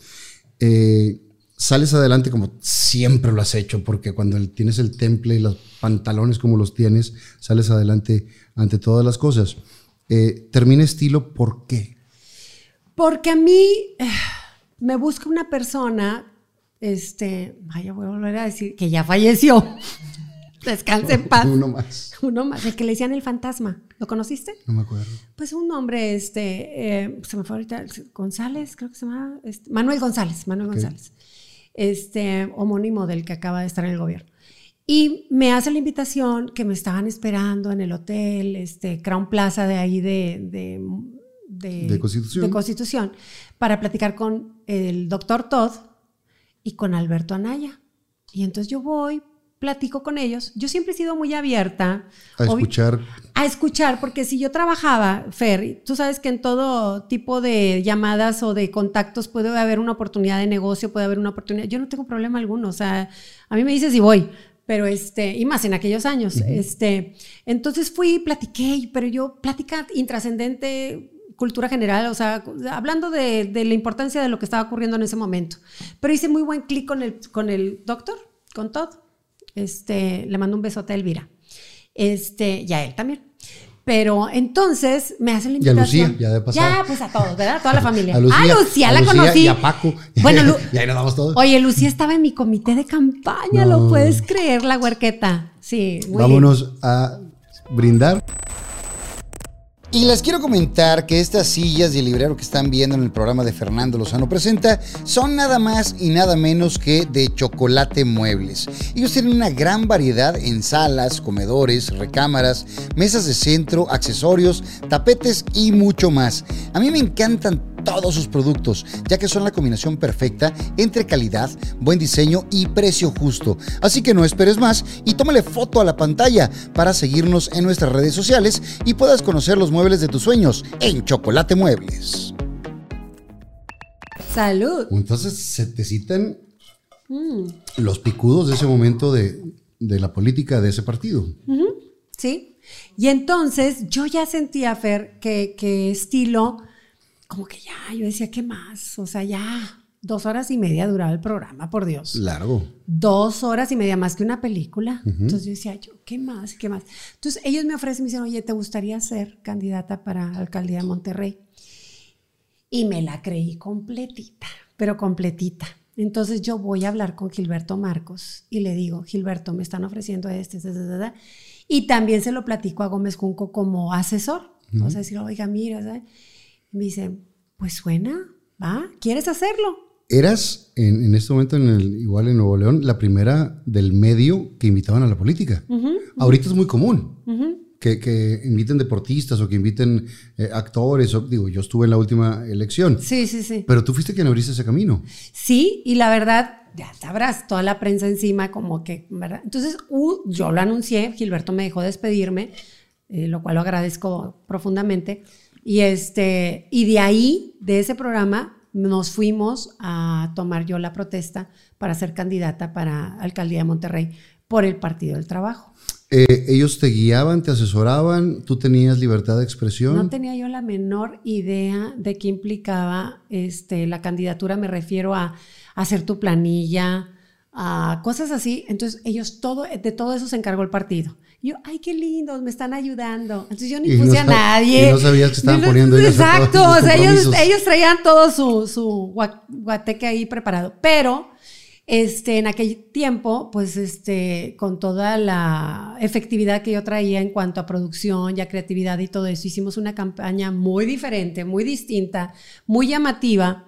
Eh, sales adelante como siempre lo has hecho, porque cuando tienes el temple y los pantalones como los tienes, sales adelante ante todas las cosas. Eh, termina Estilo, ¿por qué? Porque a mí eh, me busca una persona, este, vaya, voy a volver a decir que ya falleció. Descanse en paz. Uno más. Uno más, el que le decían el fantasma. ¿Lo conociste? No me acuerdo. Pues un hombre, este, eh, se me fue ahorita, González, creo que se llama, este, Manuel González, Manuel okay. González, este, homónimo del que acaba de estar en el gobierno. Y me hace la invitación que me estaban esperando en el hotel, este, Crown Plaza de ahí de, de, de, de, Constitución. de Constitución, para platicar con el doctor Todd y con Alberto Anaya. Y entonces yo voy, platico con ellos. Yo siempre he sido muy abierta. A escuchar. A escuchar, porque si yo trabajaba, Fer, tú sabes que en todo tipo de llamadas o de contactos puede haber una oportunidad de negocio, puede haber una oportunidad. Yo no tengo problema alguno, o sea, a mí me dices y voy, pero este, y más en aquellos años. Uh-huh. este, entonces fui, platiqué, pero yo, plática intrascendente, cultura general, o sea, hablando de, de la importancia de lo que estaba ocurriendo en ese momento. Pero hice muy buen clic con el, con el doctor, con Todd. Este, le mando un besote a Elvira. Este, y a él también. Pero entonces me hacen la invitación. Y a Lucía, ya de pasar. Ya, pues a todos, ¿verdad? A toda la familia. A Lucía, ah, Lucía, a la Lucía conocí. Y a Paco. Bueno, Lu- y ahí nos damos todos. Oye, Lucía estaba en mi comité de campaña, no. ¿Lo puedes creer, la huerqueta? Sí, muy Vámonos bien. a brindar. Y les quiero comentar que estas sillas y el librero que están viendo en el programa de Fernando Lozano Presenta son nada más y nada menos que de Chocolate Muebles. Ellos tienen una gran variedad en salas, comedores, recámaras, mesas de centro, accesorios, tapetes y mucho más. A mí me encantan todos sus productos, ya que son la combinación perfecta entre calidad, buen diseño y precio justo. Así que no esperes más y tómale foto a la pantalla para seguirnos en nuestras redes sociales y puedas conocer los muebles de tus sueños en Chocolate Muebles. ¡Salud! Entonces se te citan mm. los picudos de ese momento de, de la política de ese partido. Uh-huh. Sí. Y entonces yo ya sentía, Fer, que, que Estilo... como que ya, yo decía, ¿qué más? O sea, ya dos horas y media duraba el programa, por Dios. Largo. Dos horas y media más que una película. Uh-huh. Entonces yo decía, yo, ¿qué más? ¿Qué más? Entonces ellos me ofrecen, me dicen, oye, ¿te gustaría ser candidata para la alcaldía de Monterrey? Y me la creí completita, pero completita. Entonces yo voy a hablar con Gilberto Marcos y le digo, Gilberto, me están ofreciendo este, este, este, este. Y también se lo platico a Gómez Junco como asesor. Uh-huh. O sea, decir, oiga, mira, ¿sabes? Y me dice, pues suena, ¿va? ¿Quieres hacerlo? Eras, en, en este momento, en el, igual en Nuevo León, la primera del medio que invitaban a la política. Uh-huh, uh-huh. Ahorita es muy común uh-huh. que, que inviten deportistas o que inviten eh, actores. O, digo, yo estuve en la última elección. Sí, sí, sí. Pero tú fuiste quien abriste ese camino. Sí, y la verdad, ya sabrás, toda la prensa encima como que, ¿verdad? Entonces, uh, yo lo anuncié, Gilberto me dejó despedirme, eh, lo cual lo agradezco profundamente. Y, este, y de ahí, de ese programa, nos fuimos a tomar yo la protesta para ser candidata para Alcaldía de Monterrey por el Partido del Trabajo. Eh, ¿Ellos te guiaban, te asesoraban? ¿Tú tenías libertad de expresión? No tenía yo la menor idea de qué implicaba este, la candidatura. Me refiero a, a hacer tu planilla, a cosas así. Entonces ellos, todo, de todo eso se encargó el partido. Y yo, ay, qué lindos, me están ayudando. Entonces yo ni y puse no a nadie. Y no sabías que estaban poniendo ellos. Exacto, o sea, ellos, ellos traían todo su, su guateque ahí preparado. Pero este, en aquel tiempo, pues este, con toda la efectividad que yo traía en cuanto a producción y a creatividad y todo eso, hicimos una campaña muy diferente, muy distinta, muy llamativa.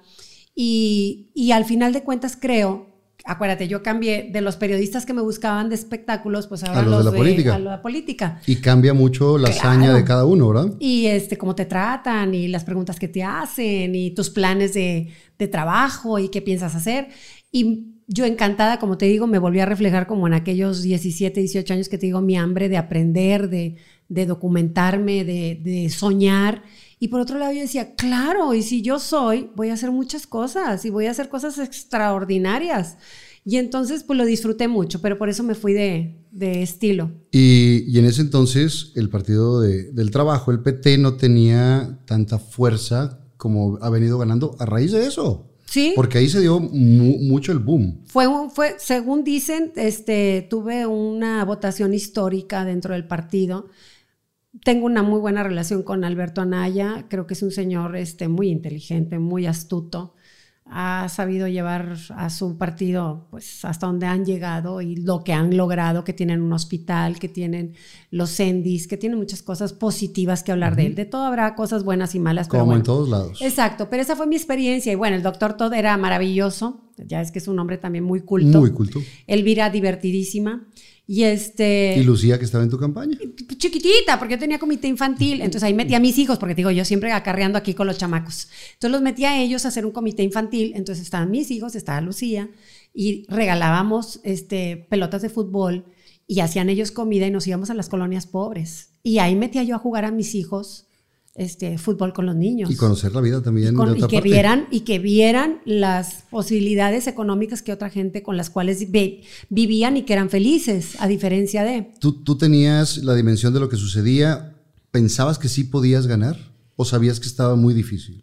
Y, y al final de cuentas creo... Acuérdate, yo cambié de los periodistas que me buscaban de espectáculos, pues ahora a los, los de la de, política. A la política. Y cambia mucho la claro. hazaña de cada uno, ¿verdad? Y este, cómo te tratan y las preguntas que te hacen y tus planes de, de trabajo y qué piensas hacer. Y yo encantada, como te digo, me volví a reflejar como en aquellos diecisiete, dieciocho años que te digo, mi hambre de aprender, de, de documentarme, de, de soñar. Y por otro lado yo decía, claro, y si yo soy, voy a hacer muchas cosas y voy a hacer cosas extraordinarias. Y entonces pues lo disfruté mucho, pero por eso me fui de, de estilo. Y, y en ese entonces el Partido de, del Trabajo, el P T, no tenía tanta fuerza como ha venido ganando a raíz de eso. Sí. Porque ahí se dio mu- mucho el boom. Fue, un, fue, según dicen, este, tuve una votación histórica dentro del partido. Tengo una muy buena relación con Alberto Anaya, creo que es un señor este, muy inteligente, muy astuto, ha sabido llevar a su partido pues, hasta donde han llegado y lo que han logrado, que tienen un hospital, que tienen los Cendis, que tienen muchas cosas positivas que hablar uh-huh. de él. De todo habrá cosas buenas y malas. Como pero bueno, en todos lados. Exacto, pero esa fue mi experiencia y bueno, el doctor Todd era maravilloso, ya es que es un hombre también muy culto. Muy culto. Elvira divertidísima. Y, este, ¿Y Lucía que estaba en tu campaña? Chiquitita, porque yo tenía comité infantil. Entonces ahí metí a mis hijos, porque te digo, yo siempre acarreando aquí con los chamacos. Entonces los metí a ellos a hacer un comité infantil. Entonces estaban mis hijos, estaba Lucía, y regalábamos este, pelotas de fútbol y hacían ellos comida y nos íbamos a las colonias pobres. Y ahí metía yo a jugar a mis hijos este, fútbol con los niños. Y conocer la vida también. Y, con, de otra y, que parte. vieran, y que vieran las posibilidades económicas que otra gente con las cuales vi, vivían y que eran felices, a diferencia de... ¿Tú, ¿Tú tenías la dimensión de lo que sucedía? ¿Pensabas que sí podías ganar? ¿O sabías que estaba muy difícil?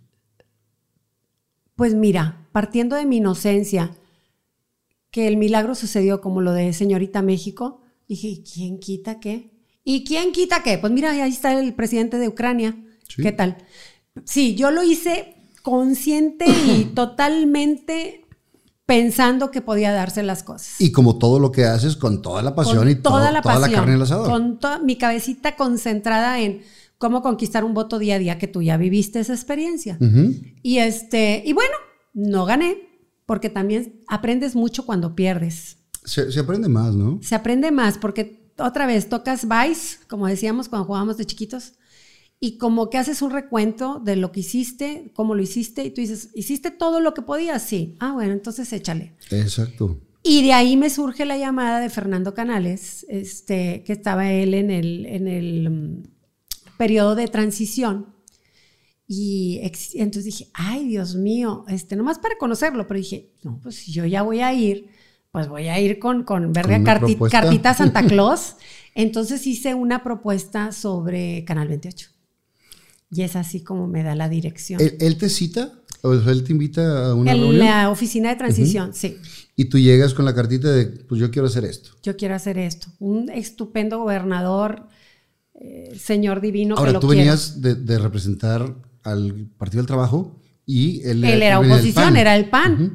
Pues mira, partiendo de mi inocencia, que el milagro sucedió como lo de Señorita México, dije, ¿quién quita qué? ¿Y quién quita qué? Pues mira, ahí está el presidente de Ucrania. ¿Sí? ¿Qué tal? Sí, yo lo hice consciente y totalmente pensando que podía darse las cosas. Y como todo lo que haces, con toda la pasión con y toda, todo, la, toda pasión, la carne al asador. Con toda mi cabecita concentrada en cómo conquistar un voto día a día, que tú ya viviste esa experiencia. Uh-huh. Y, este, y bueno, no gané, porque también aprendes mucho cuando pierdes. Se, se aprende más, ¿no? Se aprende más, porque otra vez tocas Vice, como decíamos cuando jugábamos de chiquitos, y como que haces un recuento de lo que hiciste, cómo lo hiciste, y tú dices, ¿hiciste todo lo que podías? Sí. Ah, bueno, entonces échale. Exacto. Y de ahí me surge la llamada de Fernando Canales, este, que estaba él en el, en el um, periodo de transición. Y ex, entonces dije, ay, Dios mío, este, nomás para conocerlo, pero dije, no, pues si yo ya voy a ir, pues voy a ir con, con verga carti, cartita Santa Claus. Entonces hice una propuesta sobre Canal veintiocho. Y es así como me da la dirección. ¿Él, él te cita? ¿O él te invita a una en reunión? En la oficina de transición, uh-huh. sí. Y tú llegas con la cartita de, pues yo quiero hacer esto. Yo quiero hacer esto. Un estupendo gobernador, eh, señor divino. Ahora, que lo tú venías de, de representar al Partido del Trabajo y él, él era él oposición, el era el P A N. Uh-huh.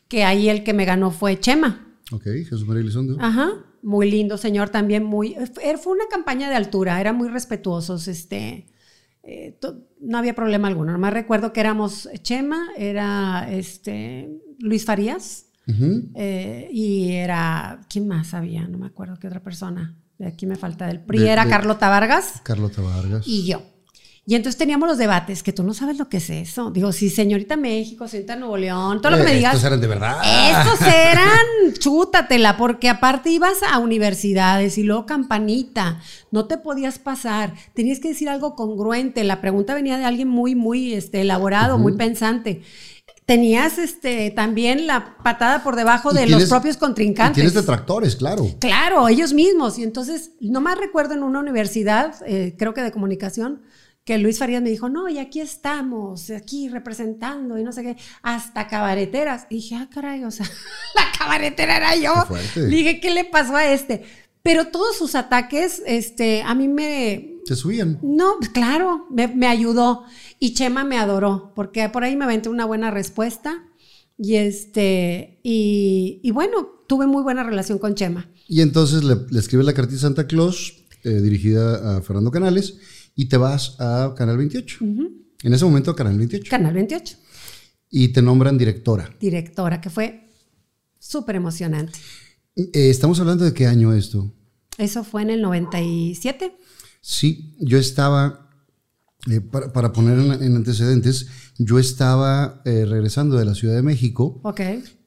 que ahí el que me ganó fue Chema. Ok, Jesús María Elizondo. Ajá, muy lindo señor también, muy, fue una campaña de altura, eran muy respetuosos, este, eh, to, no había problema alguno, nomás recuerdo que éramos Chema, era este, Luis Farías, uh-huh. eh, y era, ¿quién más había? No me acuerdo qué otra persona, de aquí me falta del P R I, de, era de, Carlota Vargas. Carlota Vargas. Y yo. Y entonces teníamos los debates, que tú no sabes lo que es eso. Digo, sí, señorita México, señorita Nuevo León, todo lo que me digas. Estos eran de verdad. Estos eran, chútatela, porque aparte ibas a universidades y luego campanita, no te podías pasar, tenías que decir algo congruente, la pregunta venía de alguien muy, muy este, elaborado, uh-huh. muy pensante. Tenías este, también la patada por debajo de tienes, los propios contrincantes. Y tienes detractores, claro. Claro, ellos mismos. Y entonces, nomás recuerdo en una universidad, eh, creo que de comunicación, que Luis Farías me dijo, no, y aquí estamos, aquí representando, y no sé qué, hasta cabareteras. Y dije, ah, caray, o sea, la cabaretera era yo. Le dije, ¿qué le pasó a este? Pero todos sus ataques, este, a mí me... ¿Te subían? No, claro, me, me ayudó. Y Chema me adoró, porque por ahí me aventé una buena respuesta. Y, este, y, y bueno, tuve muy buena relación con Chema. Y entonces le, le escribes la cartita Santa Claus, eh, dirigida a Fernando Canales, y te vas a Canal veintiocho. Uh-huh. En ese momento, Canal veintiocho. Canal veintiocho. Y te nombran directora. Directora, que fue súper emocionante. Eh, ¿Estamos hablando de qué año esto? Eso fue en el noventa y siete. Sí, yo estaba, eh, para, para poner en, en antecedentes, yo estaba eh, regresando de la Ciudad de México. Ok.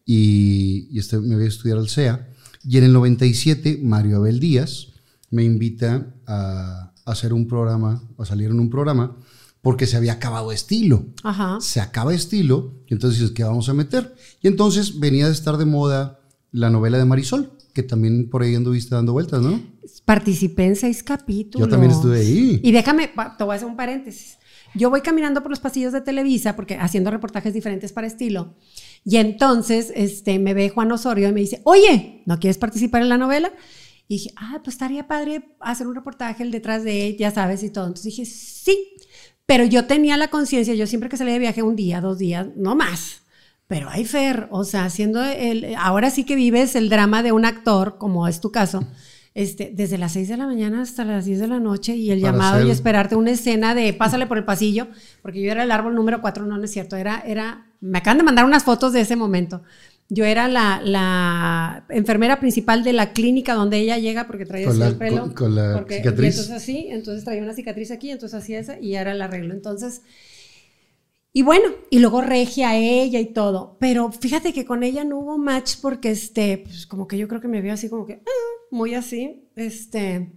Y, y este, me voy a estudiar al C E A. Y en el noventa y siete, Mario Abel Díaz me invita a... hacer un programa, o salir en un programa, porque se había acabado Estilo. Ajá. Se acaba Estilo, y entonces dices, ¿qué vamos a meter? Y entonces venía de estar de moda la novela de Marisol, que también por ahí anduviste dando vueltas, ¿no? Participé en seis capítulos. Yo también estuve ahí. Y déjame, te voy a hacer un paréntesis. Yo voy caminando por los pasillos de Televisa, porque haciendo reportajes diferentes para Estilo, y entonces este, me ve Juan Osorio y me dice, oye, ¿no quieres participar en la novela? Y dije, ah, pues estaría padre hacer un reportaje el detrás de él, ya sabes, y todo. Entonces dije, sí, pero yo tenía la conciencia, yo siempre que salía de viaje un día, dos días, no más. Pero ay, Fer, o sea, haciendo el, ahora sí que vives el drama de un actor, como es tu caso, este, desde las seis de la mañana hasta las diez de la noche y el Para llamado hacer... y esperarte una escena de pásale por el pasillo, porque yo era el árbol número cuatro, no, no es cierto, era, era, me acaban de mandar unas fotos de ese momento. Yo era la, la enfermera principal de la clínica donde ella llega porque traía así el pelo. Con, con la porque, cicatriz. Y entonces así, entonces traía una cicatriz aquí, entonces hacía esa y era el arreglo. Entonces, y bueno, y luego regia ella y todo. Pero fíjate que con ella no hubo match porque este, pues como que yo creo que me vio así como que, ah, muy así. Este,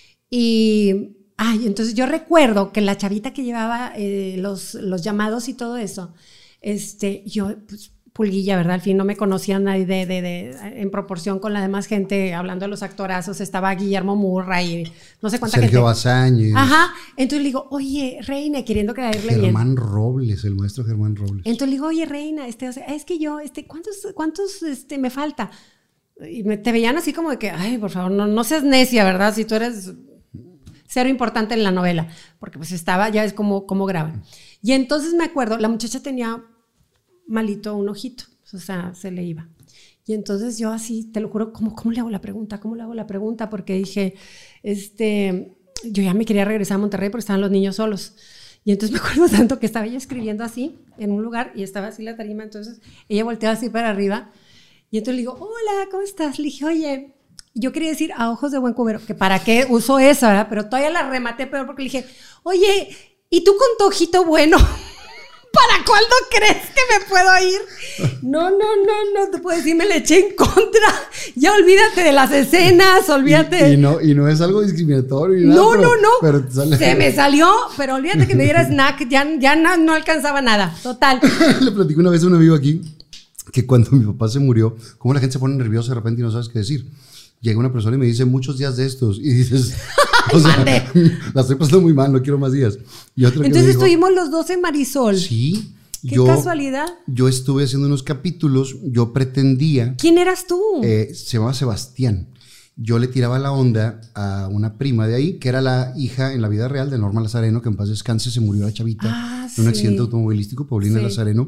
y, ay, entonces yo recuerdo que la chavita que llevaba eh, los, los llamados y todo eso, este, yo, pues, pulguilla, ¿verdad? Al fin no me conocía nadie de, de, de, en proporción con la demás gente, hablando de los actorazos, estaba Guillermo Murray y no sé cuánta Sergio gente. Bazañez. Ajá, entonces le digo, oye, Reina, queriendo caerle bien. Germán Robles, el maestro Germán Robles. Entonces le digo, oye, Reina, este, o sea, es que yo, este, ¿cuántos, cuántos este, me falta? Y me, te veían así como de que, ay, por favor, no, no seas necia, ¿verdad? Si tú eres cero importante en la novela, porque pues estaba, ya es como, como graban. Y entonces me acuerdo, la muchacha tenía malito un ojito, o sea, se le iba. Y entonces yo así, te lo juro, ¿cómo, cómo le hago la pregunta? ¿Cómo le hago la pregunta? Porque dije, este, yo ya me quería regresar a Monterrey porque estaban los niños solos. Y entonces me acuerdo tanto que estaba ella escribiendo así en un lugar y estaba así la tarima, entonces ella volteaba así para arriba y entonces le digo, hola, ¿cómo estás? Le dije, oye, yo quería decir a ojos de buen cubero, que para qué uso esa, ¿verdad? Pero todavía la rematé peor porque le dije, oye, ¿y tú con tu ojito bueno? ¿Para cuándo crees que me puedo ir? No, no, no, no te puedo decir, me le eché en contra. Ya olvídate de las escenas, olvídate. Y, y, no, y no es algo discriminatorio. Ni no, nada, no, pero, no. Pero sale... Se me salió, pero olvídate que me diera snack, ya, ya no, no alcanzaba nada. Total. Le platico una vez a un amigo aquí que cuando mi papá se murió, como la gente se pone nerviosa de repente y no sabes qué decir. Llega una persona y me dice muchos días de estos y dices, o sea, la estoy pasando muy mal, no quiero más días. Y otro Entonces que me dijo, estuvimos los dos en Marisol. Sí. Qué yo, casualidad. Yo estuve haciendo unos capítulos, yo pretendía... ¿Quién eras tú? Eh, se llamaba Sebastián. Yo le tiraba la onda a una prima de ahí, que era la hija en la vida real de Norma Lazareno, que en paz descanse, se murió la chavita ah, en un sí. accidente automovilístico, Paulina sí. Lazareno.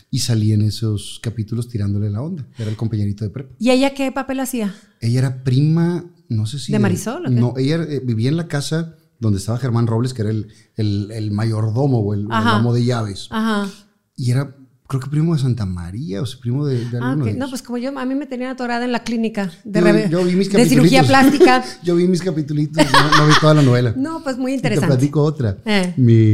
y salí en esos capítulos tirándole la onda. Era el compañerito de prepa. ¿Y ella qué papel hacía? Ella era prima, no sé si... ¿De Marisol? ¿O qué? No, ella eh, vivía en la casa donde estaba Germán Robles, que era el, el, el mayordomo o el, el amo de llaves. Ajá. Y era, creo que primo de Santa María, o sea, primo de, de ah, alguno okay. de No, pues como yo, a mí me tenían atorada en la clínica de, yo, reve- yo vi mis de cirugía plástica. Yo vi mis capitulitos, no, no vi toda la novela. No, pues muy Y interesante. te platico otra. Eh.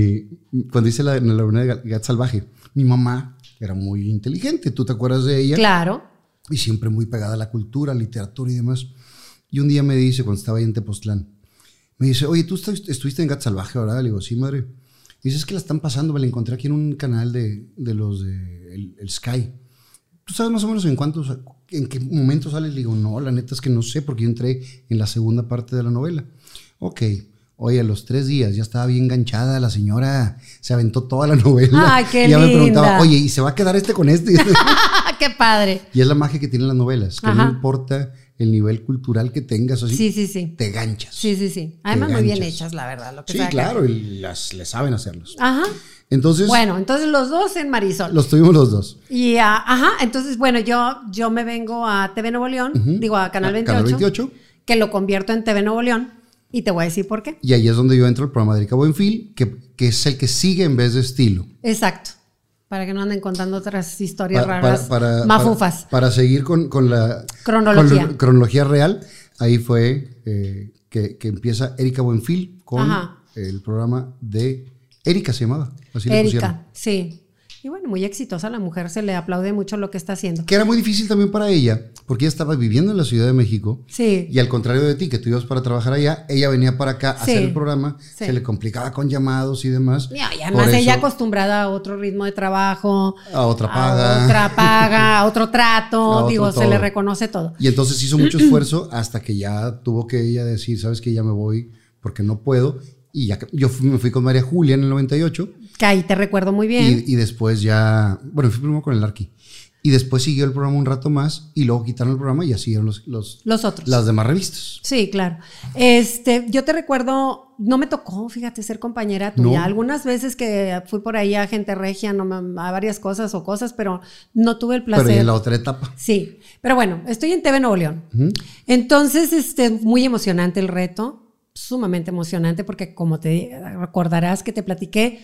Mi, cuando hice la, en la reunión de Gat Salvaje, mi mamá era muy inteligente, ¿tú te acuerdas de ella? Claro. Y siempre muy pegada a la cultura, literatura y demás. Y un día me dice, cuando estaba ahí en Tepoztlán, me dice, oye, ¿tú estuviste en Gat Salvaje, verdad? Le digo, sí, madre. Y dice, es que la están pasando, me la encontré aquí en un canal de, de los de el, el Sky. ¿Tú sabes más o menos en cuántos, en qué momento sale? Le digo, no, la neta es que no sé, porque yo entré en la segunda parte de la novela. Ok. Oye, a los tres días ya estaba bien enganchada, la señora se aventó toda la novela. Ay, qué y ya linda. me preguntaba, oye, ¿y se va a quedar este con este? ¡Qué padre! Y es la magia que tienen las novelas, que Ajá. no importa el nivel cultural que tengas, así, Sí, sí, sí. te ganchas. Sí, sí, sí. Además, muy bien hechas, la verdad. Lo que Sí, sea claro, que... y las, le saben hacerlos. Ajá. Entonces, Bueno, entonces los dos en Marisol. los tuvimos los dos. Y, uh, ajá, entonces, bueno, yo, yo me vengo a T V Nuevo León, uh-huh. digo, a Canal veintiocho, Canal veintiocho, que lo convierto en T V Nuevo León, y te voy a decir por qué. Y ahí es donde yo entro al programa de Erika Buenfil, que, que es el que sigue en vez de Estilo. Exacto. Para que no anden contando otras historias Pa, raras, para, para, mafufas. Para, para seguir con, con la cronología. Con, cronología real, ahí fue eh, que, que empieza Erika Buenfil con Ajá. el programa de Erika, se llamaba. Así le pusieron. Erika, sí. Y bueno, muy exitosa la mujer, se le aplaude mucho lo que está haciendo. Que era muy difícil también para ella, porque ella estaba viviendo en la Ciudad de México. Sí. Y al contrario de ti, que tú ibas para trabajar allá, ella venía para acá a sí. hacer el programa, sí. se le complicaba con llamados y demás. Y además Por ella eso, acostumbrada a otro ritmo de trabajo. A otra paga. A otra paga, a otro trato, a digo, otro se le reconoce todo. Y entonces hizo mucho esfuerzo hasta que ya tuvo que ella decir, sabes que ya me voy porque no puedo. Y ya, yo fui, me fui con María Julia en el noventa y ocho. Que ahí te recuerdo muy bien. Y, y después ya, bueno, fui primero con el Arqui. Y después siguió el programa un rato más y luego quitaron el programa y ya siguieron los, los, los otros. Las demás revistas. Sí, claro. Este, yo te recuerdo, no me tocó, fíjate, ser compañera tuya. No. Algunas veces que fui por ahí a Gente Regia, no, a varias cosas o cosas, pero no tuve el placer. Pero en la otra etapa. Sí, pero bueno, estoy en T V Nuevo León. Uh-huh. Entonces, este, muy emocionante el reto. Sumamente emocionante porque como te recordarás que te platiqué,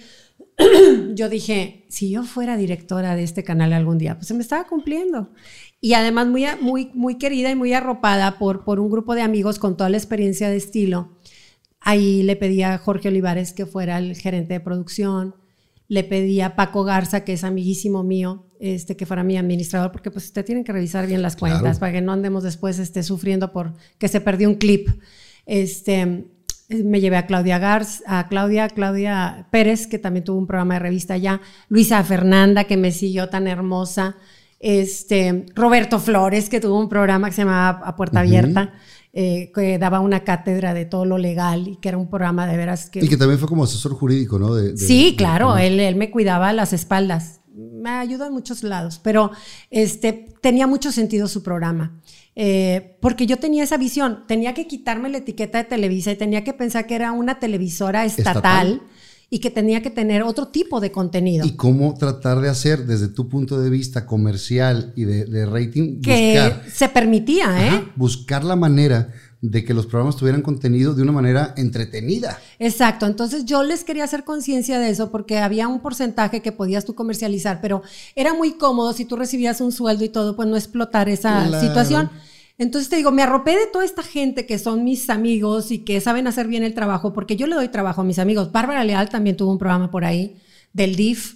yo dije, si yo fuera directora de este canal algún día, pues se me estaba cumpliendo. Y además muy, muy, muy querida y muy arropada por, por un grupo de amigos con toda la experiencia de Estilo. Ahí le pedí a Jorge Olivares que fuera el gerente de producción, le pedí a Paco Garza, que es amiguísimo mío, este, que fuera mi administrador, porque pues usted tiene que revisar bien las cuentas, claro, para que no andemos después este, sufriendo por que se perdió un clip. Este, me llevé a Claudia Garz, a Claudia, Claudia Pérez, que también tuvo un programa de revista allá, Luisa Fernanda, que me siguió tan hermosa, este, Roberto Flores, que tuvo un programa que se llamaba A Puerta uh-huh. Abierta, eh, que daba una cátedra de todo lo legal y que era un programa de veras que... Y que también fue como asesor jurídico, ¿no? De, de, sí, de, claro, de... Él, él me cuidaba las espaldas, me ayudó en muchos lados, pero este, tenía mucho sentido su programa. Eh, porque yo tenía esa visión, tenía que quitarme la etiqueta de Televisa y tenía que pensar que era una televisora estatal, estatal. Y que tenía que tener otro tipo de contenido. Y cómo tratar de hacer desde tu punto de vista comercial y de, de rating, que buscar, se permitía, ¿eh? Ajá, buscar la manera de que los programas tuvieran contenido de una manera entretenida. Exacto, entonces yo les quería hacer conciencia de eso porque había un porcentaje que podías tú comercializar, pero era muy cómodo si tú recibías un sueldo y todo, pues no explotar esa claro. situación. Entonces te digo, me arropé de toda esta gente que son mis amigos y que saben hacer bien el trabajo, porque yo le doy trabajo a mis amigos. Bárbara Leal también tuvo un programa por ahí del D I F,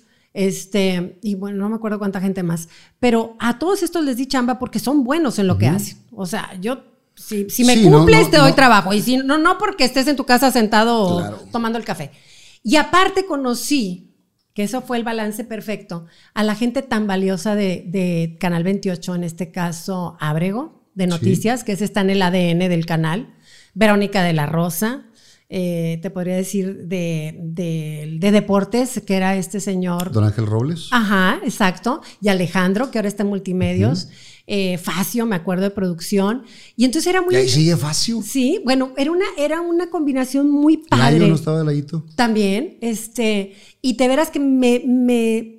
este, y bueno, no me acuerdo cuánta gente más, pero a todos estos les di chamba porque son buenos en lo uh-huh. que hacen. O sea, yo... Si, si me sí, cumples, no, no, te doy no. trabajo. Y si no, no porque estés en tu casa sentado claro. tomando el café. Y aparte conocí, que eso fue el balance perfecto, a la gente tan valiosa de, de Canal veintiocho, en este caso Ábrego, de Noticias, sí. que ese está en el A D N del canal. Verónica de la Rosa, eh, te podría decir de, de, de Deportes, que era este señor. Don Ángel Robles. Ajá, exacto. Y Alejandro, que ahora está en Multimedios. Uh-huh. Eh, Facio, me acuerdo de producción, y entonces era muy... ¿Y ahí sigue Facio? Sí, bueno, era una, era una combinación muy padre. ¿Layo no estaba de ladito? También, este, y te verás que me, me,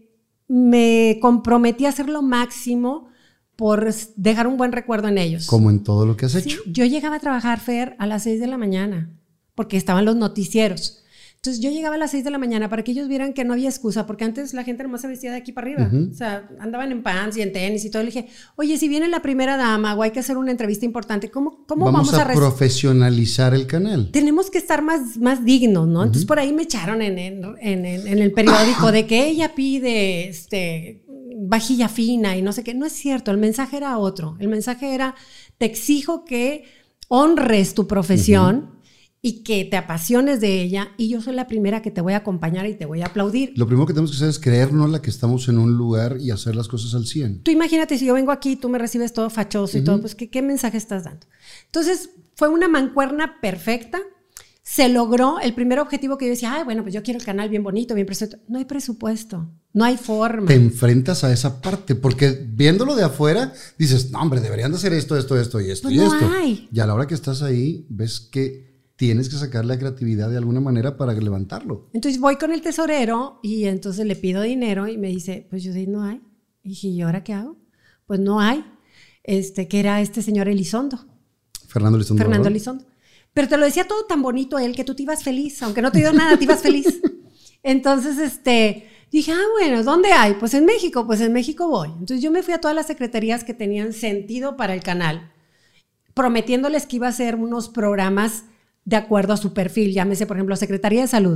me comprometí a hacer lo máximo por dejar un buen recuerdo en ellos. Como en todo lo que has Sí, hecho. yo llegaba a trabajar, Fer, a las seis de la mañana, porque estaban los noticieros. Entonces yo llegaba a las seis de la mañana para que ellos vieran que no había excusa, porque antes la gente nomás se vestía de aquí para arriba. Uh-huh. O sea, andaban en pants y en tenis y todo. Le dije, oye, si viene la primera dama o hay que hacer una entrevista importante, ¿cómo, cómo vamos, vamos a, a profesionalizar el canal? Tenemos que estar más, más dignos, ¿no? Uh-huh. Entonces por ahí me echaron en, en, en, en el periódico de que ella pide este, vajilla fina y no sé qué. No es cierto, el mensaje era otro. El mensaje era, te exijo que honres tu profesión, uh-huh, y que te apasiones de ella, y yo soy la primera que te voy a acompañar y te voy a aplaudir. Lo primero que tenemos que hacer es creernos la que estamos en un lugar y hacer las cosas al cien. Tú imagínate, si yo vengo aquí, tú me recibes todo fachoso y uh-huh, todo, pues ¿qué, ¿qué mensaje estás dando? Entonces, fue una mancuerna perfecta. Se logró el primer objetivo que yo decía, ay, bueno, pues yo quiero el canal bien bonito, bien presupuesto. No hay presupuesto, no hay forma. Te enfrentas a esa parte, porque viéndolo de afuera, dices, no, hombre, deberían de hacer esto, esto, esto y esto pues y no esto. Hay. Y a la hora que estás ahí, ves que tienes que sacar la creatividad de alguna manera para levantarlo. Entonces voy con el tesorero y entonces le pido dinero y me dice, pues yo dije, no hay. Y dije, ¿y ahora qué hago? Pues no hay. Este, que era este señor Elizondo. Fernando Elizondo. Fernando Elizondo. Pero te lo decía todo tan bonito él que tú te ibas feliz, aunque no te dio nada, te ibas feliz. Entonces, este, dije, ah, bueno, ¿dónde hay? Pues en México, pues en México voy. Entonces yo me fui a todas las secretarías que tenían sentido para el canal, prometiéndoles que iba a hacer unos programas de acuerdo a su perfil, llámese, por ejemplo, Secretaría de Salud.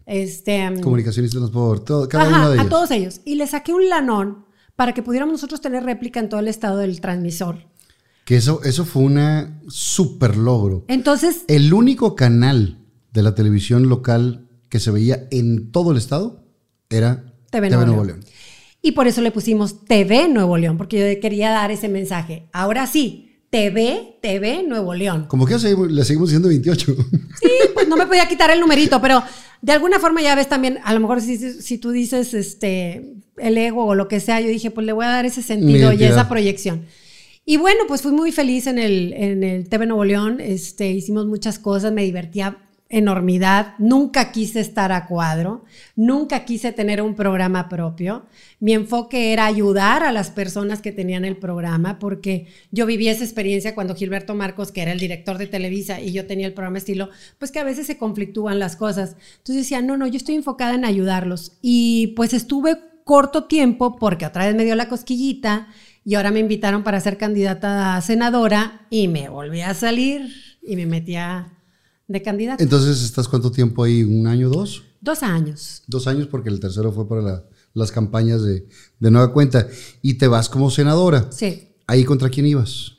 Este, Comunicaciones y Transporte, todo, cada ajá, una de ellas. A todos ellos. Y le saqué un lanón para que pudiéramos nosotros tener réplica en todo el estado del transmisor. Que eso, eso fue una súper logro. Entonces, el único canal de la televisión local que se veía en todo el estado era T V Nuevo, T V Nuevo León. León. Y por eso le pusimos T V Nuevo León, porque yo quería dar ese mensaje. Ahora sí, T V, T V Nuevo León. Como que le seguimos diciendo veintiocho. Sí, pues no me podía quitar el numerito, pero de alguna forma ya ves también, a lo mejor si, si tú dices este, el ego o lo que sea, yo dije, pues le voy a dar ese sentido y esa proyección. Y bueno, pues fui muy feliz en el, en el T V Nuevo León, este, hicimos muchas cosas, me divertía enormidad, nunca quise estar a cuadro, nunca quise tener un programa propio. Mi enfoque era ayudar a las personas que tenían el programa, porque yo viví esa experiencia cuando Gilberto Marcos, que era el director de Televisa, y yo tenía el programa Estilo, pues que a veces se conflictúan las cosas. Entonces decía, no, no, yo estoy enfocada en ayudarlos. Y pues estuve corto tiempo, porque otra vez me dio la cosquillita, y ahora me invitaron para ser candidata a senadora, y me volví a salir, y me metí a de candidata. Entonces, ¿estás cuánto tiempo ahí? ¿Un año, dos? Dos años. Dos años, porque el tercero fue para la, las campañas de, de nueva cuenta. Y te vas como senadora. Sí. ¿Ahí contra quién ibas?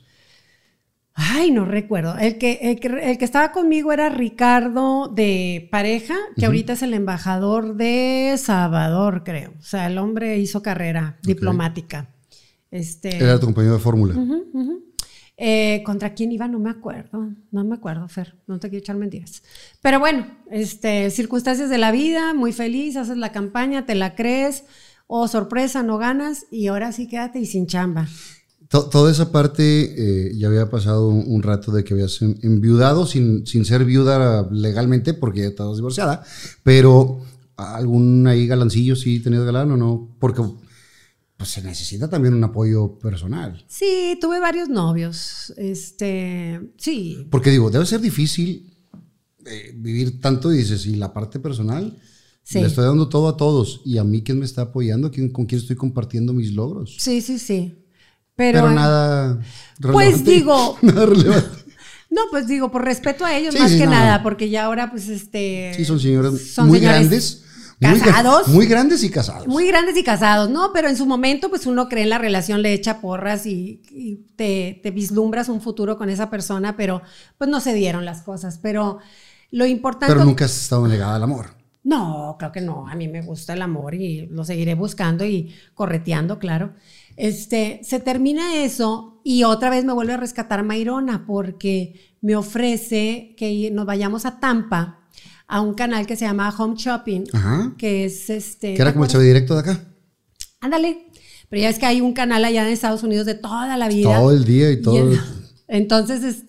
Ay, no recuerdo. El que, el que, el que estaba conmigo era Ricardo de Pareja, que uh-huh, ahorita es el embajador de Salvador, creo. O sea, el hombre hizo carrera okay, diplomática. Este, era tu compañero de fórmula. Uh-huh, uh-huh. Eh, ¿Contra quién iba? No me acuerdo. No me acuerdo, Fer. No te quiero echar mentiras. Pero bueno, este, circunstancias de la vida, muy feliz, haces la campaña, te la crees, o oh, sorpresa, no ganas, y ahora sí quédate y sin chamba. Toda esa parte, eh, ya había pasado un, un rato de que habías enviudado, sin, sin ser viuda legalmente, porque ya estabas divorciada, pero ¿algún ahí galancillo sí tenías galán o no? Porque pues se necesita también un apoyo personal. Sí, tuve varios novios, este, sí. Porque digo, debe ser difícil eh, vivir tanto y dices, ¿y la parte personal? Sí. Le estoy dando todo a todos, y a mí, ¿quién me está apoyando? ¿Quién, ¿Con quién estoy compartiendo mis logros? Sí, sí, sí. Pero, Pero nada relevante. Pues digo... Nada relevante. No, pues digo, por respeto a ellos, sí, más sí, que no. nada, porque ya ahora, pues, este... Sí, son señores son muy señores grandes. ¿Casados? Muy, muy grandes y casados. Muy grandes y casados, ¿no? Pero en su momento, pues uno cree en la relación, le echa porras y, y te, te vislumbras un futuro con esa persona, pero pues no se dieron las cosas. Pero lo importante... Pero nunca has estado negada al amor. No, creo que no. A mí me gusta el amor y lo seguiré buscando y correteando, claro. Este, se termina eso y otra vez me vuelve a rescatar Mayrona, porque me ofrece que nos vayamos a Tampa a un canal que se llama Home Shopping. Ajá. Que es este... Que era como el T V directo de acá. Ándale. Pero ya es que hay un canal allá en Estados Unidos de toda la vida. Todo el día y todo. Y en, entonces, este,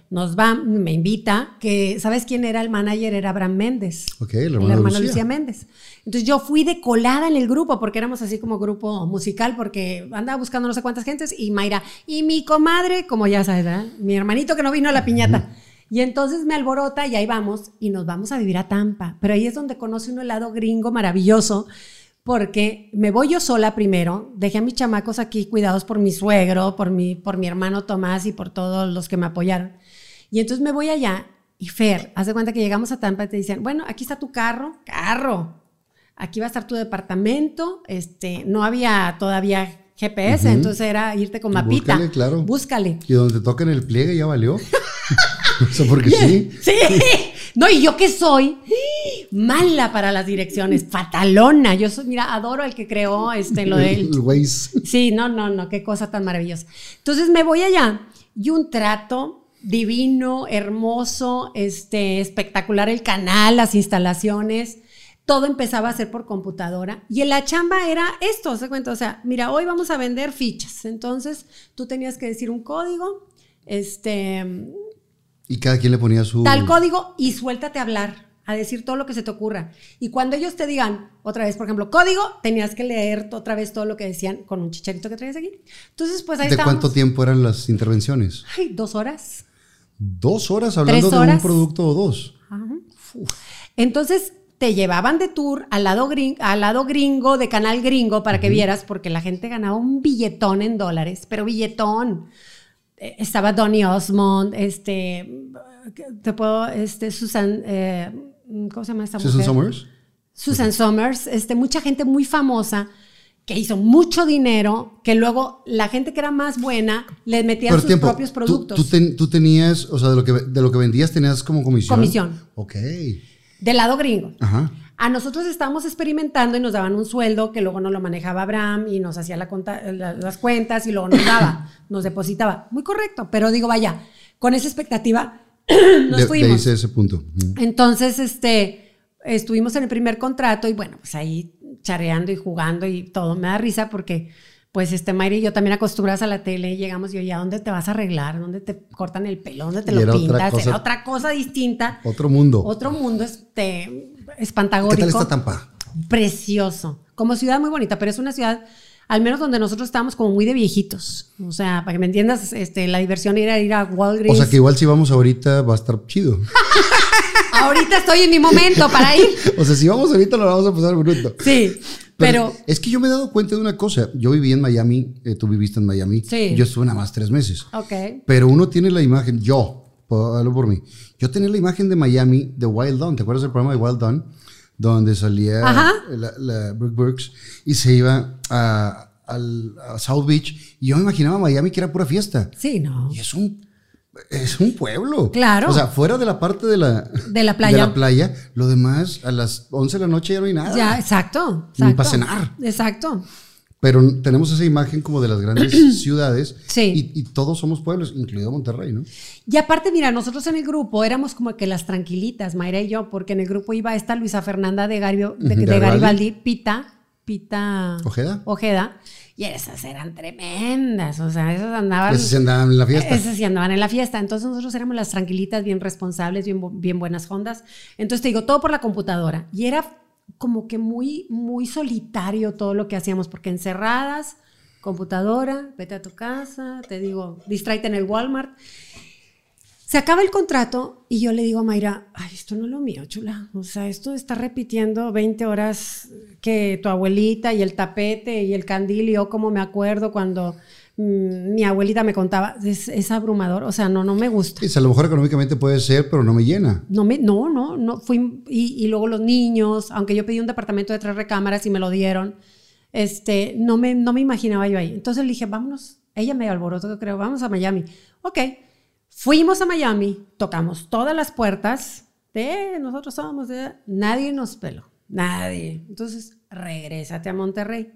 nos va, me invita, que ¿sabes quién era el manager? Era Abraham Méndez. Ok, el hermano, el hermano de Lucía. Lucía Méndez. Entonces yo fui de colada en el grupo, porque éramos así como grupo musical, porque andaba buscando no sé cuántas gentes, y Mayra, y mi comadre, como ya sabes, ¿verdad? Mi hermanito que no vino a la piñata. Uh-huh. Y entonces me alborota y ahí vamos, y nos vamos a vivir a Tampa. Pero ahí es donde conoce un helado gringo maravilloso, porque me voy yo sola primero, dejé a mis chamacos aquí cuidados por mi suegro, por mi, por mi hermano Tomás y por todos los que me apoyaron. Y entonces me voy allá y Fer, haz de cuenta que llegamos a Tampa y te dicen, bueno, aquí está tu carro, carro, aquí va a estar tu departamento, este, no había todavía G P S, uh-huh. entonces era irte con mapita. Búscale, claro. Búscale. Y donde te toquen el pliegue ya valió. O sea, porque yeah. sí. Sí. No, y yo que soy mala para las direcciones, fatalona. Yo soy, mira, adoro al que creó este, lo del... El Waze. Sí, no, no, no, qué cosa tan maravillosa. Entonces me voy allá y un trato divino, hermoso, este, espectacular el canal, las instalaciones, todo empezaba a hacer por computadora y en la chamba era esto, ¿se cuenta? O sea, mira, hoy vamos a vender fichas, entonces tú tenías que decir un código, este... Y cada quien le ponía su... Tal código y suéltate a hablar, a decir todo lo que se te ocurra. Y cuando ellos te digan, otra vez, por ejemplo, código, tenías que leer otra vez todo lo que decían con un chicharito que traes aquí. Entonces, pues ahí ¿De estábamos. cuánto tiempo eran las intervenciones? Ay, dos horas. ¿Dos horas hablando Tres horas. de un producto o dos? Ajá. Entonces, te llevaban de tour al lado, gring, al lado gringo, de canal gringo, para que uh-huh. vieras, porque la gente ganaba un billetón en dólares, pero billetón. Estaba Donny Osmond, este, te puedo, este, Susan, eh, ¿cómo se llama esta mujer? Susan Somers. Susan Somers, este, mucha gente muy famosa que hizo mucho dinero, que luego la gente que era más buena les metía sus tiempo, propios productos. ¿tú, tú, ten, tú tenías, o sea, de lo, que, de lo que vendías tenías como comisión? Comisión. Ok. Del lado gringo. Ajá. A nosotros estábamos experimentando y nos daban un sueldo que luego nos lo manejaba Abraham y nos hacía la conta, la, las cuentas y luego nos daba, nos depositaba. Muy correcto, pero digo, vaya, con esa expectativa nos de, fuimos. De hice ese punto. Entonces, este, estuvimos en el primer contrato y bueno, pues ahí chareando y jugando y todo. Me da risa porque pues este Mayra y yo también acostumbradas a la tele y llegamos y yo, ¿ya dónde te vas a arreglar? ¿Dónde te cortan el pelo? ¿Dónde te y lo pintas? Otra cosa, era otra cosa distinta. Otro mundo. Otro mundo este, espantagórico. ¿Qué tal está Tampa? Precioso. Como ciudad muy bonita, pero es una ciudad, al menos donde nosotros estábamos como muy de viejitos. O sea, para que me entiendas, este, la diversión era ir a Walgreens. O sea, que igual si vamos ahorita va a estar chido. Ahorita estoy en mi momento para ir. O sea, si vamos ahorita lo vamos a pasar bruto. Sí. Pero, pero es que yo me he dado cuenta de una cosa. Yo viví en Miami, eh, tú viviste en Miami. Sí. Yo estuve nada más tres meses. Ok. Pero uno tiene la imagen, yo, puedo hablar por mí. Yo tenía la imagen de Miami de Wild Dawn. ¿Te acuerdas del programa de Wild Dawn? Donde salía la, la Brooke Burks y se iba a, a, a South Beach. Y yo me imaginaba Miami que era pura fiesta. Sí, no. Y es un... Es un pueblo. Claro. O sea, fuera de la parte de la, de la playa. De la playa, lo demás, a las once de la noche ya no hay nada. Ya, exacto. exacto. Ni para cenar. Exacto. Pero tenemos esa imagen como de las grandes ciudades. Sí. Y, y todos somos pueblos, incluido Monterrey, ¿no? Y aparte, mira, nosotros en el grupo éramos como que las tranquilitas, Mayra y yo, porque en el grupo iba esta Luisa Fernanda de, Gari, de, de, de Garibaldi, Garibaldi, Pita, Pita Ojeda. Ojeda. Y esas eran tremendas, o sea, esas andaban... Esas sí andaban en la fiesta. Esas sí andaban en la fiesta. Entonces nosotros éramos las tranquilitas, bien responsables, bien, bien buenas ondas. Entonces te digo, todo por la computadora. Y era como que muy, muy solitario todo lo que hacíamos, porque encerradas, computadora, vete a tu casa, te digo, distráete en el Walmart. Se acaba el contrato y yo le digo a Mayra, ay, esto no es lo mío, chula. O sea, esto está repitiendo veinte horas que tu abuelita y el tapete y el candil y yo como me acuerdo cuando mmm, mi abuelita me contaba. Es, es abrumador, o sea, no, no me gusta. Sí, a lo mejor económicamente puede ser, pero no me llena. No, me, no, no, no. Fui, y, y luego los niños, aunque yo pedí un departamento de tres recámaras y me lo dieron, este, no, me, no me imaginaba yo ahí. Entonces le dije, vámonos. Ella me alborotó, yo creo, vamos a Miami. Ok. Fuimos a Miami, tocamos todas las puertas de nosotros somos de... Nadie nos peló, nadie. Entonces, regrésate a Monterrey.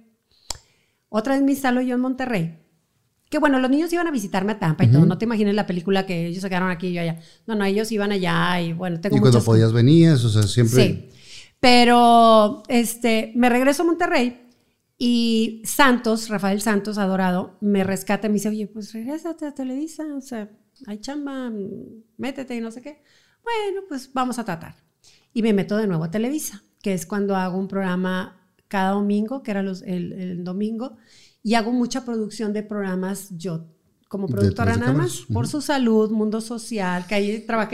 Otra vez me instalo yo en Monterrey. Que bueno, los niños iban a visitarme a Tampa y uh-huh. todo. No te imagines la película que ellos se quedaron aquí y yo allá. No, no, ellos iban allá y bueno, tengo Y cuando muchas... podías venías, o sea, siempre... Sí, pero este, me regreso a Monterrey y Santos, Rafael Santos, adorado, me rescata y me dice, oye, pues regrésate a Televisa, o sea... hay chamba, métete y no sé qué. Bueno, pues vamos a tratar. Y me meto de nuevo a Televisa, que es cuando hago un programa cada domingo, que era los, el, el domingo, y hago mucha producción de programas yo, como productora nada más, uh-huh. por su salud, Mundo Social, que ahí trabajé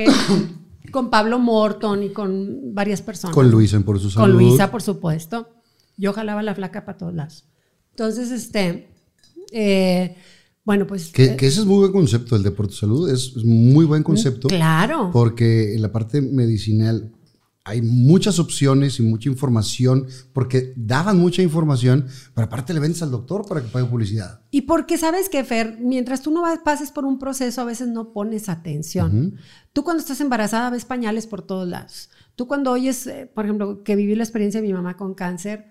con Pablo Morton y con varias personas. Con Luisa en Por su Salud. Con Luisa, por supuesto. Yo jalaba la flaca para todos lados. Entonces, este, eh, bueno, pues... Que, que ese es muy buen concepto, el de Por tu Salud, es, es muy buen concepto. Claro. Porque en la parte medicinal hay muchas opciones y mucha información, porque daban mucha información, pero aparte le vendes al doctor para que pague publicidad. Y porque sabes que, Fer, mientras tú no vas, pases por un proceso, a veces no pones atención. Uh-huh. Tú cuando estás embarazada ves pañales por todos lados. Tú cuando oyes, eh, por ejemplo, que viví la experiencia de mi mamá con cáncer,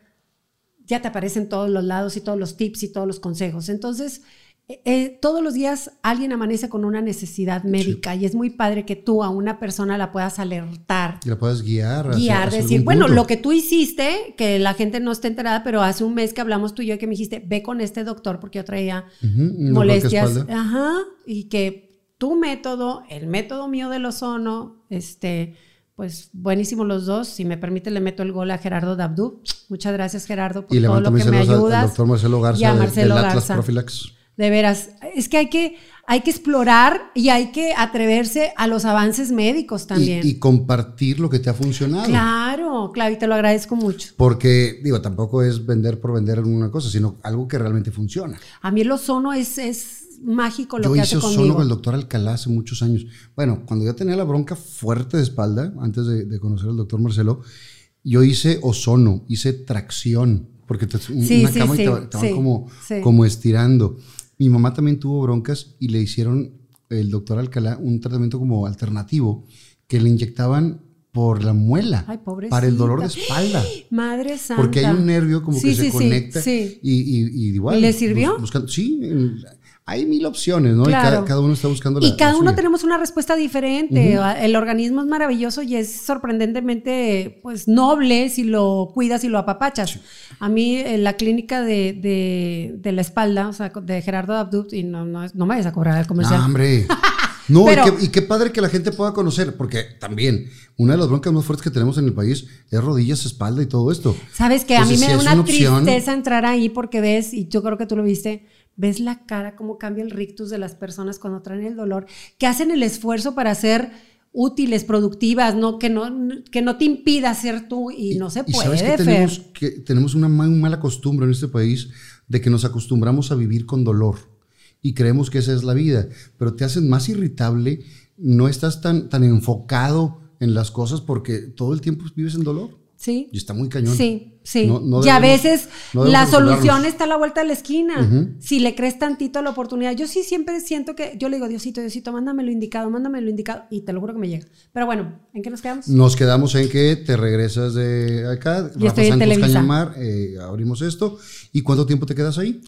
ya te aparecen todos los lados y todos los tips y todos los consejos. Entonces, eh, todos los días alguien amanece con una necesidad médica, sí. y es muy padre que tú a una persona la puedas alertar. Y la puedas guiar. Guiar, hacia, decir, hacia bueno, punto. lo que tú hiciste, que la gente no esté enterada, pero hace un mes que hablamos tú y yo que me dijiste, ve con este doctor porque yo traía uh-huh, molestias. Ajá, y que tu método, el método mío del ozono, este... pues buenísimo los dos. Si me permite, le meto el gol a Gerardo Dabdú. Muchas gracias, Gerardo, por todo lo que me ayudas. Al doctor Marcelo Garza, y a Marcelo del Atlas Garza. Profilax. De veras, es que hay que, hay que explorar y hay que atreverse a los avances médicos también. Y, y compartir lo que te ha funcionado. Claro, claro, y te lo agradezco mucho. Porque, digo, tampoco es vender por vender alguna cosa, sino algo que realmente funciona. A mí el ozono es... es mágico lo yo que hace conmigo. Yo hice ozono con el doctor Alcalá hace muchos años. Bueno, cuando yo tenía la bronca fuerte de espalda, antes de, de conocer al doctor Marcelo, yo hice ozono, hice tracción, porque te, sí, una sí, cama sí, y te, te van sí, como, sí. como estirando. Mi mamá también tuvo broncas y le hicieron, el doctor Alcalá, un tratamiento como alternativo, que le inyectaban por la muela. Ay, pobrecita. Para el dolor de espalda. Madre santa. Porque hay un nervio como sí, que sí, se sí, conecta. Sí. Y, y, y igual. ¿Y le sirvió? Bus, buscando, sí, hay mil opciones, ¿no? Claro. Y cada, cada uno está buscando la Y cada la uno suya. tenemos una respuesta diferente. Uh-huh. El organismo es maravilloso y es sorprendentemente pues, noble si lo cuidas y lo apapachas. Sí. A mí, en la clínica de, de, de la espalda, o sea, de Gerardo Dabdú, y no, no, no me vayas a cobrar el comercial. No, hombre. No, Pero, y, qué, y qué padre que la gente pueda conocer, porque también una de las broncas más fuertes que tenemos en el país es rodillas, espalda y todo esto. Sabes que Entonces, a mí me si da una, una opción, tristeza entrar ahí porque ves, y yo creo que tú lo viste, ves la cara, cómo cambia el rictus de las personas cuando traen el dolor, que hacen el esfuerzo para ser útiles, productivas, no que no, que no te impida ser tú y, y no se y puede. ¿sabes que tenemos, que tenemos una muy mala costumbre en este país de que nos acostumbramos a vivir con dolor y creemos que esa es la vida, pero te haces más irritable, no estás tan, tan enfocado en las cosas porque todo el tiempo vives en dolor. Sí. Y está muy cañón. Sí, sí. No, no y a debemos, veces no la acostumbrarnos. solución está a la vuelta de la esquina. Uh-huh. Si le crees tantito a la oportunidad. Yo sí siempre siento que, yo le digo, Diosito, Diosito, mándame lo indicado, mándame lo indicado. Y te lo juro que me llega. Pero bueno, ¿en qué nos quedamos? Nos quedamos en que te regresas de acá. Yo estoy en Televisa. Cañamar, eh, abrimos esto. ¿Y cuánto tiempo te quedas ahí?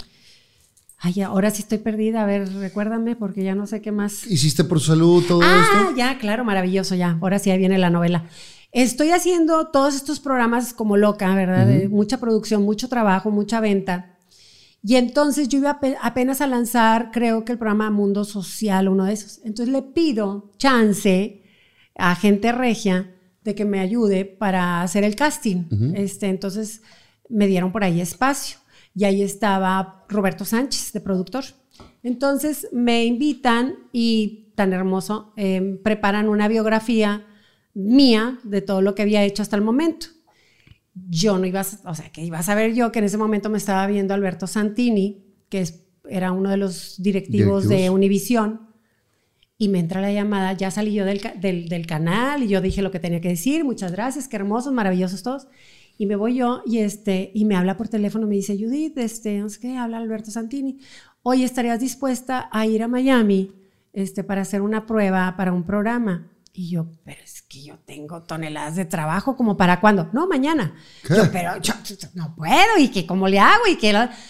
Ay, ahora sí estoy perdida. A ver, recuérdame porque ya no sé qué más. ¿Hiciste Por Salud todo ah, esto? Ah, ya, claro, maravilloso, ya. Ahora sí, ahí viene la novela. Estoy haciendo todos estos programas como loca, ¿verdad? Uh-huh. De mucha producción, mucho trabajo, mucha venta. Y entonces yo iba apenas a lanzar, creo que el programa Mundo Social, uno de esos. Entonces le pido chance a gente regia de que me ayude para hacer el casting. Uh-huh. Este, entonces me dieron por ahí espacio. Y ahí estaba Roberto Sánchez, de productor. Entonces me invitan y tan hermoso, eh, preparan una biografía mía de todo lo que había hecho hasta el momento. Yo no iba a, o sea, que iba a saber yo que en ese momento me estaba viendo Alberto Santini, que es, era uno de los directivos, directivos. de Univisión, y me entra la llamada, ya salí yo del, del, del canal y yo dije lo que tenía que decir, muchas gracias, qué hermosos, maravillosos todos. Y me voy yo y, este, y me habla por teléfono, me dice, Judith, este, no sé qué, habla Alberto Santini. Oye, ¿estarías dispuesta a ir a Miami este, para hacer una prueba para un programa? Y yo, pero es que yo tengo toneladas de trabajo, ¿como para cuándo? No, mañana. Yo, pero yo, no puedo, y que cómo le hago, y que... La...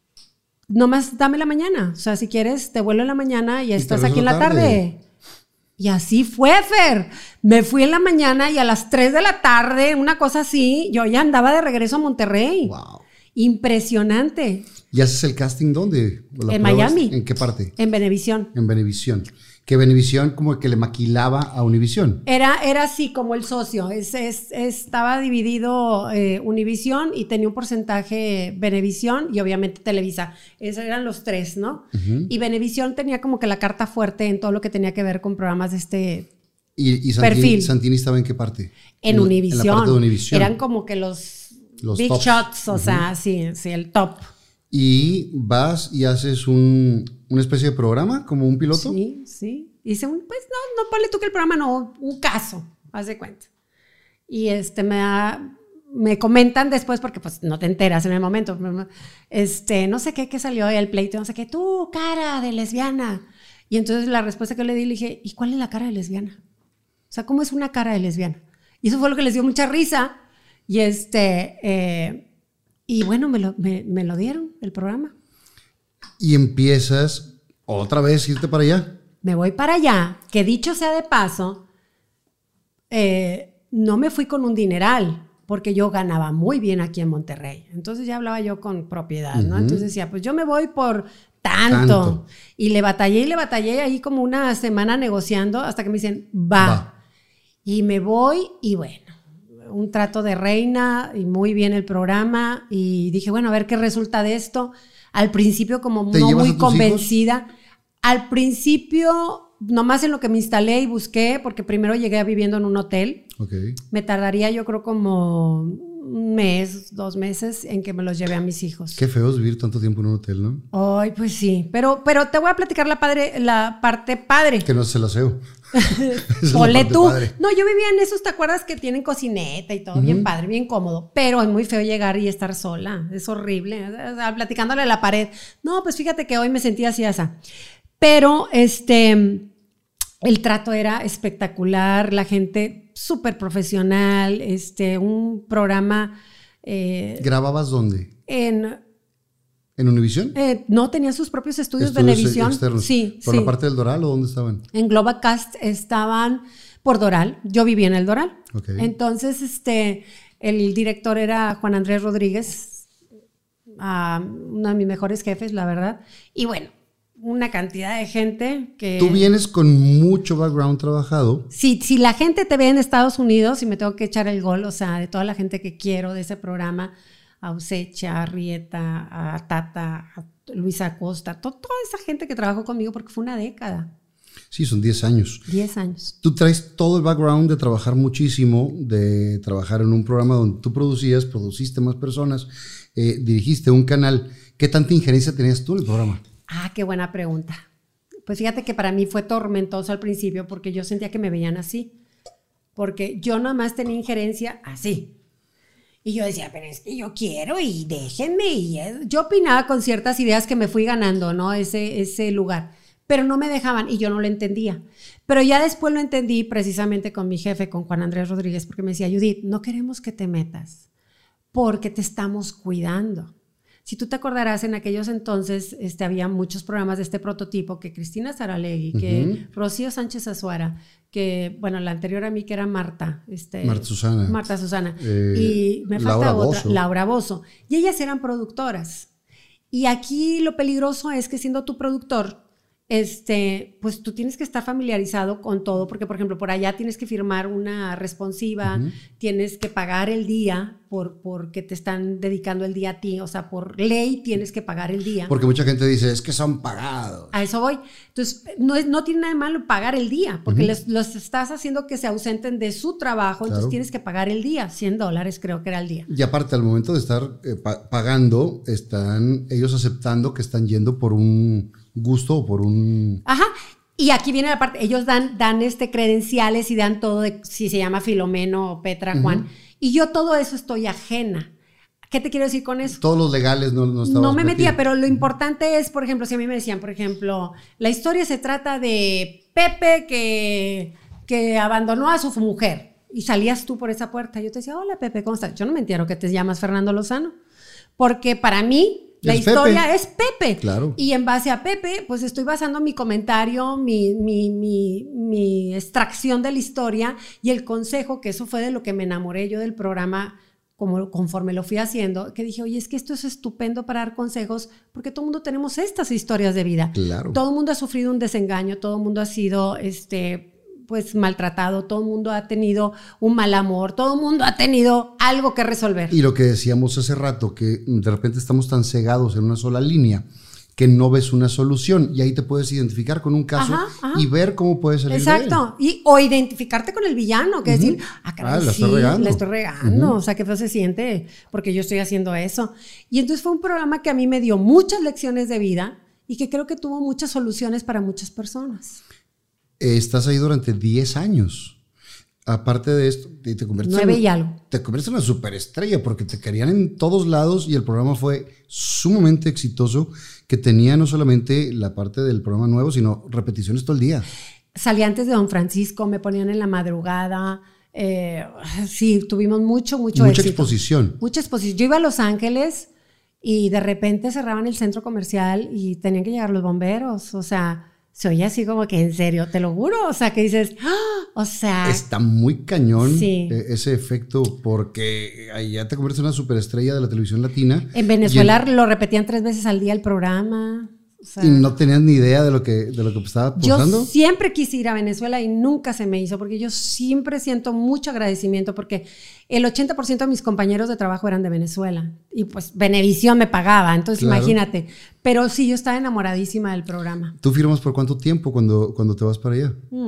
Nomás dame la mañana. O sea, si quieres, te vuelo en la mañana y, y estás aquí en la tarde. tarde. Y así fue, Fer. Me fui en la mañana y a las tres de la tarde, una cosa así, yo ya andaba de regreso a Monterrey. Wow. Impresionante. ¿Y haces el casting dónde? En Miami. ¿En qué parte? En Venevisión. En Venevisión. Que Venevisión como que le maquilaba a Univisión. Era, era así como el socio. Es, es, estaba dividido eh, Univisión y tenía un porcentaje Venevisión y obviamente Televisa. Esos eran los tres, ¿no? Uh-huh. Y Venevisión tenía como que la carta fuerte en todo lo que tenía que ver con programas de este ¿Y, y Santini, perfil. Santini estaba en qué parte? En, en Univisión. En la parte de Univisión. Eran como que los, los big tops. Shots, o uh-huh. sea, sí, sí, el top. ¿Y vas y haces un, una especie de programa, como un piloto? Sí, sí. Hice un, pues no, no ponle tú que el programa no, un caso, haz de cuenta. Y este me da, me comentan después, porque pues no te enteras en el momento, este, no sé qué, qué salió ahí el pleito, no sé qué, tú, cara de lesbiana. Y entonces la respuesta que le di, le dije, ¿y cuál es la cara de lesbiana? O sea, ¿cómo es una cara de lesbiana? Y eso fue lo que les dio mucha risa. Y este... Eh, Y bueno, me lo, me, me lo dieron, el programa. Y empiezas otra vez a irte para allá. Me voy para allá, que dicho sea de paso, eh, no me fui con un dineral, porque yo ganaba muy bien aquí en Monterrey. Entonces ya hablaba yo con propiedad, ¿no? Uh-huh. Entonces decía, pues yo me voy por tanto. tanto. Y le batallé y le batallé ahí como una semana negociando hasta que me dicen, va. va. Y me voy y bueno. Un trato de reina y muy bien el programa y dije, bueno, a ver qué resulta de esto. Al principio como no muy convencida. Hijos? Al principio, nomás en lo que me instalé y busqué, porque primero llegué viviendo en un hotel. Okay. Me tardaría yo creo como un mes, dos meses en que me los llevé a mis hijos. Qué feo es vivir tanto tiempo en un hotel, ¿no? Ay, pues sí, pero, pero te voy a platicar la, padre, la parte padre. Que no se la aseo. Ponle tú. Padre. No, yo vivía en esos, ¿te acuerdas que tienen cocineta y todo? Uh-huh. Bien padre, bien cómodo. Pero es muy feo llegar y estar sola. Es horrible. O sea, platicándole a la pared. No, pues fíjate que hoy me sentía así, así. Pero este, el trato era espectacular. La gente súper profesional. Este, un programa. Eh, ¿Grababas dónde? En. ¿En Univisión? Eh, no, tenía sus propios estudios, estudios de Venevisión. Externos. Sí, ¿Por sí. la parte del Doral o dónde estaban? En Globacast estaban por Doral. Yo vivía en el Doral. Okay. Entonces, este, el director era Juan Andrés Rodríguez, uh, uno de mis mejores jefes, la verdad. Y bueno, una cantidad de gente que... Tú vienes con mucho background trabajado. Si, si la gente te ve en Estados Unidos y me tengo que echar el gol, o sea, de toda la gente que quiero de ese programa... a Usecha, a Rieta, a Tata, a Luisa Acosta, to, toda esa gente que trabajó conmigo porque fue una década. Sí, son diez años. diez años. Tú traes todo el background de trabajar muchísimo, de trabajar en un programa donde tú producías, produciste más personas, eh, dirigiste un canal. ¿Qué tanta injerencia tenías tú en el programa? Ah, qué buena pregunta. Pues fíjate que para mí fue tormentoso al principio porque yo sentía que me veían así. Porque yo nada más tenía injerencia así. Y yo decía, pero es que yo quiero y déjenme. Y yo opinaba con ciertas ideas que me fui ganando, ¿no? Ese, ese lugar. Pero no me dejaban y yo no lo entendía. Pero ya después lo entendí precisamente con mi jefe, con Juan Andrés Rodríguez, porque me decía, Judith, no queremos que te metas porque te estamos cuidando. Si tú te acordarás, en aquellos entonces este, había muchos programas de este prototipo, que Cristina Saralegui, uh-huh. que Rocío Sánchez Azuara, que, bueno, la anterior a mí que era Marta. Este, Marta Susana. Marta Susana. Eh, y me falta Laura otra, Bozo. Laura Bozo. Y ellas eran productoras. Y aquí lo peligroso es que siendo tu productor, este, pues tú tienes que estar familiarizado con todo, porque por ejemplo por allá tienes que firmar una responsiva, uh-huh. tienes que pagar el día por, porque te están dedicando el día a ti, o sea, por ley tienes que pagar el día. Porque mucha gente dice, es que son pagados. A eso voy. Entonces, no, es, no tiene nada de malo pagar el día, porque uh-huh. les, los estás haciendo que se ausenten de su trabajo, claro. Entonces tienes que pagar el día, cien dólares creo que era el día. Y aparte, al momento de estar eh, pa- pagando, están ellos aceptando que están yendo por un gusto o por un... Ajá, y aquí viene la parte, ellos dan, dan este credenciales y dan todo de si se llama Filomeno, Petra, Juan, uh-huh. y yo todo eso estoy ajena. ¿Qué te quiero decir con eso? Todos los legales no, no estabas No me metía, metida. pero lo importante es, por ejemplo, si a mí me decían, por ejemplo, la historia se trata de Pepe que, que abandonó a su mujer y salías tú por esa puerta. Yo te decía, hola Pepe, ¿cómo estás? Yo no me entero que te llamas Fernando Lozano, porque para mí la es historia Pepe. es Pepe. Claro. Y en base a Pepe, pues estoy basando mi comentario, mi, mi, mi, mi extracción de la historia y el consejo, que eso fue de lo que me enamoré yo del programa como conforme lo fui haciendo, que dije, oye, es que esto es estupendo para dar consejos, porque todo el mundo tenemos estas historias de vida. Claro. Todo el mundo ha sufrido un desengaño, todo el mundo ha sido, este, pues, maltratado, todo el mundo ha tenido un mal amor, todo el mundo ha tenido algo que resolver. Y lo que decíamos hace rato, que de repente estamos tan cegados en una sola línea que no ves una solución, y ahí te puedes identificar con un caso ajá, ajá. y ver cómo puedes salir Exacto. de él. Y, o identificarte con el villano, que uh-huh. decir, ah, caray, ah, la sí, estoy regando. la estoy regando, uh-huh. o sea, que feo se siente, porque yo estoy haciendo eso. Y entonces fue un programa que a mí me dio muchas lecciones de vida y que creo que tuvo muchas soluciones para muchas personas. Eh, estás ahí durante diez años. Aparte de esto, te, te conviertes Nueve en, y algo. Te conviertes en una superestrella porque te querían en todos lados y el programa fue sumamente exitoso, que tenía no solamente la parte del programa nuevo, sino repeticiones todo el día. Salí antes de Don Francisco, me ponían en la madrugada. Eh, sí, tuvimos mucho, mucho Mucha éxito. exposición. Mucha exposición. Yo iba a Los Ángeles y de repente cerraban el centro comercial y tenían que llegar los bomberos. O sea, se oye así como que en serio, te lo juro. O sea, que dices, ¡ah! O sea. Está muy cañón sí. ese efecto, porque allá te conviertes en una superestrella de la televisión latina. En Venezuela en, lo repetían tres veces al día el programa. O sea, y no tenías ni idea de lo que, de lo que estaba pasando. Yo siempre quise ir a Venezuela y nunca se me hizo, porque yo siempre siento mucho agradecimiento, porque el ochenta por ciento de mis compañeros de trabajo eran de Venezuela y pues Venevisión me pagaba, entonces claro. imagínate. Pero sí, yo estaba enamoradísima del programa. ¿Tú firmas por cuánto tiempo cuando, cuando te vas para allá? Mm.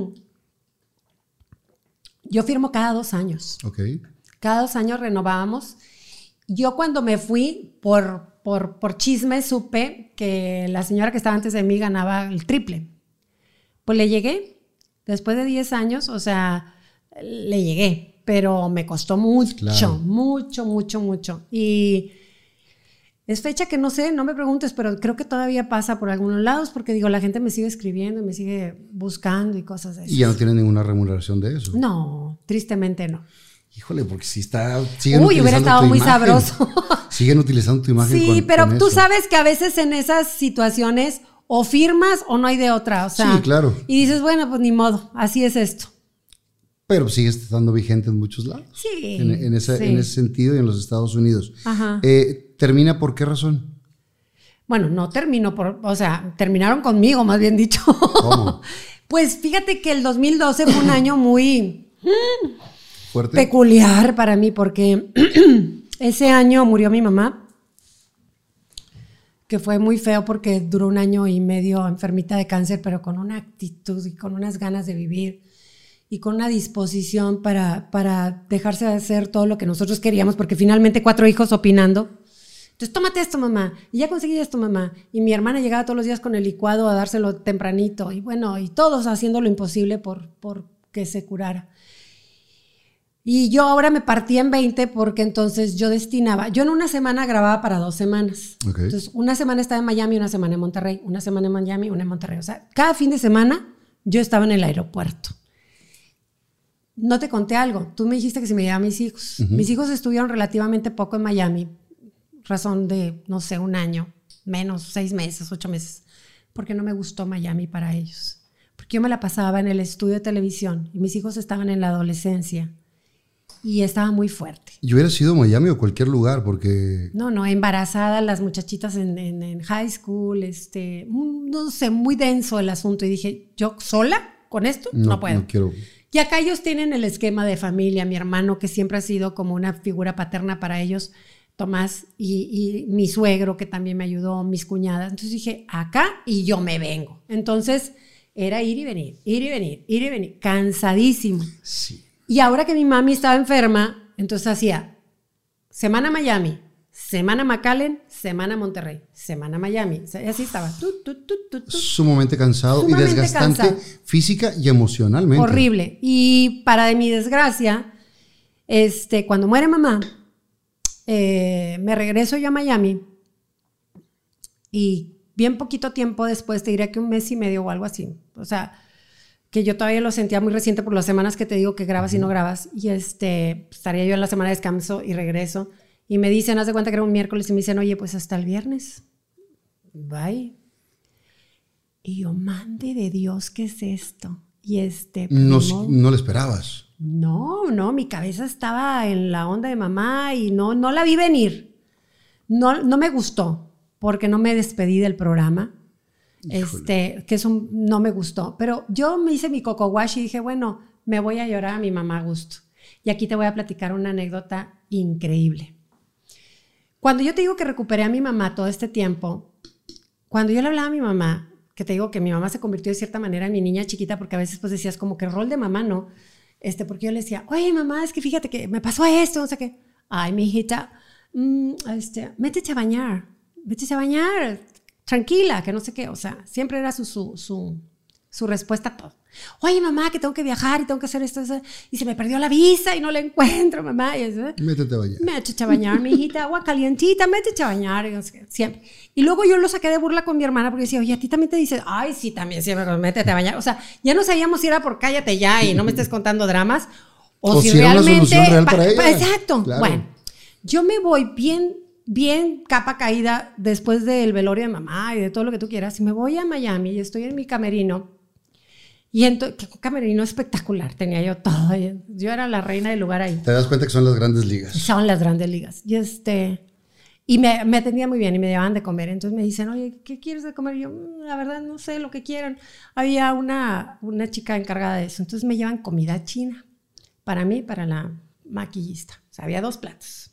Yo firmo cada dos años. Ok. Cada dos años renovábamos. Yo cuando me fui, por, por, por chisme, supe que la señora que estaba antes de mí ganaba el triple. Pues le llegué, después de diez años, o sea, le llegué, pero me costó mucho, claro. mucho, mucho, mucho. Y es fecha que no sé, no me preguntes, pero creo que todavía pasa por algunos lados, porque digo, la gente me sigue escribiendo y me sigue buscando y cosas de eso. ¿Y ya no tiene ninguna remuneración de eso? No, tristemente no. Híjole, porque si está... Uy, hubiera estado muy imagen. sabroso. Siguen utilizando tu imagen. Sí, con, pero con tú eso. sabes que a veces en esas situaciones o firmas o no hay de otra. O sea, sí, claro. Y dices, bueno, pues ni modo, así es esto. Pero sigues estando vigente en muchos lados. Sí. En, en, esa, sí. en ese sentido y en los Estados Unidos. Ajá. Eh, ¿Termina por qué razón? Bueno, no terminó por... O sea, terminaron conmigo, más bien dicho. ¿Cómo? Pues fíjate que el dos mil doce fue un año muy... ¿Fuerte? Peculiar para mí, porque ese año murió mi mamá, que fue muy feo porque duró un año y medio enfermita de cáncer, pero con una actitud y con unas ganas de vivir y con una disposición para, para dejarse de hacer todo lo que nosotros queríamos, porque finalmente cuatro hijos opinando. Entonces, tómate esto, mamá, y ya conseguí esto, mamá. Y mi hermana llegaba todos los días con el licuado a dárselo tempranito, y bueno, y todos haciendo lo imposible por, por que se curara. Y yo ahora me partía en veinte porque entonces yo destinaba, yo en una semana grababa para dos semanas. Okay. Entonces una semana estaba en Miami, una semana en Monterrey, una semana en Miami, una en Monterrey. O sea, cada fin de semana yo estaba en el aeropuerto. No te conté algo, tú me dijiste que si me llevaba a mis hijos. Uh-huh. Mis hijos estuvieron relativamente poco en Miami, razón de, no sé, un año, menos, seis meses, ocho meses, porque no me gustó Miami para ellos. Porque yo me la pasaba en el estudio de televisión y mis hijos estaban en la adolescencia. Y estaba muy fuerte. Yo hubiera sido Miami o cualquier lugar porque... No, no, embarazada, las muchachitas en, en, en high school, este, no sé, muy denso el asunto. Y dije, ¿yo sola con esto? No, no puedo. No quiero. Y acá ellos tienen el esquema de familia, mi hermano, que siempre ha sido como una figura paterna para ellos, Tomás, y, y mi suegro, que también me ayudó, mis cuñadas. Entonces dije, acá y yo me vengo. Entonces era ir y venir, ir y venir, ir y venir, cansadísimo. Sí. Y ahora que mi mami estaba enferma, entonces hacía semana Miami, semana McAllen, semana Monterrey, semana Miami. Y así estaba. Tu, tu, tu, tu, tu. Sumamente cansado Sumamente y desgastante cansado. Física y emocionalmente. Horrible. Y para de mi desgracia, este, cuando muere mamá, eh, me regreso yo a Miami y bien poquito tiempo después, te diría que un mes y medio o algo así. O sea... que yo todavía lo sentía muy reciente por las semanas que te digo que grabas y no grabas, y este, estaría yo en la semana de descanso y regreso, y me dicen, haz de cuenta que era un miércoles, y me dicen, oye, pues hasta el viernes, bye. Y yo, mande de Dios, ¿qué es esto? Y este... No, no lo esperabas. No, no, mi cabeza estaba en la onda de mamá y no, no la vi venir. No, no me gustó porque no me despedí del programa. Este, que eso no me gustó. Pero yo me hice mi coco wash y dije, bueno, me voy a llorar a mi mamá a gusto. Y aquí te voy a platicar una anécdota increíble. Cuando yo te digo que recuperé a mi mamá todo este tiempo, cuando yo le hablaba a mi mamá, que te digo que mi mamá se convirtió de cierta manera en mi niña chiquita, porque a veces pues decías como que el rol de mamá, ¿no? Este, porque yo le decía, oye mamá, es que fíjate que me pasó esto, no sé qué. Ay, mi hijita, mmm, este, métete a bañar, métete a bañar, tranquila, que no sé qué. O sea, siempre era su, su, su, su respuesta a todo. Oye mamá, que tengo que viajar y tengo que hacer esto, esto, y se me perdió la visa y no la encuentro, mamá. Y eso, métete a bañar. Métete a bañar, mi hijita, agua calientita, métete a bañar. Y no sé qué, siempre. Y luego yo lo saqué de burla con mi hermana porque decía, oye, a ti también te dice, ay, sí, también, siempre, métete a bañar. O sea, ya no sabíamos si era por cállate ya y no me estés contando dramas, o, o si, si realmente. Era una solución real para ella. Exacto. Claro. Bueno, yo me voy bien, bien capa caída después del velorio de mamá y de todo lo que tú quieras, y me voy a Miami y estoy en mi camerino. Y entonces, qué camerino espectacular, tenía yo todo. Yo era la reina del lugar ahí. Te das cuenta que son las grandes ligas. Son las grandes ligas. Y, este, y me, me atendía muy bien y me llevaban de comer. Entonces me dicen, oye, ¿qué quieres de comer? Y yo, la verdad, no sé, lo que quieran. Había una, una chica encargada de eso. Entonces me llevan comida china para mí, para la maquillista. O sea, había dos platos.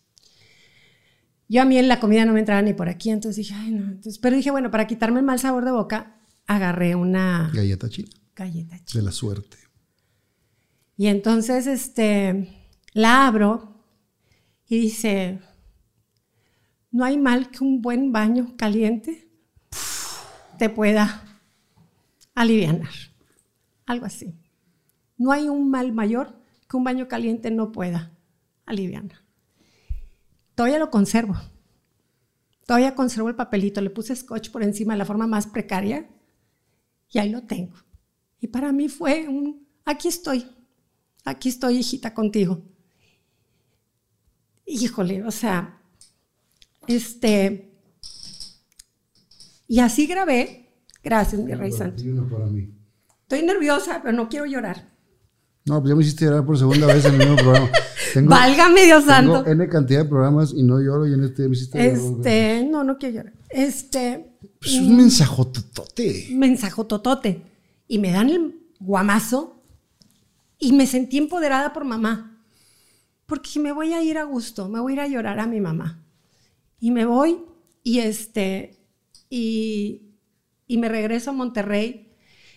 Yo a mí en la comida no me entraba ni por aquí. Entonces dije, ay, no. Entonces, pero dije, bueno, para quitarme el mal sabor de boca, agarré una galleta china. Galleta china. De la suerte. Y entonces este, la abro y dice, no hay mal que un buen baño caliente te pueda alivianar. Algo así. No hay un mal mayor que un baño caliente no pueda alivianar. Todavía lo conservo. Todavía conservo el papelito. Le puse scotch por encima de la forma más precaria y ahí lo tengo. Y para mí fue un, aquí estoy, aquí estoy, hijita, contigo. Híjole, o sea, este, y así grabé, gracias, mi rey santo. Para mí. Estoy nerviosa, pero no quiero llorar. No, pues ya me hiciste llorar por segunda vez en el mismo programa. Tengo, Válgame Dios santo. Tengo N cantidad de programas y no lloro y en este me hiciste llorar. Este, no, no quiero llorar. Este. Es un mensajototote. Mensajototote. Y me dan el guamazo y me sentí empoderada por mamá. Porque me voy a ir a gusto, me voy a ir a llorar a mi mamá. Y me voy y, este, y, y me regreso a Monterrey.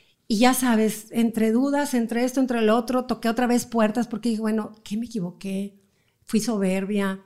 Y ya sabes, entre dudas, entre esto, entre lo otro, toqué otra vez puertas porque dije, bueno, ¿qué me equivoqué? Fui soberbia.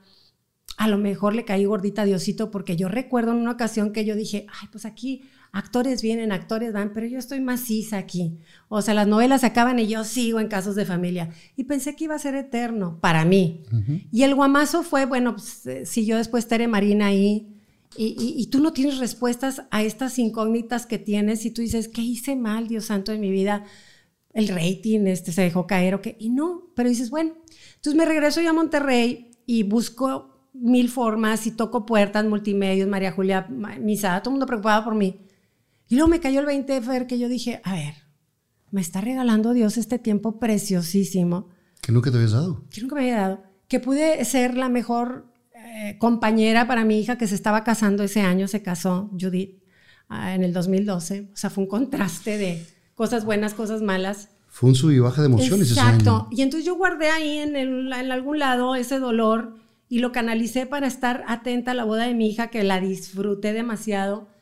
A lo mejor le caí gordita a Diosito porque yo recuerdo en una ocasión que yo dije, ay, pues aquí actores vienen, actores van, pero yo estoy maciza aquí. O sea, las novelas acaban y yo sigo en Casos de Familia. Y pensé que iba a ser eterno para mí. Uh-huh. Y el guamazo fue, bueno, pues, eh, siguió después Tere Marina ahí. Y, y, y tú no tienes respuestas a estas incógnitas que tienes y tú dices, ¿qué hice mal, Dios santo, en mi vida? El rating este, se dejó caer o qué. Y no, pero dices, bueno. Entonces me regreso yo a Monterrey y busco mil formas y toco puertas, multimedios, María Julia Misada, todo el mundo preocupado por mí. Y luego me cayó el veinte, Fer, que yo dije, a ver, me está regalando Dios este tiempo preciosísimo. Que nunca te habías dado. Que nunca me había dado. Que pude ser la mejor eh, compañera para mi hija que se estaba casando ese año, se casó Judith uh, en el dos mil doce. O sea, fue un contraste de cosas buenas, cosas malas. Fue un sub y baja de emociones. Exacto. Ese año. Y entonces yo guardé ahí en, el, en algún lado ese dolor y lo canalicé para estar atenta a la boda de mi hija, que la disfruté demasiado.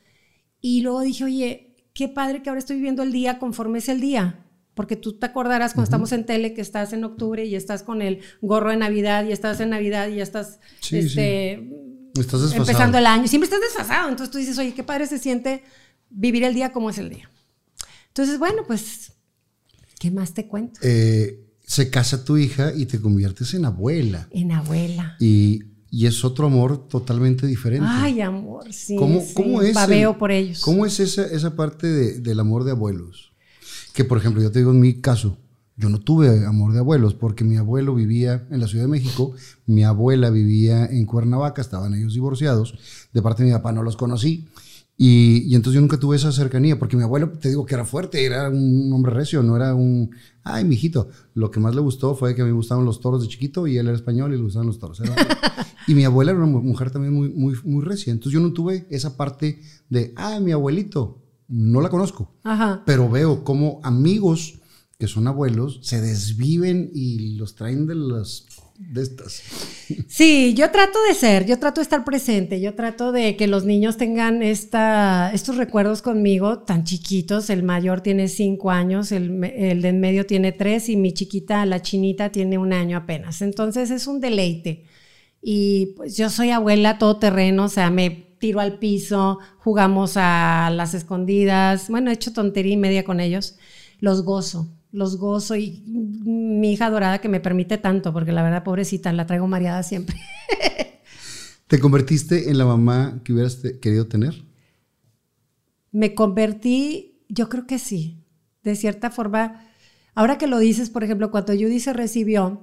Y luego dije, oye, qué padre que ahora estoy viviendo el día conforme es el día. Porque tú te acordarás cuando uh-huh. estamos en tele que estás en octubre y estás con el gorro de Navidad y estás en Navidad y ya estás, sí, este, sí. Estás desfasado. Empezando el año. Siempre estás desfasado. Entonces tú dices, oye, qué padre se siente vivir el día como es el día. Entonces, bueno, pues, ¿qué más te cuento? Eh, se casa tu hija y te conviertes en abuela. En abuela. Y... Y es otro amor totalmente diferente. Ay, amor, sí. ¿Cómo, sí. ¿cómo es Babeo el, por ellos. ¿Cómo es esa, esa parte de, del amor de abuelos? Que, por ejemplo, yo te digo en mi caso, yo no tuve amor de abuelos porque mi abuelo vivía en la Ciudad de México, mi abuela vivía en Cuernavaca, estaban ellos divorciados, de parte de mi papá no los conocí, Y, y entonces yo nunca tuve esa cercanía, porque mi abuelo, te digo que era fuerte, era un hombre recio, no era un, ay, mijito. Lo que más le gustó fue que a mí me gustaban los toros de chiquito y él era español y le gustaban los toros. Era, y mi abuela era una mujer también muy, muy, muy recia. Entonces yo no tuve esa parte de, ah, mi abuelito, no la conozco. Ajá. Pero veo cómo amigos que son abuelos se desviven y los traen de las... de estas. Sí, yo trato de ser, yo trato de estar presente, yo trato de que los niños tengan esta, estos recuerdos conmigo tan chiquitos. El mayor tiene cinco años, el, el de en medio tiene tres y mi chiquita, la chinita, tiene un año apenas. Entonces es un deleite. Y pues yo soy abuela todoterreno, o sea, me tiro al piso, jugamos a las escondidas, bueno, he hecho tontería y media con ellos, los gozo. Los gozo y mi hija adorada que me permite tanto, porque la verdad, pobrecita, la traigo mareada siempre. ¿Te convertiste en la mamá que hubieras te- querido tener? Me convertí, yo creo que sí, de cierta forma. Ahora que lo dices, por ejemplo, cuando Judy se recibió,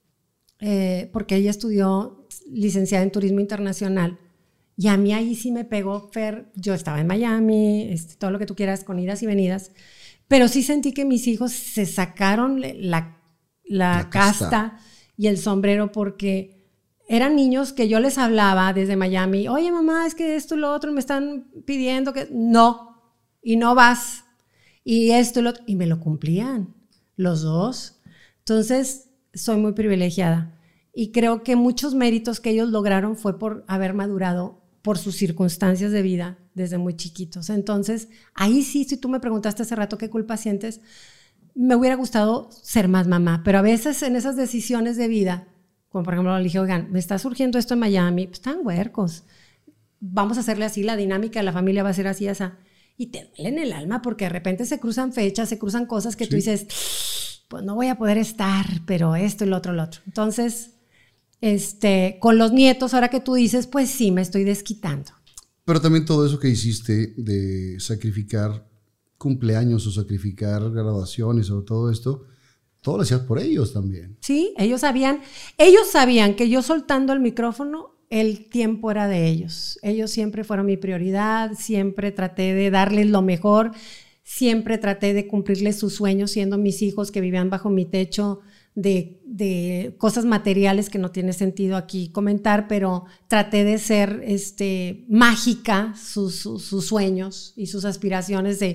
eh, porque ella estudió licenciada en Turismo Internacional, y a mí ahí sí me pegó, Fer, yo estaba en Miami, este, todo lo que tú quieras, con idas y venidas, pero sí sentí que mis hijos se sacaron la, la, la casta. casta y el sombrero, porque eran niños que yo les hablaba desde Miami, oye mamá, es que esto y lo otro me están pidiendo que no, y no vas, y esto y lo otro, y me lo cumplían los dos. Entonces soy muy privilegiada y creo que muchos méritos que ellos lograron fue por haber madurado por sus circunstancias de vida desde muy chiquitos. Entonces, ahí sí, si tú me preguntaste hace rato qué culpa sientes, me hubiera gustado ser más mamá, pero a veces en esas decisiones de vida, como por ejemplo le dije, oigan, me está surgiendo esto en Miami, pues están huercos, vamos a hacerle así, la dinámica de la familia va a ser así, así, y te duele en el alma porque de repente se cruzan fechas, se cruzan cosas que sí. Tú dices, pues no voy a poder estar, pero esto y lo otro, lo otro. Entonces, este, con los nietos, ahora que tú dices, pues sí, me estoy desquitando. Pero también todo eso que hiciste de sacrificar cumpleaños o sacrificar graduaciones o todo esto, todo lo hacías por ellos también. Sí, ellos sabían, ellos sabían que yo soltando el micrófono, el tiempo era de ellos. Ellos siempre fueron mi prioridad, siempre traté de darles lo mejor, siempre traté de cumplirles sus sueños, siendo mis hijos que vivían bajo mi techo, de, de cosas materiales que no tiene sentido aquí comentar, pero traté de ser este, mágica sus, sus, sus sueños y sus aspiraciones de,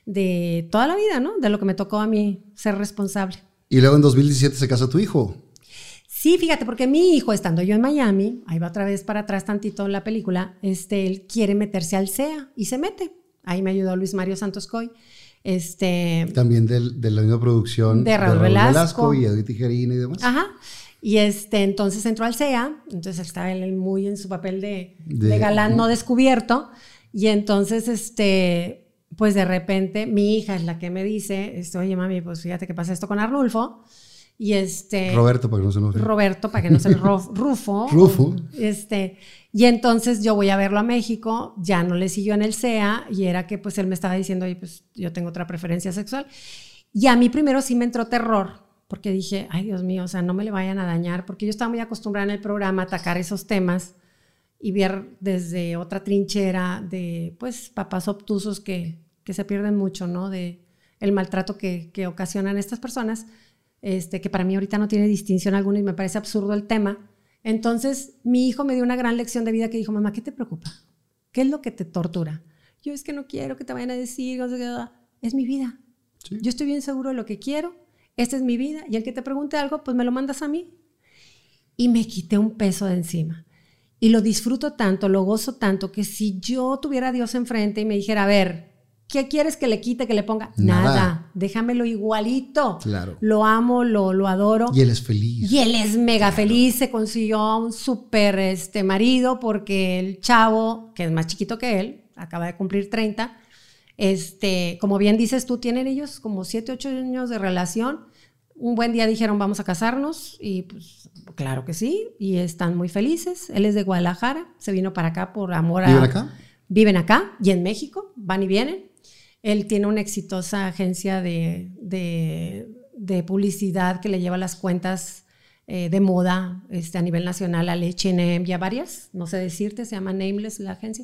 de toda la vida, ¿no? De lo que me tocó a mí ser responsable. Y luego en dos mil diecisiete se casa tu hijo. Sí, fíjate, porque mi hijo, estando yo en Miami, ahí va otra vez para atrás tantito en la película, este, él quiere meterse al C E A y se mete. Ahí me ayudó Luis Mario Santos Coy. Este, También del, de la misma producción de Raúl, de Raúl Velasco. Velasco y Edith Tijerina y demás. Ajá. Y este, entonces entró al C E A, entonces estaba él muy en su papel de, de, de galán no descubierto. Y entonces, este, pues de repente, mi hija es la que me dice, este, oye mami, pues fíjate que pasa esto con Arnulfo. Y este Roberto, para que no se enoje. Roberto, para que no se enoje. Rufo. Rufo. Este, y entonces yo voy a verlo a México, ya no le siguió en el C E A, y era que pues él me estaba diciendo, oye, pues yo tengo otra preferencia sexual. Y a mí primero sí me entró terror, porque dije, ay Dios mío, o sea, no me le vayan a dañar, porque yo estaba muy acostumbrada en el programa a atacar esos temas y ver desde otra trinchera de, pues, papás obtusos que, que se pierden mucho, ¿no? De el maltrato que, que ocasionan estas personas. Este, que para mí ahorita no tiene distinción alguna y me parece absurdo el tema. Entonces mi hijo me dio una gran lección de vida que dijo, mamá, ¿qué te preocupa? ¿Qué es lo que te tortura? Yo es que no quiero que te vayan a decir, es mi vida. Sí. Yo estoy bien seguro de lo que quiero, esta es mi vida, y el que te pregunte algo, pues me lo mandas a mí. Y me quité un peso de encima. Y lo disfruto tanto, lo gozo tanto, que si yo tuviera a Dios enfrente y me dijera, a ver, ¿qué quieres que le quite, que le ponga? Nada. Nada. Déjamelo igualito. Claro. Lo amo, lo, lo adoro. Y él es feliz. Y él es mega claro. feliz. Se consiguió a un súper este, marido porque el chavo, que es más chiquito que él, acaba de cumplir treinta, este, como bien dices tú, tienen ellos como siete, ocho años de relación. Un buen día dijeron, vamos a casarnos. Y pues, claro que sí. Y están muy felices. Él es de Guadalajara. Se vino para acá por amor a... ¿Viven acá? Viven acá y en México. Van y vienen. Él tiene una exitosa agencia de, de, de publicidad que le lleva las cuentas eh, de moda este, a nivel nacional, al H and M y a varias, no sé decirte, se llama Nameless la agencia.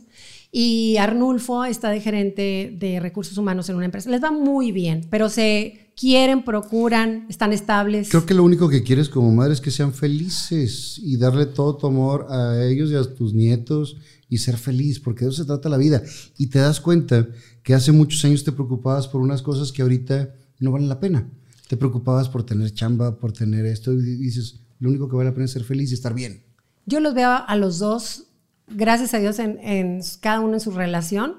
Y Arnulfo está de gerente de recursos humanos en una empresa. Les va muy bien, pero se quieren, procuran, están estables. Creo que lo único que quieres como madre es que sean felices y darle todo tu amor a ellos y a tus nietos y ser feliz, porque de eso se trata la vida. Y te das cuenta que hace muchos años te preocupabas por unas cosas que ahorita no valen la pena. Te preocupabas por tener chamba, por tener esto, y dices, lo único que vale la pena es ser feliz y estar bien. Yo los veo a los dos, gracias a Dios, en, en cada uno en su relación,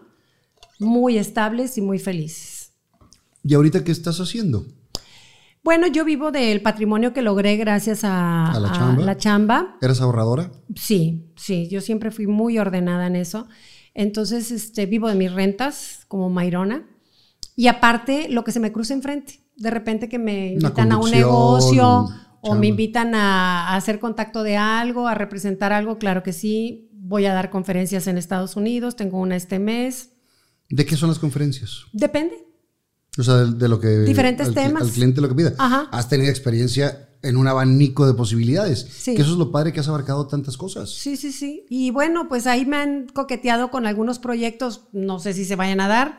muy estables y muy felices. ¿Y ahorita qué estás haciendo? Bueno, yo vivo del patrimonio que logré gracias a, ¿A la a chamba? la chamba. ¿Eres ahorradora? Sí, sí, yo siempre fui muy ordenada en eso. Entonces, este, vivo de mis rentas como Mayrona. Y aparte, lo que se me cruza enfrente. De repente que me invitan a un negocio o chamba. me invitan a, a hacer contacto de algo, a representar algo, claro que sí. Voy a dar conferencias en Estados Unidos, tengo una este mes. ¿De qué son las conferencias? Depende. O sea, de, de lo que... Diferentes al, temas. Al cliente lo que pida. Ajá. Has tenido experiencia en un abanico de posibilidades. Sí. Que eso es lo padre, que has abarcado tantas cosas. Sí, sí, sí. Y bueno, pues ahí me han coqueteado con algunos proyectos, no sé si se vayan a dar.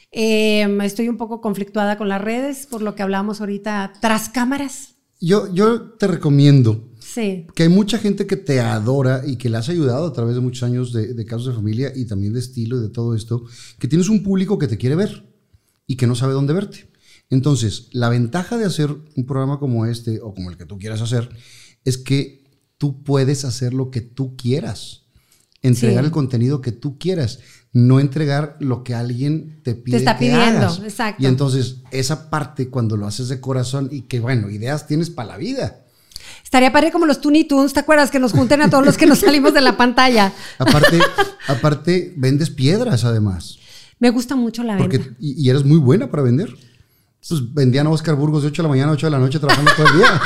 Eh, estoy un poco conflictuada con las redes, por lo que hablamos ahorita tras cámaras. Yo, yo te recomiendo Sí. que hay mucha gente que te adora y que le has ayudado a través de muchos años de, de casos de familia y también de estilo y de todo esto, que tienes un público que te quiere ver y que no sabe dónde verte. Entonces, la ventaja de hacer un programa como este o como el que tú quieras hacer es que tú puedes hacer lo que tú quieras, entregar Sí. el contenido que tú quieras, no entregar lo que alguien te pide Te está que pidiendo, hagas. exacto. Y entonces, esa parte cuando lo haces de corazón y que, bueno, ideas tienes para la vida. Estaría padre como los Toonie Tunes, ¿te acuerdas? Que nos junten a todos los que nos salimos de la pantalla. Aparte, aparte vendes piedras además. Me gusta mucho la venta. Porque, y, y eres muy buena para vender. Pues vendían a Oscar Burgos de ocho de la mañana a ocho de la noche trabajando todo el día.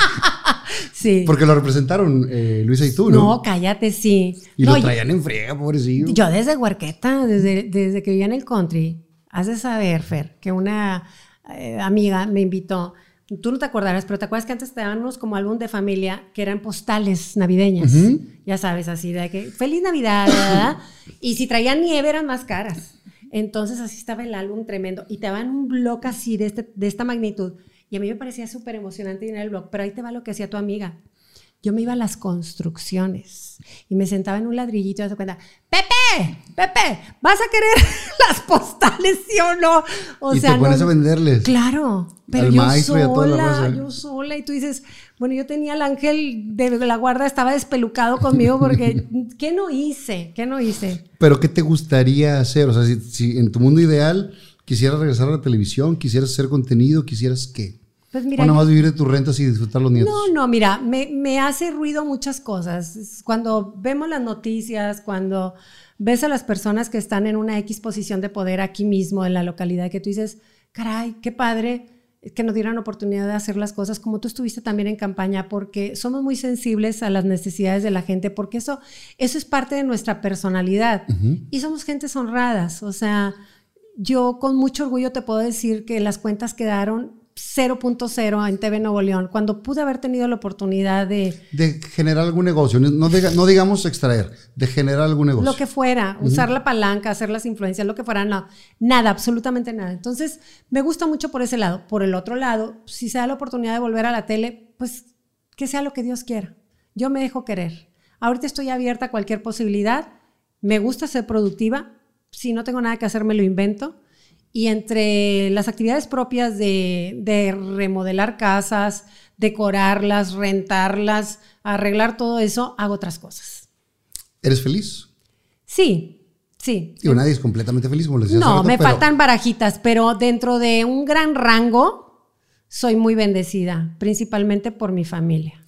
Sí. Porque lo representaron eh, Luisa y tú, ¿no? No, cállate, sí. Y no, lo traían en friega, pobrecillo. Yo desde Huarqueta, desde, desde que vivía en el country, has de saber, Fer, que una eh, amiga me invitó. Tú no te acordarás, pero te acuerdas que antes te daban unos como álbum de familia que eran postales navideñas. Uh-huh. Ya sabes, así de que feliz Navidad, ¿verdad? Y si traían nieve eran más caras. Entonces así estaba el álbum tremendo. Y te daban un blog así de, este, de esta magnitud. Y a mí me parecía súper emocionante llenar el blog. Pero ahí te va lo que hacía tu amiga. Yo me iba a las construcciones y me sentaba en un ladrillito y me cuenta, Pepe, Pepe, ¿vas a querer las postales, sí o no? O y sea, te pones no, a venderles. Claro, pero al yo maestro y a toda la sola, raza. yo sola. Y tú dices, bueno, yo tenía al ángel de la guarda, estaba despelucado conmigo porque, ¿qué no hice? ¿Qué no hice? Pero ¿qué te gustaría hacer? O sea, si, si en tu mundo ideal quisieras regresar a la televisión, quisieras hacer contenido, quisieras ¿qué? Pues mira, o nada más vivir de tus rentas y disfrutar los nietos. No, no, mira, me, me hace ruido muchas cosas. Cuando vemos las noticias, cuando ves a las personas que están en una X posición de poder aquí mismo en la localidad, que tú dices, caray, qué padre que nos dieran oportunidad de hacer las cosas como tú estuviste también en campaña, porque somos muy sensibles a las necesidades de la gente, porque eso, eso es parte de nuestra personalidad. Uh-huh. Y somos gentes honradas. O sea, yo con mucho orgullo te puedo decir que las cuentas quedaron cero punto cero en T V Nuevo León, cuando pude haber tenido la oportunidad de... De generar algún negocio, no, diga, no digamos extraer, de generar algún negocio. Lo que fuera, uh-huh. usar la palanca, hacer las influencias, lo que fuera, no, nada, absolutamente nada. Entonces, me gusta mucho por ese lado. Por el otro lado, si se da la oportunidad de volver a la tele, pues que sea lo que Dios quiera. Yo me dejo querer. Ahorita estoy abierta a cualquier posibilidad, me gusta ser productiva, si no tengo nada que hacer me lo invento. Y entre las actividades propias de, de remodelar casas, decorarlas, rentarlas, arreglar todo eso, hago otras cosas. ¿Eres feliz? Sí, sí. Digo, nadie es completamente feliz, como les decía. No, rato, me pero... faltan barajitas, pero dentro de un gran rango soy muy bendecida, principalmente por mi familia.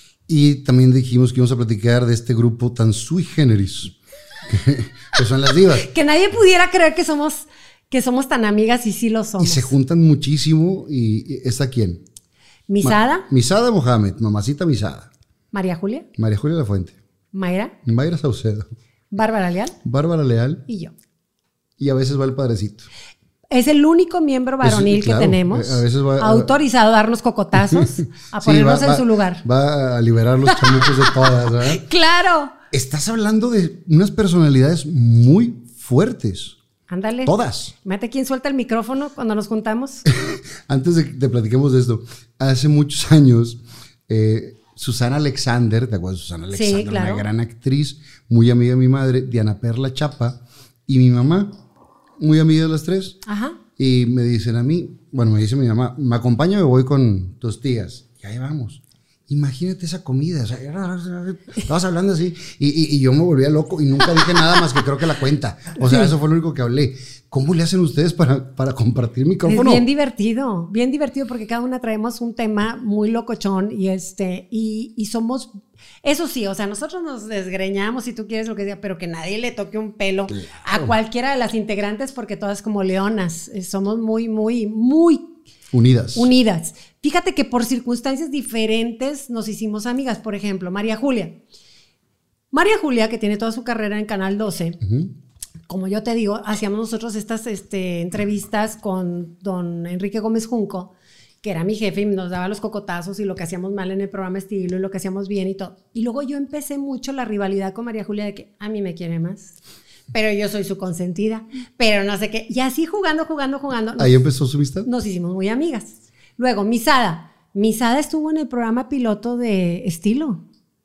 Y también dijimos que íbamos a platicar de este grupo tan sui generis, que, que son las divas. Que nadie pudiera creer que somos... que somos tan amigas y sí lo somos. Y se juntan muchísimo. ¿Y esta quién? Misada. Ma- Misada Mohamed, mamacita Misada. María Julia. María Julia Lafuente. Mayra. Mayra Saucedo. Bárbara Leal. Bárbara Leal. Y yo. Y a veces va el padrecito. Es el único miembro varonil es, claro, que tenemos a veces va, autorizado a darnos cocotazos, a ponernos sí, va, en va, su lugar. Va a liberar los chamucos de todas, ¿verdad? ¡Claro! Estás hablando de unas personalidades muy fuertes. Ándale. Todas. Mate, ¿quién suelta el micrófono cuando nos juntamos? Antes de que te platiquemos de esto, hace muchos años, eh, Susana Alexander, ¿te acuerdas de Susana Alexander? Sí, claro. Una gran actriz, muy amiga de mi madre, Diana Perla Chapa, y mi mamá, muy amiga de las tres. Ajá. Y me dicen a mí, bueno, me dice mi mamá, ¿me acompaña o me voy con tus tías? Y ahí vamos. Imagínate esa comida, o sea, estabas hablando así y, y, y yo me volvía loco y nunca dije nada más que creo que la cuenta. O sea, sí. Eso fue lo único que hablé. ¿Cómo le hacen ustedes para, para compartir micrófono? Es bien divertido, bien divertido porque cada una traemos un tema muy locochón y, este, y, y somos, eso sí, o sea, nosotros nos desgreñamos si tú quieres lo que sea, pero que nadie le toque un pelo claro. a cualquiera de las integrantes porque todas como leonas, somos muy, muy, muy Unidas. Unidas. Fíjate que por circunstancias diferentes nos hicimos amigas. Por ejemplo, María Julia. María Julia, que tiene toda su carrera en Canal doce, uh-huh. como yo te digo, hacíamos nosotros estas este, entrevistas con don Enrique Gómez Junco, que era mi jefe y nos daba los cocotazos y lo que hacíamos mal en el programa Estilo y lo que hacíamos bien y todo. Y luego yo empecé mucho la rivalidad con María Julia de que a mí me quiere más. Pero yo soy su consentida, pero no sé qué. Y así jugando, jugando, jugando. Nos, ¿Ahí empezó su amistad? Nos hicimos muy amigas. Luego, Misada. Misada estuvo en el programa piloto de Estilo.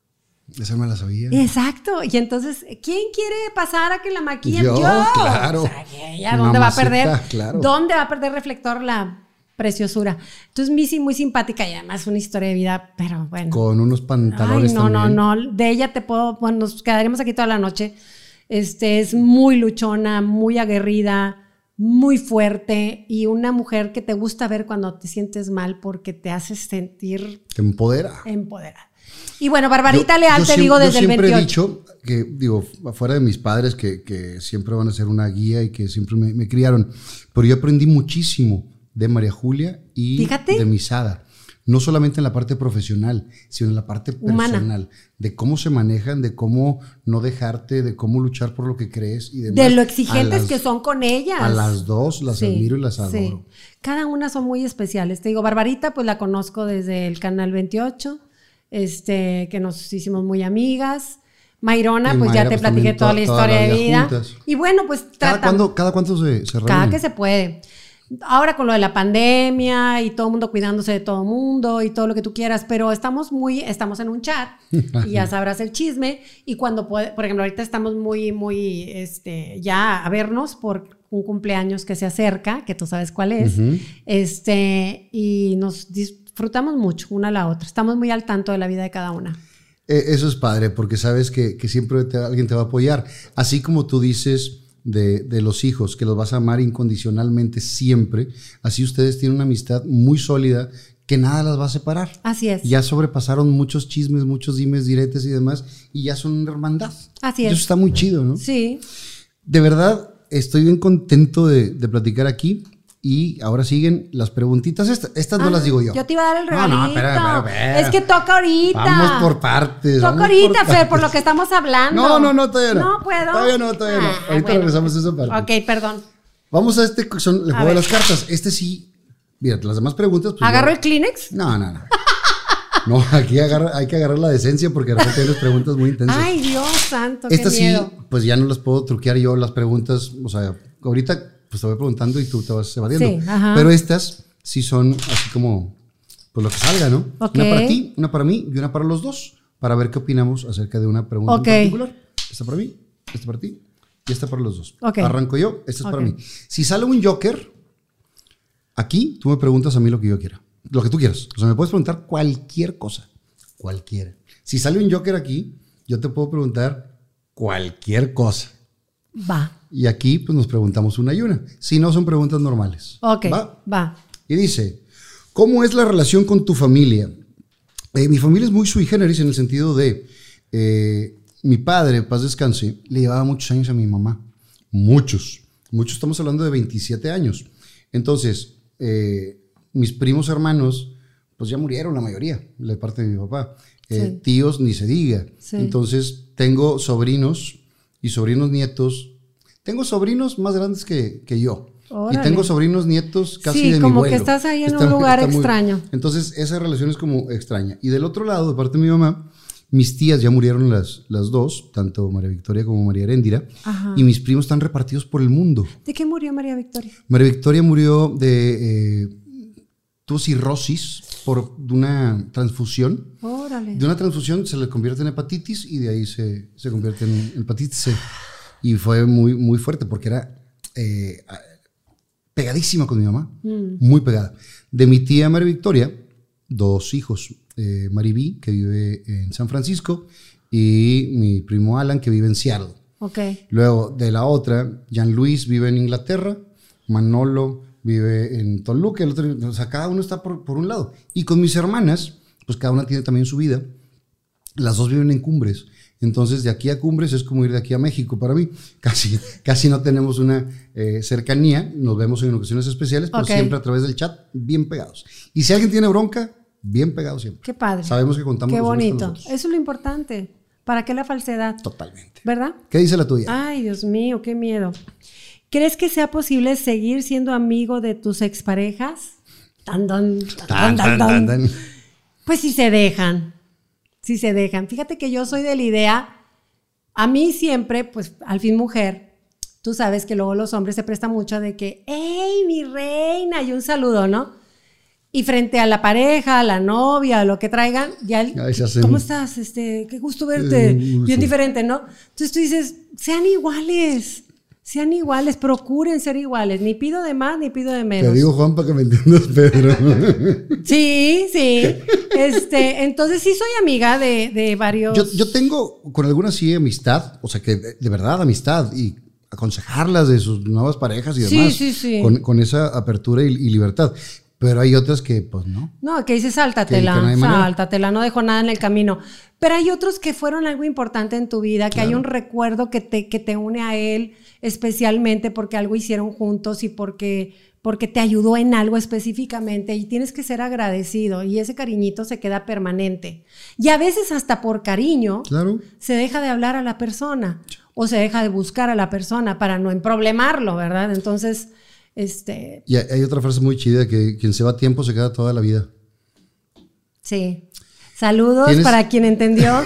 Esa me la sabía. Exacto. Y entonces, ¿quién quiere pasar a que la maquillen? Yo, yo. claro. O sea, ella, ¿dónde Mamacita, va a perder? Claro. ¿Dónde va a perder reflector la preciosura? Entonces, Missy muy simpática y además una historia de vida, pero bueno. Con unos pantalones Ay, no, también. no, no. De ella te puedo, bueno, nos quedaríamos aquí toda la noche. Este, es muy luchona, muy aguerrida, muy fuerte y una mujer que te gusta ver cuando te sientes mal porque te hace sentir... Te empodera. Empoderada. Y bueno, Barbarita yo, Leal, yo te siempre, digo desde el veintiocho. Yo siempre he dicho que, digo, afuera de mis padres que, que siempre van a ser una guía y que siempre me, me criaron, pero yo aprendí muchísimo de María Julia y Fíjate. de Misada. No solamente en la parte profesional, sino en la parte personal, humana, de cómo se manejan, de cómo no dejarte, de cómo luchar por lo que crees y demás. De lo exigentes las, que son con ellas. A las dos las sí, admiro y las adoro. Sí. Cada una son muy especiales. Te digo, Barbarita, pues la conozco desde el Canal veintiocho, este, que nos hicimos muy amigas. Mayrona, y pues Mayra, ya te pues platiqué toda, toda la historia toda la vida de vida. Juntas. Y bueno, pues ¿Cada cuándo, cada cuánto se, se reúnen? Cada que se puede. Ahora con lo de la pandemia y todo el mundo cuidándose de todo el mundo y todo lo que tú quieras, pero estamos muy, estamos en un chat y ya sabrás el chisme y cuando puede, por ejemplo, ahorita estamos muy, muy, este, ya a vernos por un cumpleaños que se acerca, que tú sabes cuál es, uh-huh. este, y nos disfrutamos mucho una a la otra, estamos muy al tanto de la vida de cada una. Eh, eso es padre porque sabes que, que siempre te, alguien te va a apoyar, así como tú dices... De, de los hijos, que los vas a amar incondicionalmente siempre, así ustedes tienen una amistad muy sólida que nada las va a separar. Así es. Ya sobrepasaron muchos chismes, muchos dimes, diretes y demás, y ya son una hermandad. Así es. Eso está muy chido, ¿no? Sí. De verdad, estoy bien contento de, de platicar aquí. Y ahora siguen las preguntitas. Estas, estas ah, no las digo yo. Yo te iba a dar el regalito. No, no, espera, espera, espera. Es que toca ahorita. Vamos por partes. Toca ahorita, por Fer, por lo que estamos hablando. No, no, no, todavía no. No puedo. Todavía no, todavía no. Ah, ahorita bueno. regresamos a esa parte. Ok, perdón. Vamos a este, son el juego de las cartas. Este sí, mira, las demás preguntas. Pues ¿Agarro yo, el Kleenex? No, no, no. No, aquí agarra, hay que agarrar la decencia porque de repente hay unas preguntas muy intensas. Ay, Dios santo, Estas qué miedo. sí, pues ya no las puedo truquear yo, las preguntas, o sea, ahorita pues te voy preguntando y tú te vas evadiendo. Sí, ajá. Pero estas sí son así como, pues lo que salga, ¿no? Okay. Una para ti, una para mí y una para los dos, para ver qué opinamos acerca de una pregunta okay. en particular. Esta para mí, esta para ti y esta para los dos. Okay. Arranco yo, esta es okay. para mí. Si sale un Joker, aquí tú me preguntas a mí lo que yo quiera, lo que tú quieras. O sea, me puedes preguntar cualquier cosa, cualquiera. Si sale un Joker aquí, yo te puedo preguntar cualquier cosa. Va. Y aquí pues nos preguntamos una y una. Si no, son preguntas normales. Ok, va. va. Y dice, ¿cómo es la relación con tu familia? Eh, mi familia es muy sui generis en el sentido de, eh, mi padre, paz descanse, le llevaba muchos años a mi mamá. Muchos. Muchos, estamos hablando de veintisiete años. Entonces, eh, mis primos hermanos, pues ya murieron la mayoría, de parte de mi papá. Eh, sí. Tíos, ni se diga. Sí. Entonces, tengo sobrinos y sobrinos nietos. Tengo sobrinos más grandes que, que yo. Órale. Y tengo sobrinos, nietos casi sí, de mi como vuelo. que estás ahí en Está- un lugar está muy- extraño. Entonces, esa relación es como extraña. Y del otro lado, de parte de mi mamá, mis tías ya murieron las, las dos, tanto María Victoria como María Heréndira, Ajá. y mis primos están repartidos por el mundo. ¿De qué murió María Victoria? María Victoria murió de eh, tuvo cirrosis por una transfusión. Órale. De una transfusión se le convierte en hepatitis y de ahí se, se convierte en hepatitis C. Y fue muy, muy fuerte porque era eh, pegadísima con mi mamá, mm. muy pegada. De mi tía María Victoria, dos hijos, eh, Maribí, que vive en San Francisco, y mi primo Alan, que vive en Seattle. Okay. Luego de la otra, Jean Luis vive en Inglaterra, Manolo vive en Toluca, el otro, o sea, cada uno está por, por un lado. Y con mis hermanas, pues cada una tiene también su vida. Las dos viven en Cumbres. Entonces, de aquí a Cumbres es como ir de aquí a México para mí. Casi, casi no tenemos una eh, cercanía. Nos vemos en ocasiones especiales, pero okay. siempre a través del chat, bien pegados. Y si alguien tiene bronca, bien pegados siempre. Qué padre. Sabemos que contamos Qué los unos con bonito. los otros. Eso es lo importante. ¿Para qué la falsedad? Totalmente. ¿Verdad? ¿Qué dice la tuya? Ay, Dios mío, qué miedo. ¿Crees que sea posible seguir siendo amigo de tus exparejas? Tan, tan, tan, tan, tan, tan. Pues si se dejan. Si se dejan. Fíjate que yo soy de la idea, a mí siempre, pues al fin mujer, tú sabes que luego los hombres se prestan mucho de que, ¡hey, mi reina! Y un saludo, ¿no? Y frente a la pareja, a la novia, a lo que traigan, ya, el, Ay, ¿cómo estás? Este, qué gusto verte. Eh, Bien diferente, ¿no? Entonces tú dices, sean iguales. Sean iguales, procuren ser iguales. Ni pido de más, ni pido de menos. Te digo, Juan, para que me entiendas, Pedro. Sí, sí. Este, entonces sí soy amiga de, de varios... Yo, yo tengo con algunas sí amistad, o sea que de, de verdad amistad, y aconsejarlas de sus nuevas parejas y demás. Sí, sí, sí. Con, con esa apertura y, y libertad. Pero hay otras que, pues, no. No, que dice sáltatela, que, que no sáltatela, no dejo nada en el camino. Pero hay otros que fueron algo importante en tu vida, que claro. hay un recuerdo que te, que te une a él especialmente porque algo hicieron juntos y porque, porque te ayudó en algo específicamente y tienes que ser agradecido y ese cariñito se queda permanente. Y a veces hasta por cariño claro. se deja de hablar a la persona o se deja de buscar a la persona para no emproblemarlo, ¿verdad? Entonces... Este... Y hay otra frase muy chida que quien se va a tiempo se queda toda la vida. Sí. Saludos para quien entendió.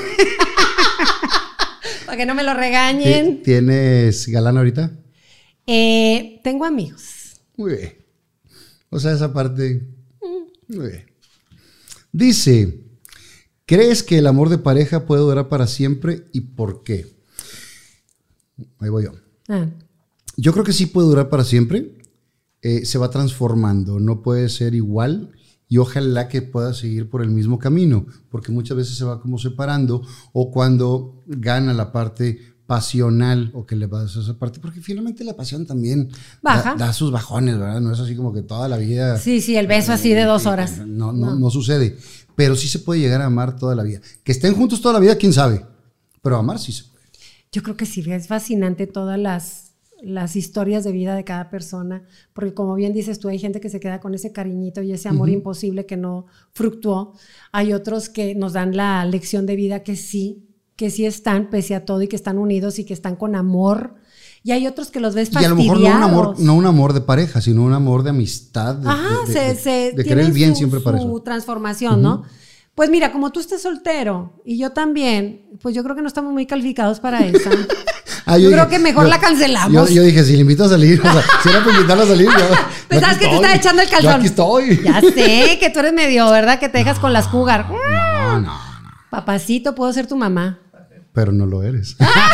Para que no me lo regañen. ¿Tienes galán ahorita? Eh, tengo amigos. Muy bien. O sea, esa parte... Muy bien. Dice, ¿crees que el amor de pareja puede durar para siempre y por qué? Ahí voy yo. Ah. Yo creo que sí puede durar para siempre. Eh, se va transformando, no puede ser igual y ojalá que pueda seguir por el mismo camino, porque muchas veces se va como separando o cuando gana la parte pasional o que le va a esa parte, porque finalmente la pasión también Baja. Da, da sus bajones, ¿verdad? No es así como que toda la vida... Sí, sí, el beso eh, así de dos horas. Eh, no, no, no. no sucede, pero sí se puede llegar a amar toda la vida. Que estén juntos toda la vida, quién sabe, pero amar sí se puede. Yo creo que sí, es fascinante todas las... las historias de vida de cada persona, porque como bien dices tú, hay gente que se queda con ese cariñito y ese amor uh-huh. imposible que no fructuó. Hay otros que nos dan la lección de vida que sí, que sí están pese a todo y que están unidos y que están con amor. Y hay otros que los ves fastidiados. Y a lo mejor no un amor, no un amor de pareja, sino un amor de amistad, de, Ajá, de, se, de, se de, de querer el bien su, siempre para su eso. Su transformación, uh-huh. ¿no? Pues mira, como tú estás soltero y yo también, pues yo creo que no estamos muy calificados para eso. Ah, yo, yo dije, creo que mejor yo, la cancelamos. Yo, yo dije, si le invito a salir, o sea, si era para invitarla a salir, yo, pensabas que te estaba echando el calzón. Yo aquí estoy. Ya sé que tú eres medio, ¿verdad? Que te dejas no, con las cougar. No, no, no. Papacito, puedo ser tu mamá. Pero no lo eres.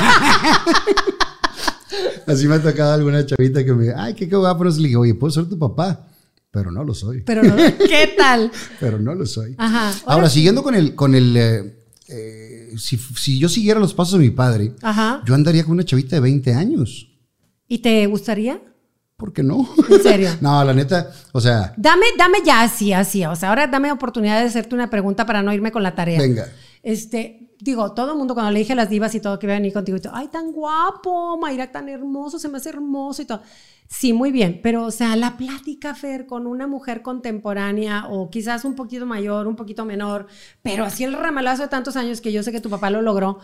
Así me ha tocado alguna chavita que me, ay, qué guapo. Le dije, oye, puedo ser tu papá. Pero no lo soy. Pero no, ¿qué tal? Pero no lo soy. Ajá. Ahora, Ahora siguiendo con el, con el eh, eh, si, si yo siguiera los pasos de mi padre, ajá. yo andaría con una chavita de veinte años. ¿Y te gustaría? ¿Por qué no? ¿En serio? No, la neta, o sea... Dame, dame ya así, así. O sea, ahora dame oportunidad de hacerte una pregunta para no irme con la tarea. Venga. Este, digo, todo el mundo cuando le dije a las divas y todo que iba a venir contigo y todo, ay, tan guapo, Mayra, tan hermoso, se me hace hermoso y todo. Sí, muy bien, pero o sea, la plática, Fer, con una mujer contemporánea o quizás un poquito mayor, un poquito menor, pero así el ramalazo de tantos años que yo sé que tu papá lo logró,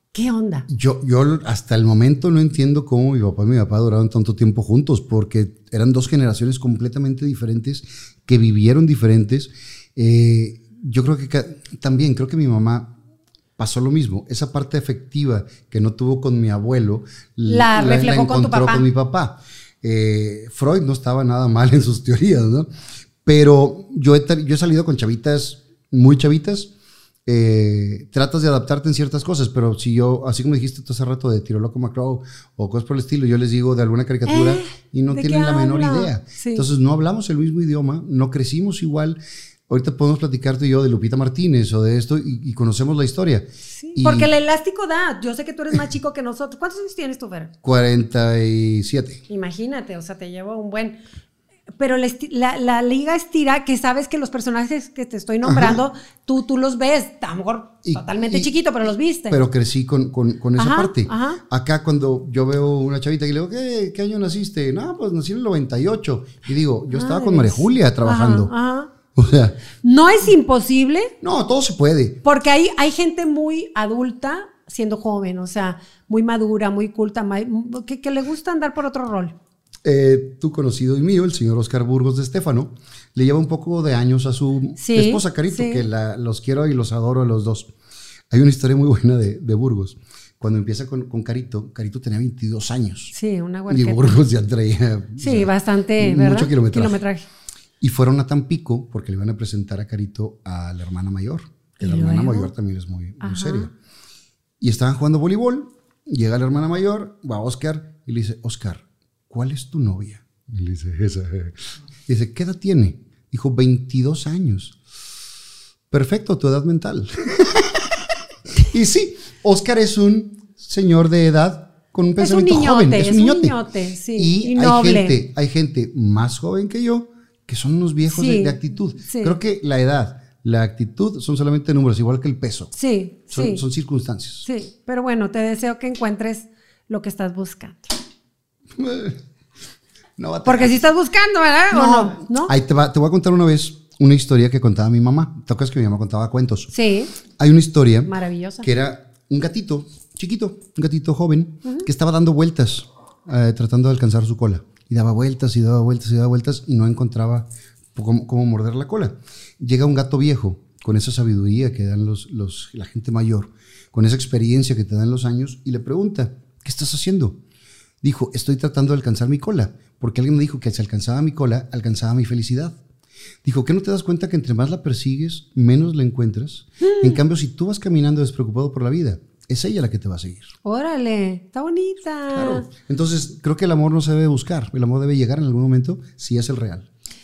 ¿Qué onda? Yo, yo hasta el momento no entiendo cómo mi papá y mi papá duraron tanto tiempo juntos, porque eran dos generaciones completamente diferentes, que vivieron diferentes. Eh, yo creo que también, creo que mi mamá pasó lo mismo. Esa parte afectiva que no tuvo con mi abuelo, la, la reflejó la con tu papá. Con mi papá. Eh, Freud no estaba nada mal en sus teorías, ¿no? Pero yo he, yo he salido con chavitas, muy chavitas. Eh, tratas de adaptarte en ciertas cosas, pero si yo, así como dijiste tú hace rato de Tiro Loco McCrow o cosas por el estilo, yo les digo de alguna caricatura eh, y no tienen la menor idea. Sí. Entonces no hablamos el mismo idioma, no crecimos igual. Ahorita podemos platicar tú y yo de Lupita Martínez o de esto y, y conocemos la historia. Sí, y porque el elástico da. Yo sé que tú eres más chico que nosotros. ¿Cuántos años tienes tú, Fer? cuarenta y siete. Imagínate, o sea, te llevo un buen... Pero la, la, la liga estira, que sabes que los personajes que te estoy nombrando, tú, tú los ves, a lo mejor y, totalmente y, chiquito, pero los viste. Pero crecí con, con, con esa ajá, parte. Ajá. Acá cuando yo veo una chavita y le digo, ¿qué, qué año naciste? No, pues nací en el noventa y ocho. Y digo, yo estaba Ay, con María Julia trabajando. Ajá, ajá. O sea, no es imposible. No, todo se puede. Porque hay, hay gente muy adulta siendo joven, o sea, muy madura, muy culta, muy, que, que le gusta andar por otro rol. Eh, tu conocido y mío, el señor Oscar Burgos de Estéfano, le lleva un poco de años a su sí, esposa Carito, sí. que la, los quiero y los adoro a los dos. Hay una historia muy buena de, de Burgos. Cuando empieza con, con Carito, Carito tenía veintidós años. Sí, una huerqueta. Y Burgos ya traía... Sí, o sea, bastante, ¿verdad? Mucho kilometraje. kilometraje. Y fueron a Tampico porque le iban a presentar a Carito a la hermana mayor. Que la hermana luego? mayor también es muy, muy seria. Y estaban jugando voleibol, llega la hermana mayor, va a Oscar y le dice, Oscar, ¿cuál es tu novia? Y le dice, esa. Y dice, ¿qué edad tiene? Dijo, veintidós años. Perfecto, tu edad mental. Y sí, Oscar es un señor de edad con un pensamiento es un niñote, joven. Es un niñote. Un niñote sí, y y hay gente, hay gente más joven que yo que son unos viejos sí, de, de actitud. Sí. Creo que la edad, la actitud son solamente números, igual que el peso. Sí, son, sí. son circunstancias. Sí, pero bueno, te deseo que encuentres lo que estás buscando. No, porque si estás buscando, ¿verdad? No, ¿o no? ¿No? Ahí te, va, te voy a contar una vez una historia que contaba mi mamá. ¿Te acuerdas que mi mamá contaba cuentos? Sí. Hay una historia maravillosa que era un gatito chiquito, un gatito joven, uh-huh. que estaba dando vueltas, eh, tratando de alcanzar su cola. Y daba vueltas y daba vueltas y daba vueltas y no encontraba cómo, cómo morder la cola. Llega un gato viejo con esa sabiduría que dan los, los, la gente mayor, con esa experiencia que te dan los años y le pregunta, ¿qué estás haciendo? Dijo, estoy tratando de alcanzar mi cola, porque alguien me dijo que si alcanzaba mi cola, alcanzaba mi felicidad. Dijo, ¿qué no te das cuenta que entre más la persigues, menos la encuentras? Mm. En cambio, si tú vas caminando despreocupado por la vida, es ella la que te va a seguir. Órale, está bonita. Claro. Entonces, creo que el amor no se debe buscar. El amor debe llegar en algún momento si es el real.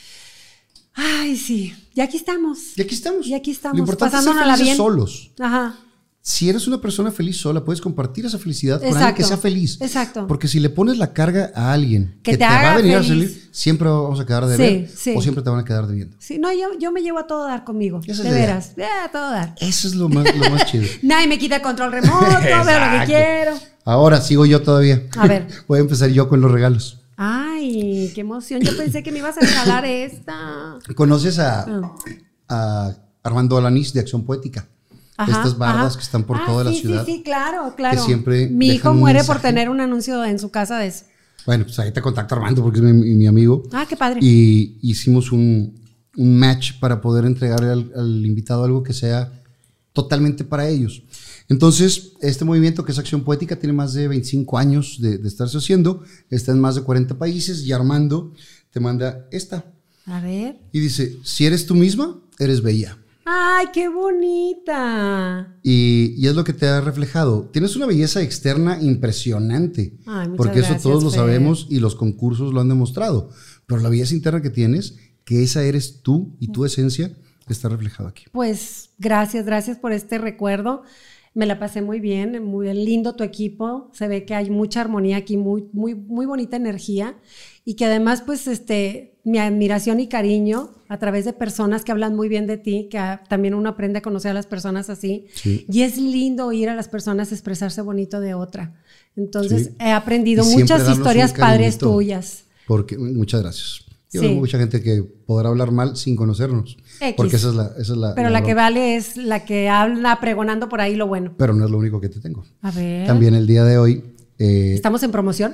Ay, sí. Y aquí estamos. Y aquí estamos. Y aquí estamos. Lo importante es ser felices solos. Ajá. Si eres una persona feliz sola, puedes compartir esa felicidad con Exacto. alguien que sea feliz. Exacto. Porque si le pones la carga a alguien que, que te, te va a venir feliz. a salir, siempre vamos a quedar de sí, ver sí. o siempre te van a quedar debiendo. Sí, no, yo, yo me llevo a todo dar conmigo. Esa de es veras. Ya, a todo dar. Eso es lo más, lo más chido. Nadie me quita el control remoto, veo lo que quiero. Ahora sigo yo todavía. A ver. Voy a empezar yo con los regalos. Ay, qué emoción. Yo pensé que me ibas a regalar esta. ¿Conoces a, oh. a Armando Alanís de Acción Poética? Ajá, estas bardas ajá. que están por ah, toda sí, la ciudad. Sí, sí, claro, claro. Que siempre mi hijo muere mensaje. por tener un anuncio en su casa de eso. Bueno, pues ahí te contacto Armando porque es mi, mi amigo. Ah, qué padre. Y hicimos un, un match para poder entregarle al, al invitado algo que sea totalmente para ellos. Entonces, este movimiento que es Acción Poética tiene más de veinticinco años de, de estarse haciendo. Está en más de cuarenta países y Armando te manda esta. A ver. Y dice, si eres tú misma, eres bella. ¡Ay, qué bonita! Y, y es lo que te ha reflejado. Tienes una belleza externa impresionante. Ay, muchas porque gracias, eso todos lo Fer. sabemos y los concursos lo han demostrado. Pero la belleza interna que tienes, que esa eres tú y tu esencia, está reflejada aquí. Pues gracias, gracias por este recuerdo. Me la pasé muy bien, muy lindo tu equipo. Se ve que hay mucha armonía aquí, muy, muy, muy bonita energía. Y que además, pues, este, mi admiración y cariño a través de personas que hablan muy bien de ti, que a, también uno aprende a conocer a las personas así. Sí. Y es lindo oír a las personas expresarse bonito de otra. Entonces, sí. he aprendido muchas historias padres tuyas. Porque, muchas gracias. Yo Sí. Hay mucha gente que podrá hablar mal sin conocernos. X. Porque esa es la... Esa es la Pero la la que bronca. vale es la que habla pregonando por ahí lo bueno. Pero no es lo único que te tengo. A ver. También el día de hoy... eh, ¿Estamos en promoción?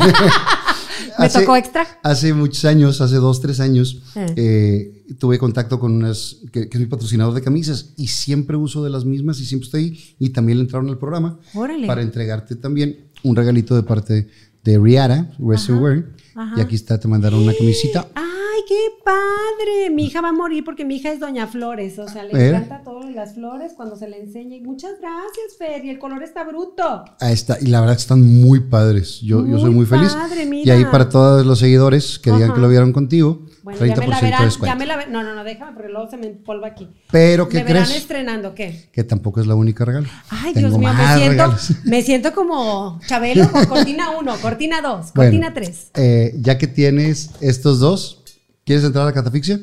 ¿Me hace- tocó extra? Hace muchos años, hace dos, tres años, Eh. eh, tuve contacto con unas, que, que es mi patrocinador de camisas, y siempre uso de las mismas y siempre estoy ahí. Y también le entraron al programa Órale. para entregarte también un regalito de parte de Riara, Western Wear. ajá. Y aquí está, te mandaron una camisita. ¡Ay, qué padre! Mi hija va a morir porque mi hija es Doña Flores. O sea, le ¿Eh? encanta todas las flores cuando se le enseña. Y muchas gracias, Fer. Y el color está bruto. Ahí está, y la verdad que están muy padres. Yo, yo soy Muy muy feliz. padre, Y mira. ahí para todos los seguidores que digan Ajá. que lo vieron contigo, Bueno, ya me treinta por la ciento de verán. descuento. Ya me la ve- No, no, no, déjame porque luego se me empolva aquí. Pero, ¿qué me verán crees? estrenando, ¿qué? Que tampoco es la única regalo. Ay, Tengo Dios mío, me más siento, regalos. me siento como Chabelo con cortina uno, cortina dos, Bueno, cortina tres. eh, ya que tienes estos dos, ¿quieres entrar a la catafixia?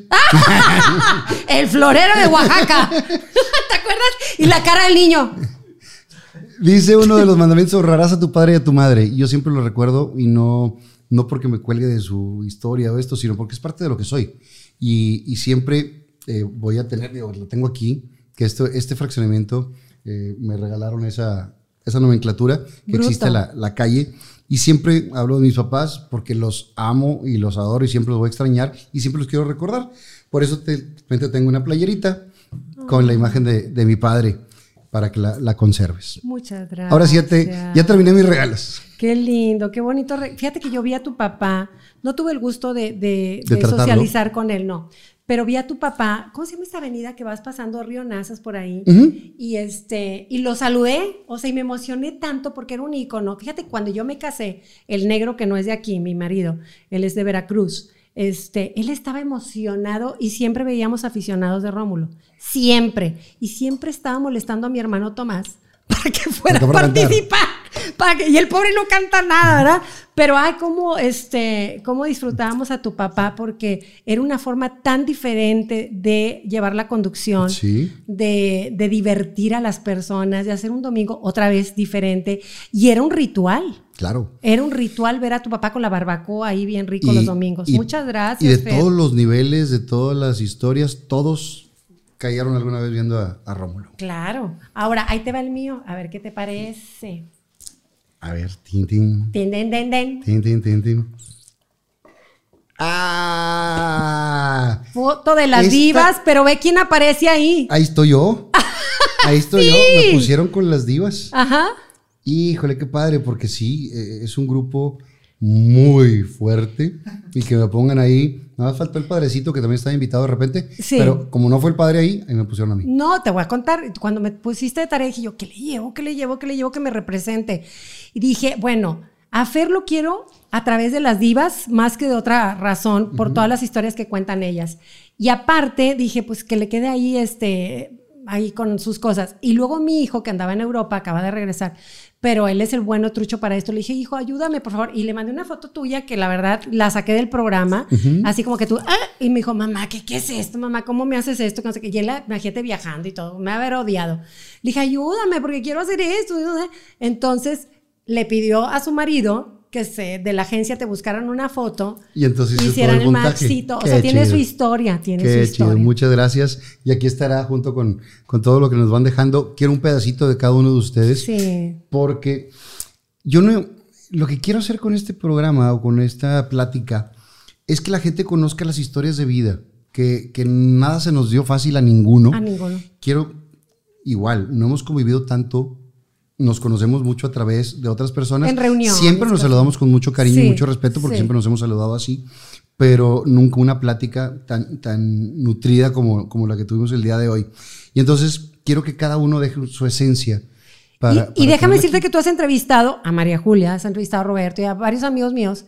El florero de Oaxaca. ¿Te acuerdas? Y la cara del niño. Dice uno de los mandamientos: honrarás a tu padre y a tu madre. Y yo siempre lo recuerdo, y no, no porque me cuelgue de su historia o esto, sino porque es parte de lo que soy. Y, y siempre eh, voy a tener, digo, lo tengo aquí, que esto, este fraccionamiento eh, me regalaron esa, esa nomenclatura que Bruto. existe en la, la calle. Y siempre hablo de mis papás porque los amo y los adoro y siempre los voy a extrañar y siempre los quiero recordar. Por eso te, te tengo una playerita con la imagen de, de mi padre para que la, la conserves. Muchas gracias. Ahora sí, ya, te, ya terminé mis regalos. Qué lindo, qué bonito. re- Fíjate que yo vi a tu papá, no tuve el gusto de, de- ¿De de tratarlo? socializar con él, no. Pero vi a tu papá, ¿cómo se llama esta avenida que vas pasando Río Nazas por ahí? Ujú. Y este, y lo saludé, o sea, y me emocioné tanto porque era un ícono. Fíjate, cuando yo me casé, el negro que no es de aquí, mi marido, él es de Veracruz. Este, él estaba emocionado y siempre veíamos aficionados de Rómulo, siempre, y siempre estaba molestando a mi hermano Tomás para que fuera Para que a fuera a cantar. participar. Para que, y el pobre no canta nada, ¿verdad? Pero ay, cómo, este, cómo disfrutábamos a tu papá, porque era una forma tan diferente de llevar la conducción, Sí. de, de divertir a las personas, de hacer un domingo otra vez diferente. Y era un ritual. Claro. Era un ritual ver a tu papá con la barbacoa ahí bien rico los domingos. y- Muchas gracias, Y de Fer. todos los niveles, de todas las historias, todos cayeron alguna vez viendo a, a Rómulo. Claro. Ahora, ahí te va el mío. A ver qué te parece. A ver, tin, tin, Tin, den, den, den. tin, tin, tin, tin. ¡Ah! Foto de las Esta- divas, pero ve quién aparece ahí. Ahí estoy yo. Ahí estoy yo. Me pusieron con las divas. Ajá. Híjole, qué padre, porque sí, eh, es un grupo muy fuerte y que me pongan ahí. Nada más faltó el padrecito que también estaba invitado de repente. Sí. Pero como no fue el padre ahí, ahí me pusieron a mí. No, te voy a contar. Cuando me pusiste de tarea, dije yo, ¿qué le llevo? ¿Qué le llevo? ¿Qué le llevo que me represente? Y dije, bueno, a Fer lo quiero a través de las divas, más que de otra razón, por todas las historias que cuentan ellas. Y aparte, dije, pues que le quede ahí, este, ahí con sus cosas. Y luego mi hijo, que andaba en Europa, acaba de regresar, pero él es el bueno trucho para esto. Le dije, hijo, ayúdame, por favor. Y le mandé una foto tuya que la verdad la saqué del programa, así como que tú, ah, y me dijo, mamá, ¿qué, ¿qué es esto, mamá? ¿Cómo me haces esto? Que no sé qué. Y él, la- imagínate viajando y todo, me va a haber odiado. Le dije, ayúdame, porque quiero hacer esto. Entonces le pidió a su marido que se, de la agencia te buscaran una foto Y entonces hizo hicieran todo el el montaje. maxito. O Qué sea, tiene chido. su historia, tiene Qué su chido, historia. muchas gracias. Y aquí estará junto con, con todo lo que nos van dejando. Quiero un pedacito de cada uno de ustedes. Sí. Porque yo no, lo que quiero hacer con este programa o con esta plática es que la gente conozca las historias de vida, que, que nada se nos dio fácil a ninguno. A ninguno. Quiero, igual, no hemos convivido tanto, nos conocemos mucho a través de otras personas. En reuniones, Siempre nos cosas. saludamos con mucho cariño Sí, y mucho respeto porque sí. siempre nos hemos saludado así, pero nunca una plática tan, tan nutrida como, como la que tuvimos el día de hoy. Y entonces quiero que cada uno deje su esencia. Para, y, para y déjame tenerla decirte aquí. que tú has entrevistado a María Julia, has entrevistado a Roberto y a varios amigos míos,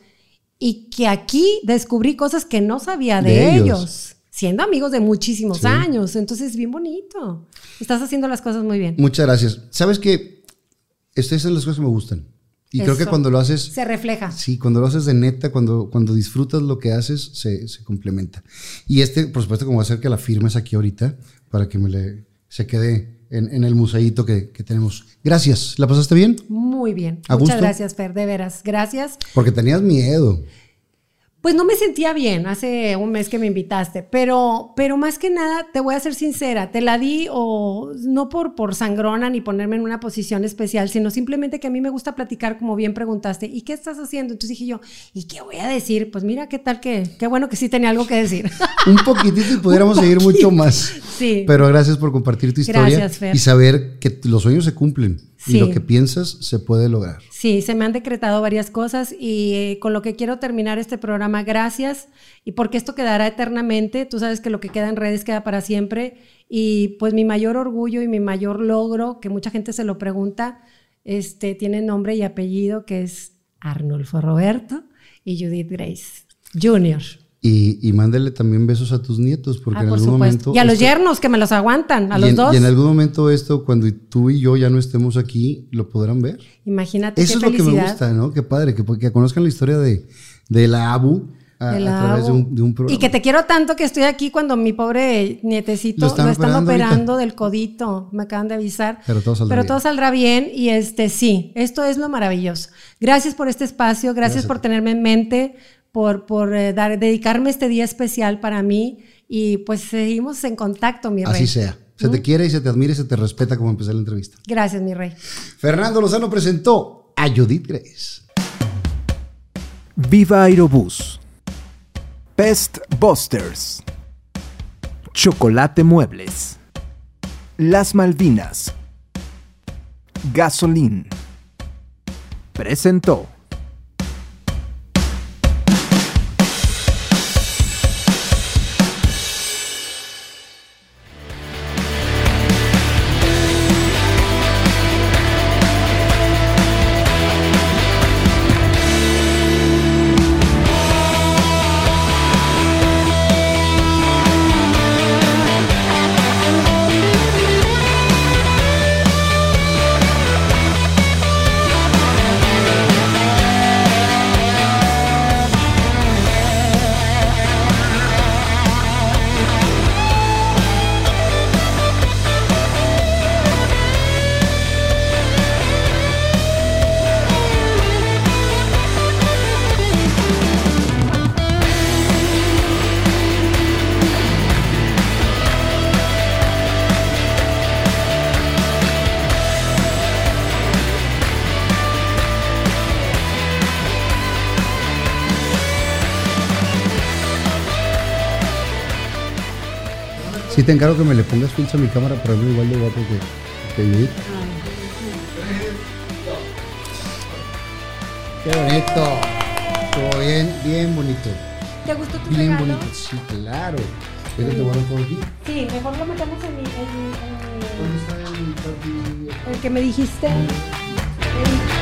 y que aquí descubrí cosas que no sabía de, De ellos. ellos, siendo amigos de muchísimos Sí. años. Entonces, bien bonito. Estás haciendo las cosas muy bien. Muchas gracias. ¿Sabes qué? Estas son las cosas que me gustan. Y creo que Eso. cuando lo haces... Se refleja. Sí, cuando lo haces de neta, cuando, cuando disfrutas lo que haces, se, se complementa. Y este, por supuesto, como va a ser que la firmes aquí ahorita, para que me le, se quede en, en el museíto que, que tenemos. Gracias. ¿La pasaste bien? Muy bien. ¿A Muchas gusto? gracias, Fer, de veras. Gracias. Porque tenías miedo. Pues no me sentía bien hace un mes que me invitaste, pero, pero más que nada, te voy a ser sincera, te la di o no por, por sangrona ni ponerme en una posición especial, sino simplemente que a mí me gusta platicar, como bien preguntaste, ¿y qué estás haciendo? Entonces dije yo, ¿y qué voy a decir? Pues mira, qué tal que, qué bueno que sí tenía algo que decir. Un poquitito y pudiéramos seguir mucho más. Sí. Pero gracias por compartir tu historia. Gracias, Fer. Y saber que los sueños se cumplen. Sí. Y lo que piensas se puede lograr. Sí, se me han decretado varias cosas y eh, con lo que quiero terminar este programa, gracias, y porque esto quedará eternamente, tú sabes que lo que queda en redes queda para siempre, y pues mi mayor orgullo y mi mayor logro, que mucha gente se lo pregunta, este, tiene nombre y apellido, que es Arnulfo Roberto y Judith Grace Junior Y, y mándale también besos a tus nietos, porque ah, en por algún supuesto. momento... Y a los esto, yernos, que me los aguantan, a y los en, dos. Y en algún momento esto, cuando tú y yo ya no estemos aquí, lo podrán ver. Imagínate. Eso qué es felicidad. lo que me gusta, ¿no? Qué padre, que, que conozcan la historia de, de la Abu a, de la a través Abu. de un, de un programa. Y que te quiero tanto que estoy aquí cuando mi pobre nietecito lo están, lo están operando, operando del codito, me acaban de avisar. Pero todo saldrá Pero bien. todo saldrá bien y este sí, esto es lo maravilloso. Gracias por este espacio, gracias, gracias. por tenerme en mente, por, por eh, dar, dedicarme este día especial para mí y pues seguimos en contacto, mi rey. Así sea. Se ¿Mm? te quiere y se te admira y se te respeta como empecé la entrevista. Gracias, mi rey. Fernando Lozano presentó a Judith Grace. Viva Aerobús. Pest Busters. Chocolate Muebles. Las Malvinas. Gasolín. Presentó. Sí te encargo que me le pongas filtro a mi cámara para verme igual de guapo que, que Judith. Qué bonito. Todo bien, bien bonito. ¿Te gustó tu Bien regalo? bonito, sí, claro. ¿Quieres te guardo todo aquí? Sí, mejor lo metemos en mi... En mi, en mi ¿Dónde está el papi? el que me dijiste. El,